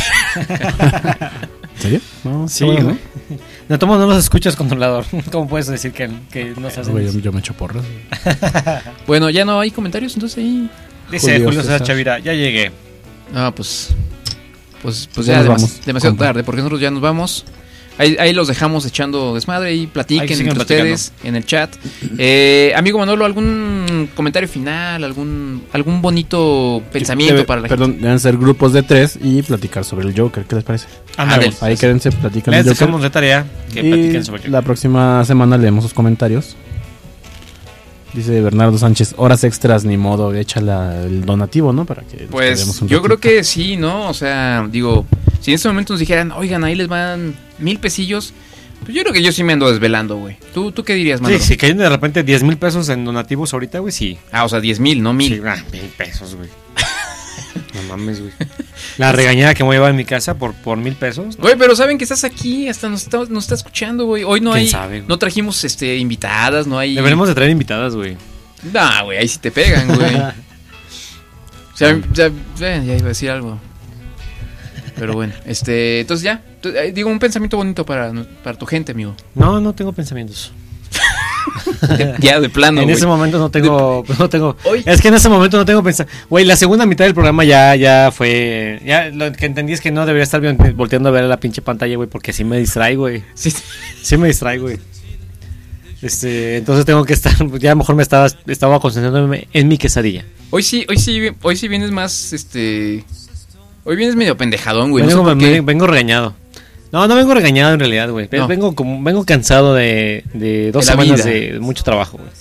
Speaker 4: ¿En serio? No,
Speaker 3: Sí,
Speaker 4: está bueno,
Speaker 3: güey. De todos modos no los escuchas, controlador. ¿Cómo puedes decir que, que no se
Speaker 4: ¿no?
Speaker 3: hacen
Speaker 4: Güey,
Speaker 3: eso?
Speaker 4: yo, yo me echo porras.
Speaker 2: Bueno, ya no hay comentarios, entonces ahí...
Speaker 3: Dice
Speaker 4: Julio
Speaker 3: Julio César
Speaker 4: César.
Speaker 3: Chavira, ya llegué.
Speaker 2: Ah, pues... Pues, pues
Speaker 4: Ya
Speaker 2: ya,
Speaker 4: nos
Speaker 2: demas-
Speaker 4: vamos.
Speaker 2: demasiado
Speaker 4: Compa.
Speaker 2: tarde, porque nosotros ya nos vamos. Ahí, ahí los dejamos echando desmadre y
Speaker 3: Ahí
Speaker 2: platiquen
Speaker 3: sigan
Speaker 2: entre
Speaker 3: platicando.
Speaker 2: ustedes en el chat. Eh, amigo Manolo, ¿algún comentario final? ¿Algún algún bonito pensamiento
Speaker 4: Debe-
Speaker 2: para la
Speaker 4: Perdón, deben ser grupos de tres y platicar sobre el Joker. ¿Qué les parece?
Speaker 3: Ándale.
Speaker 2: Ándale.
Speaker 4: Ahí quédense, platican
Speaker 3: Les
Speaker 4: el Joker.
Speaker 3: dejamos de tarea que
Speaker 4: Y
Speaker 3: platiquen sobre
Speaker 4: la próxima semana leemos sus comentarios. Dice Bernardo Sánchez, horas extras, ni modo, echa la- el donativo, ¿no? Para que nos
Speaker 2: Pues
Speaker 4: quedemos un
Speaker 2: yo creo
Speaker 4: ratito.
Speaker 2: que sí, ¿no? O sea, digo, Si en este momento nos dijeran, oigan, ahí les van mil pesillos, pues yo creo que yo sí me ando desvelando, güey. ¿Tú, ¿Tú qué dirías, Manolo?
Speaker 3: Sí, si caen de repente diez mil pesos en donativos ahorita, güey, sí.
Speaker 2: Ah, o sea, diez mil, no mil.
Speaker 3: Sí, ah, mil pesos, güey. No mames, güey. La regañada que me voy a llevar en mi casa por, por mil pesos.
Speaker 2: Güey, pero saben que estás aquí, hasta nos está, nos está escuchando, güey. Hoy no
Speaker 3: ¿Quién
Speaker 2: hay,
Speaker 3: sabe, güey?
Speaker 2: no trajimos este invitadas, no hay...
Speaker 3: Deberíamos de traer invitadas, güey.
Speaker 2: Nah, güey, ahí sí te pegan, güey. O sea, ya, ya, ya iba a decir algo. Pero bueno, este, entonces ya, digo, un pensamiento bonito para, para tu gente, amigo.
Speaker 3: No, no tengo pensamientos.
Speaker 2: Ya, de plano,
Speaker 3: En
Speaker 2: güey.
Speaker 3: ese momento no tengo,
Speaker 2: De...
Speaker 3: no tengo.
Speaker 2: Hoy...
Speaker 3: Es que en ese momento no tengo pensamientos. Güey, la segunda mitad del programa ya, ya fue. Ya lo que entendí es que no debería estar volteando a ver la pinche pantalla, güey, porque sí me distrae, güey.
Speaker 2: Sí,
Speaker 3: sí me distrae, güey. Este, entonces tengo que estar, ya a lo mejor me estaba, estaba concentrándome en mi quesadilla.
Speaker 2: Hoy sí, hoy sí, hoy sí vienes más, este, hoy vienes medio pendejadón, güey.
Speaker 3: Vengo,
Speaker 2: no sé por qué.
Speaker 3: vengo regañado. No, no vengo regañado en realidad, güey. No. Vengo como, vengo cansado de, de dos de semanas vida. de mucho trabajo, güey.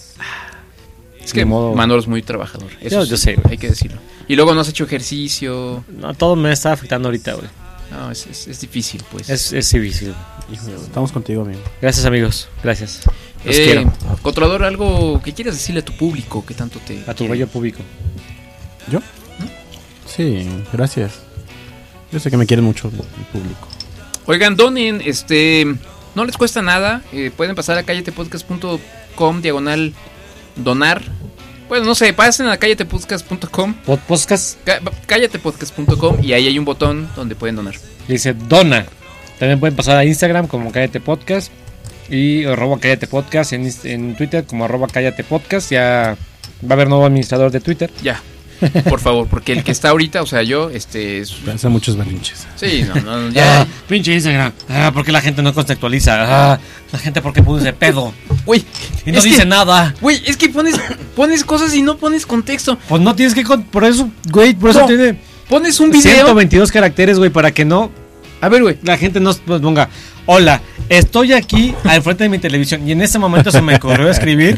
Speaker 2: Es que modo... Manolo es muy trabajador. Eso
Speaker 3: yo,
Speaker 2: sí,
Speaker 3: yo sé, güey.
Speaker 2: Hay que decirlo. Y luego no has hecho ejercicio.
Speaker 3: No, todo me está afectando ahorita, güey.
Speaker 2: No, es, es, es difícil, pues.
Speaker 3: Es, es difícil.
Speaker 4: Híjole, estamos contigo, amigo.
Speaker 3: Gracias, amigos. Gracias. Los
Speaker 2: eh,
Speaker 3: quiero.
Speaker 2: Controlador, algo que quieras decirle a tu público que tanto te.
Speaker 3: A tu bello público.
Speaker 4: ¿Yo? ¿Mm? Sí, gracias. Yo sé que me quieren mucho el público.
Speaker 2: Oigan, donen, este, no les cuesta nada, eh, pueden pasar a calletepodcast punto com diagonal donar. Bueno, no sé, pasen a calletepodcast punto com.
Speaker 3: Podcast.
Speaker 2: calletepodcast punto com y ahí hay un botón donde pueden donar.
Speaker 3: Dice dona. También pueden pasar a Instagram como Cállate Podcast y arroba Cállate Podcast en, en Twitter como arroba Cállate Podcast. Ya va a haber nuevo administrador de Twitter.
Speaker 2: Ya. Por favor, porque el que está ahorita, o sea, yo, este... Es...
Speaker 4: Hace muchos berrinches.
Speaker 2: Sí, no, no, ya...
Speaker 3: Ah, pinche Instagram. Ah, porque la gente no contextualiza. Ah, la gente porque puso ese pedo.
Speaker 2: Güey.
Speaker 3: Y no dice
Speaker 2: que,
Speaker 3: nada.
Speaker 2: Güey, es que pones, pones cosas y no pones contexto.
Speaker 3: Pues no tienes que... Con... Por eso, güey, por eso
Speaker 2: no,
Speaker 3: tiene...
Speaker 2: Pones un video...
Speaker 3: ciento veintidós caracteres, güey, para que no...
Speaker 2: A ver, güey.
Speaker 3: La gente no ponga... Hola, estoy aquí al frente de mi televisión y en este momento se me ocurrió escribir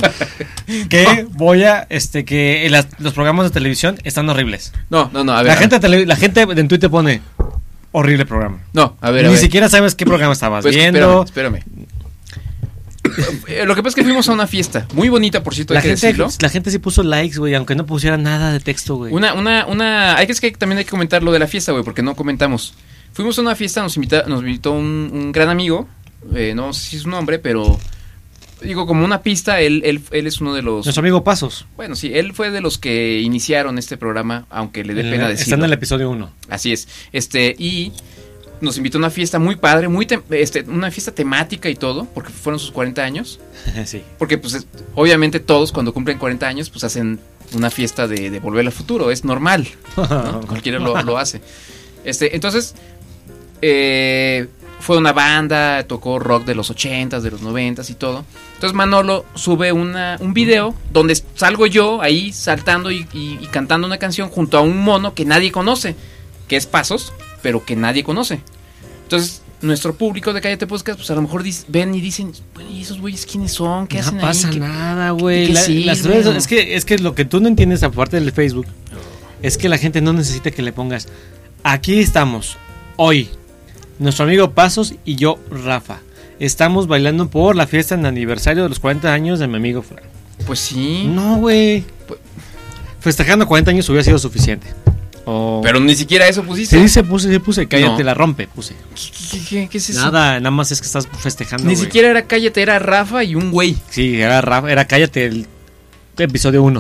Speaker 3: que voy a, este, que las, los programas de televisión están horribles.
Speaker 2: No, no, no, a ver.
Speaker 3: La
Speaker 2: a
Speaker 3: gente,
Speaker 2: ver.
Speaker 3: Tele, la gente en Twitter pone horrible programa.
Speaker 2: No, a ver,
Speaker 3: Ni
Speaker 2: a ver.
Speaker 3: siquiera sabes qué programa estabas
Speaker 2: pues
Speaker 3: viendo.
Speaker 2: Espérame, espérame. Lo que pasa es que fuimos a una fiesta muy bonita, por cierto,
Speaker 3: la
Speaker 2: hay que
Speaker 3: gente,
Speaker 2: decirlo.
Speaker 3: La gente sí puso likes, güey, aunque no pusiera nada de texto, güey.
Speaker 2: Una, una, una. Hay que es que también hay que comentar lo de la fiesta, güey, porque no comentamos. Fuimos a una fiesta, nos invita, nos invitó un, un gran amigo. Eh, no sé si es un nombre, pero digo, como una pista, él, él, él es uno de los...
Speaker 3: Nuestro amigo Pasos.
Speaker 2: Bueno, sí, él fue de los que iniciaron este programa, aunque le dé
Speaker 3: el,
Speaker 2: pena decirlo.
Speaker 3: Está en el episodio uno.
Speaker 2: Así es. Este, y nos invitó a una fiesta muy padre, muy te, este, una fiesta temática y todo, porque fueron sus cuarenta años.
Speaker 3: Sí.
Speaker 2: Porque, pues, es, obviamente todos cuando cumplen cuarenta años, pues hacen una fiesta de, de Volver al Futuro, es normal, ¿no? Cualquiera lo, lo hace. Este, entonces... Eh, fue una banda, tocó rock de los ochentas, de los noventas y todo. Entonces Manolo sube una, un video donde salgo yo ahí saltando y, y, y cantando una canción junto a un mono que nadie conoce, que es Pasos, pero que nadie conoce. Entonces nuestro público de Cállate Podcast, pues a lo mejor dis, ven y dicen, bueno, ¿y esos güeyes quiénes son? ¿Qué
Speaker 3: no
Speaker 2: hacen ahí?
Speaker 3: No pasa
Speaker 2: ¿Qué,
Speaker 3: nada, güey.
Speaker 2: ¿qué
Speaker 3: La,
Speaker 2: sirven?
Speaker 3: las redes, es que es que lo que tú no entiendes aparte del Facebook es que la gente no necesita que le pongas aquí estamos hoy. Nuestro amigo Pasos y yo, Rafa, estamos bailando por la fiesta en aniversario de los cuarenta años de mi amigo Fran.
Speaker 2: Pues sí.
Speaker 3: No, güey. Pues... Festejando cuarenta años hubiera sido suficiente. O...
Speaker 2: Pero ni siquiera eso pusiste.
Speaker 3: Sí, se puse, sí puse. Cállate, no. La rompe, puse.
Speaker 2: ¿Qué, qué, qué es eso?
Speaker 3: Nada, nada más es que estás festejando.
Speaker 2: Ni
Speaker 3: wey.
Speaker 2: siquiera era Cállate, era Rafa y un güey.
Speaker 3: Sí, era Rafa, era Cállate el episodio uno.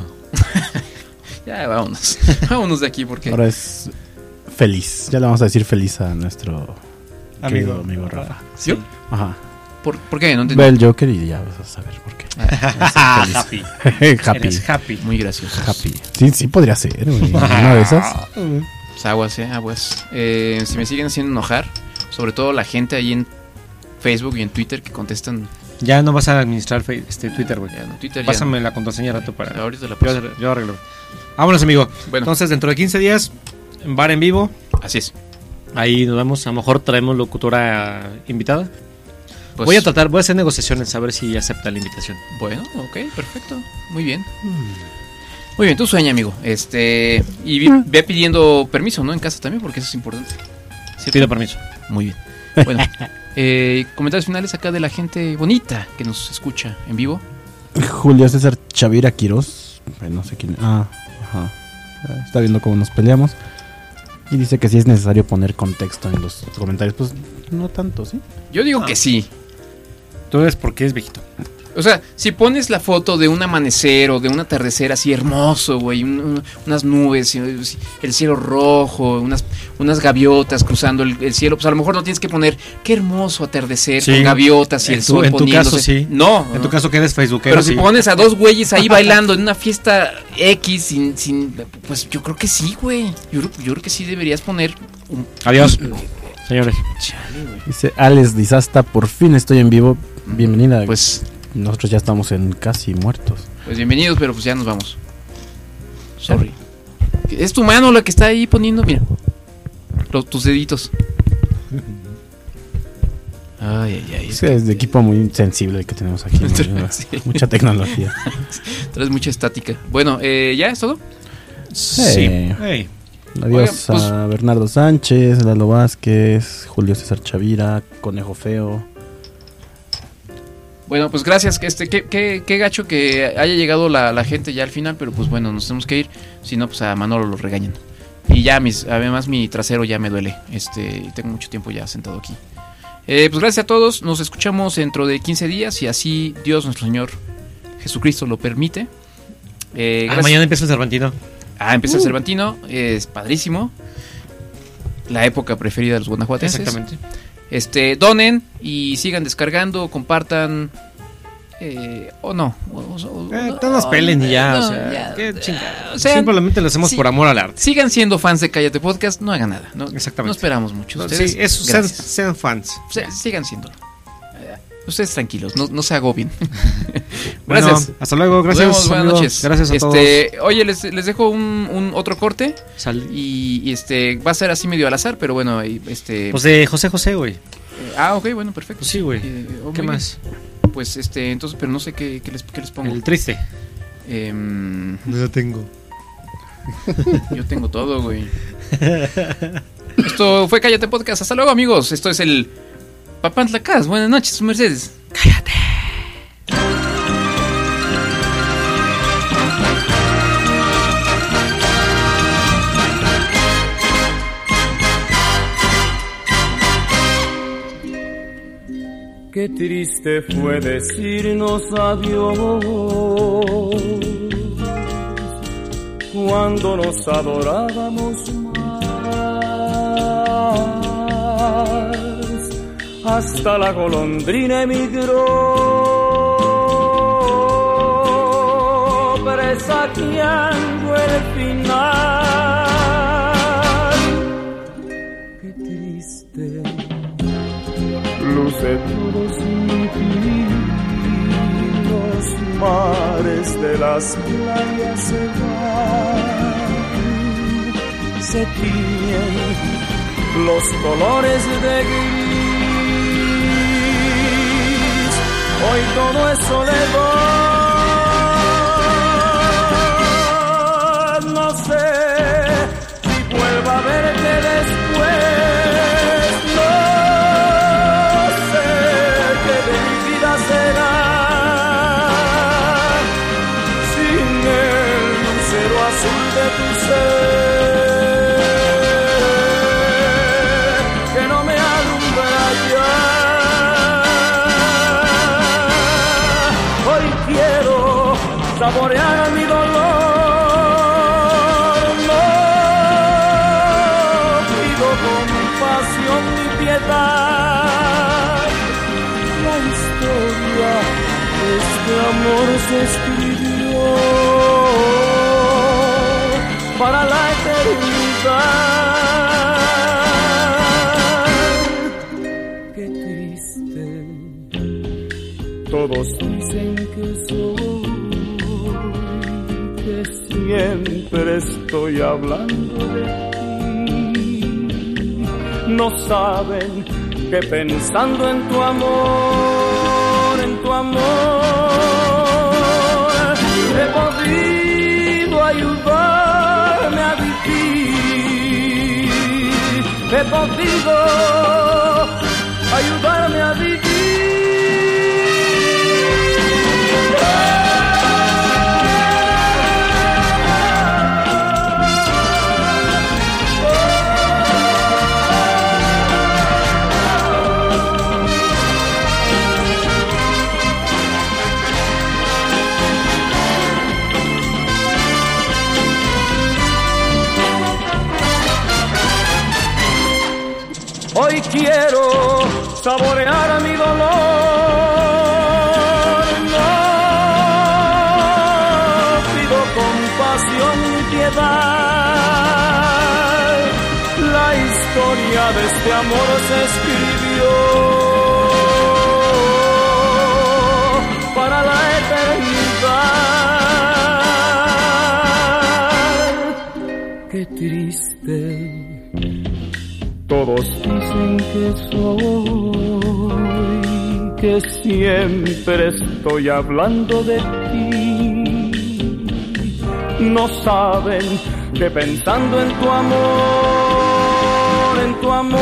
Speaker 2: Ya, vámonos. Vámonos de aquí porque...
Speaker 4: Ahora es feliz. Ya le vamos a decir feliz a nuestro...
Speaker 3: Amigo,
Speaker 4: amigo Rafa.
Speaker 2: ¿Sí?
Speaker 4: Ajá.
Speaker 2: ¿Por, ¿Por qué? No entendí.
Speaker 4: Ve el Joker y ya vas a saber por qué.
Speaker 3: Ah, happy.
Speaker 4: Happy.
Speaker 3: Eres happy.
Speaker 2: Muy gracioso.
Speaker 4: Happy. Sí, sí podría ser, güey. Una de esas.
Speaker 2: Pues aguas, eh, aguas. Eh, si me siguen haciendo enojar, sobre todo la gente ahí en Facebook y en Twitter que contestan.
Speaker 3: Ya no vas a administrar este Twitter, güey.
Speaker 2: No, Twitter
Speaker 3: Pásame
Speaker 2: ya.
Speaker 3: la contraseña rato para.
Speaker 2: Ahorita la paso.
Speaker 3: Yo, yo arreglo. Vámonos, amigo.
Speaker 2: Bueno.
Speaker 3: Entonces, dentro de quince días, en bar en vivo.
Speaker 2: Así es.
Speaker 3: Ahí nos vemos. A lo mejor traemos locutora invitada.
Speaker 2: Pues,
Speaker 3: voy a tratar, voy a hacer negociaciones a ver si acepta la invitación.
Speaker 2: Bueno, ok, perfecto. Muy bien. Muy bien, tú sueña, amigo. Este. Y ve pidiendo permiso, ¿no? En casa también, porque eso es importante. ¿cierto?
Speaker 3: Pido permiso.
Speaker 2: Muy bien. Bueno, eh, comentarios finales acá de la gente bonita que nos escucha en vivo.
Speaker 4: Julio César Chavira Quiroz, no sé quién. Ah, ajá. Está viendo cómo nos peleamos. Y dice que sí es necesario poner contexto en los comentarios. Pues no tanto, ¿sí?
Speaker 2: Yo digo no. que sí.
Speaker 3: Tú ves por qué es viejito.
Speaker 2: O sea, si pones la foto de un amanecer o de un atardecer así hermoso, güey, un, un, unas nubes, el cielo rojo, unas, unas gaviotas cruzando el, el cielo, pues a lo mejor no tienes que poner qué hermoso atardecer sí. con gaviotas y en el tu, sol
Speaker 3: en
Speaker 2: poniéndose.
Speaker 3: Tu caso, sí.
Speaker 2: No.
Speaker 3: En tu caso que eres facebookero.
Speaker 2: Pero
Speaker 3: sí.
Speaker 2: si pones a dos güeyes ahí bailando en una fiesta X, sin, sin, pues yo creo que sí, güey. Yo, yo creo que sí deberías poner... Un,
Speaker 3: Adiós, un, señores.
Speaker 4: Chale, dice Alex Dizasta, por fin estoy en vivo. Bienvenida.
Speaker 2: Pues...
Speaker 4: Nosotros ya estamos en casi muertos.
Speaker 2: Pues bienvenidos, pero pues ya nos vamos. Sorry. Es tu mano la que está ahí poniendo, mira. Los, tus deditos. Ay, ay, ay.
Speaker 4: Es que es de equipo muy sensible el que tenemos aquí. ¿no? Sí. Mucha tecnología.
Speaker 2: Traes mucha estática. Bueno, eh, ¿ya es todo?
Speaker 4: Sí. Hey. Adiós Oigan, pues, a Bernardo Sánchez, Lalo Vázquez, Julio César Chavira, Conejo Feo.
Speaker 2: Bueno, pues gracias, este, qué, qué, qué gacho que haya llegado la, la gente ya al final, pero pues bueno, nos tenemos que ir, si no pues a Manolo lo regañan. Y ya mis, además mi trasero ya me duele, este, tengo mucho tiempo ya sentado aquí. Eh, pues gracias a todos, nos escuchamos dentro de quince días, y así Dios nuestro Señor Jesucristo lo permite. Eh,
Speaker 3: ah, mañana empieza el Cervantino.
Speaker 2: Ah, empieza
Speaker 3: uh.
Speaker 2: el Cervantino, es padrísimo. La época preferida de los guanajuatenses.
Speaker 3: Exactamente.
Speaker 2: Este, donen y sigan descargando, compartan eh, o no. O, o,
Speaker 3: eh, no nos pelen y ya, no, o sea, ya, qué chingada. O sea, simplemente lo hacemos sí, por amor al arte.
Speaker 2: Sigan siendo fans de Cállate Podcast, no hagan nada. No,
Speaker 3: Exactamente.
Speaker 2: No esperamos mucho.
Speaker 3: No,
Speaker 2: ustedes,
Speaker 3: sí, eso, sean, sean fans.
Speaker 2: Se, sigan siéndolo. Ustedes tranquilos, no, no se agobien.
Speaker 3: Bueno,
Speaker 2: gracias.
Speaker 3: Hasta luego, gracias.
Speaker 2: Nos vemos, buenas noches.
Speaker 3: Gracias a
Speaker 2: este,
Speaker 3: todos.
Speaker 2: Oye, les, les dejo un, un otro corte.
Speaker 3: Sal.
Speaker 2: Y, y este va a ser así medio al azar, pero bueno, este.
Speaker 3: Pues de José José, güey.
Speaker 2: Eh, ah, ok, bueno, perfecto.
Speaker 3: Pues sí, güey.
Speaker 2: Eh, oh,
Speaker 3: ¿Qué más?
Speaker 2: Bien. Pues este, entonces, pero no sé qué, qué, les, qué les pongo.
Speaker 3: El triste.
Speaker 2: Eh,
Speaker 3: no lo tengo.
Speaker 2: Yo tengo todo, güey. Esto fue Cállate Podcast. Hasta luego, amigos. Esto es el Papantlacas. Buenas noches, Mercedes. Cállate.
Speaker 15: Qué triste fue decirnos adiós cuando nos adorábamos más. Hasta la golondrina emigró, presagiando el final. Qué triste luce todo sin ti, los mares de las playas se van, se tiñen los colores de gris, hoy todo es soledad, no sé si vuelva a verte después. Será sin el lucero azul de tu ser que no me alumbra ya. Hoy quiero saborear mi dolor, no pido compasión ni piedad. Este amor se escribió para la eternidad. Qué triste, todos dicen que soy, que siempre estoy hablando de ti. No saben que pensando en tu amor, en tu amor, he podido ayudarme a vivir, he podido ayudarme a vivir. Hoy quiero saborear mi dolor, no pido compasión ni piedad. La historia de este amor se escribió para la eternidad. Qué triste. Todos dicen que soy, que siempre estoy hablando de ti. No saben que pensando en tu amor, en tu amor,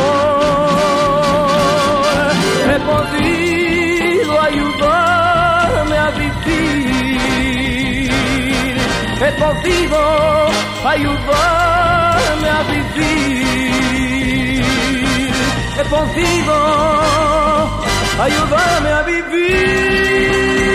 Speaker 15: he podido ayudarme a vivir. He podido ayudarme a vivir. He podido ayudarme a vivir.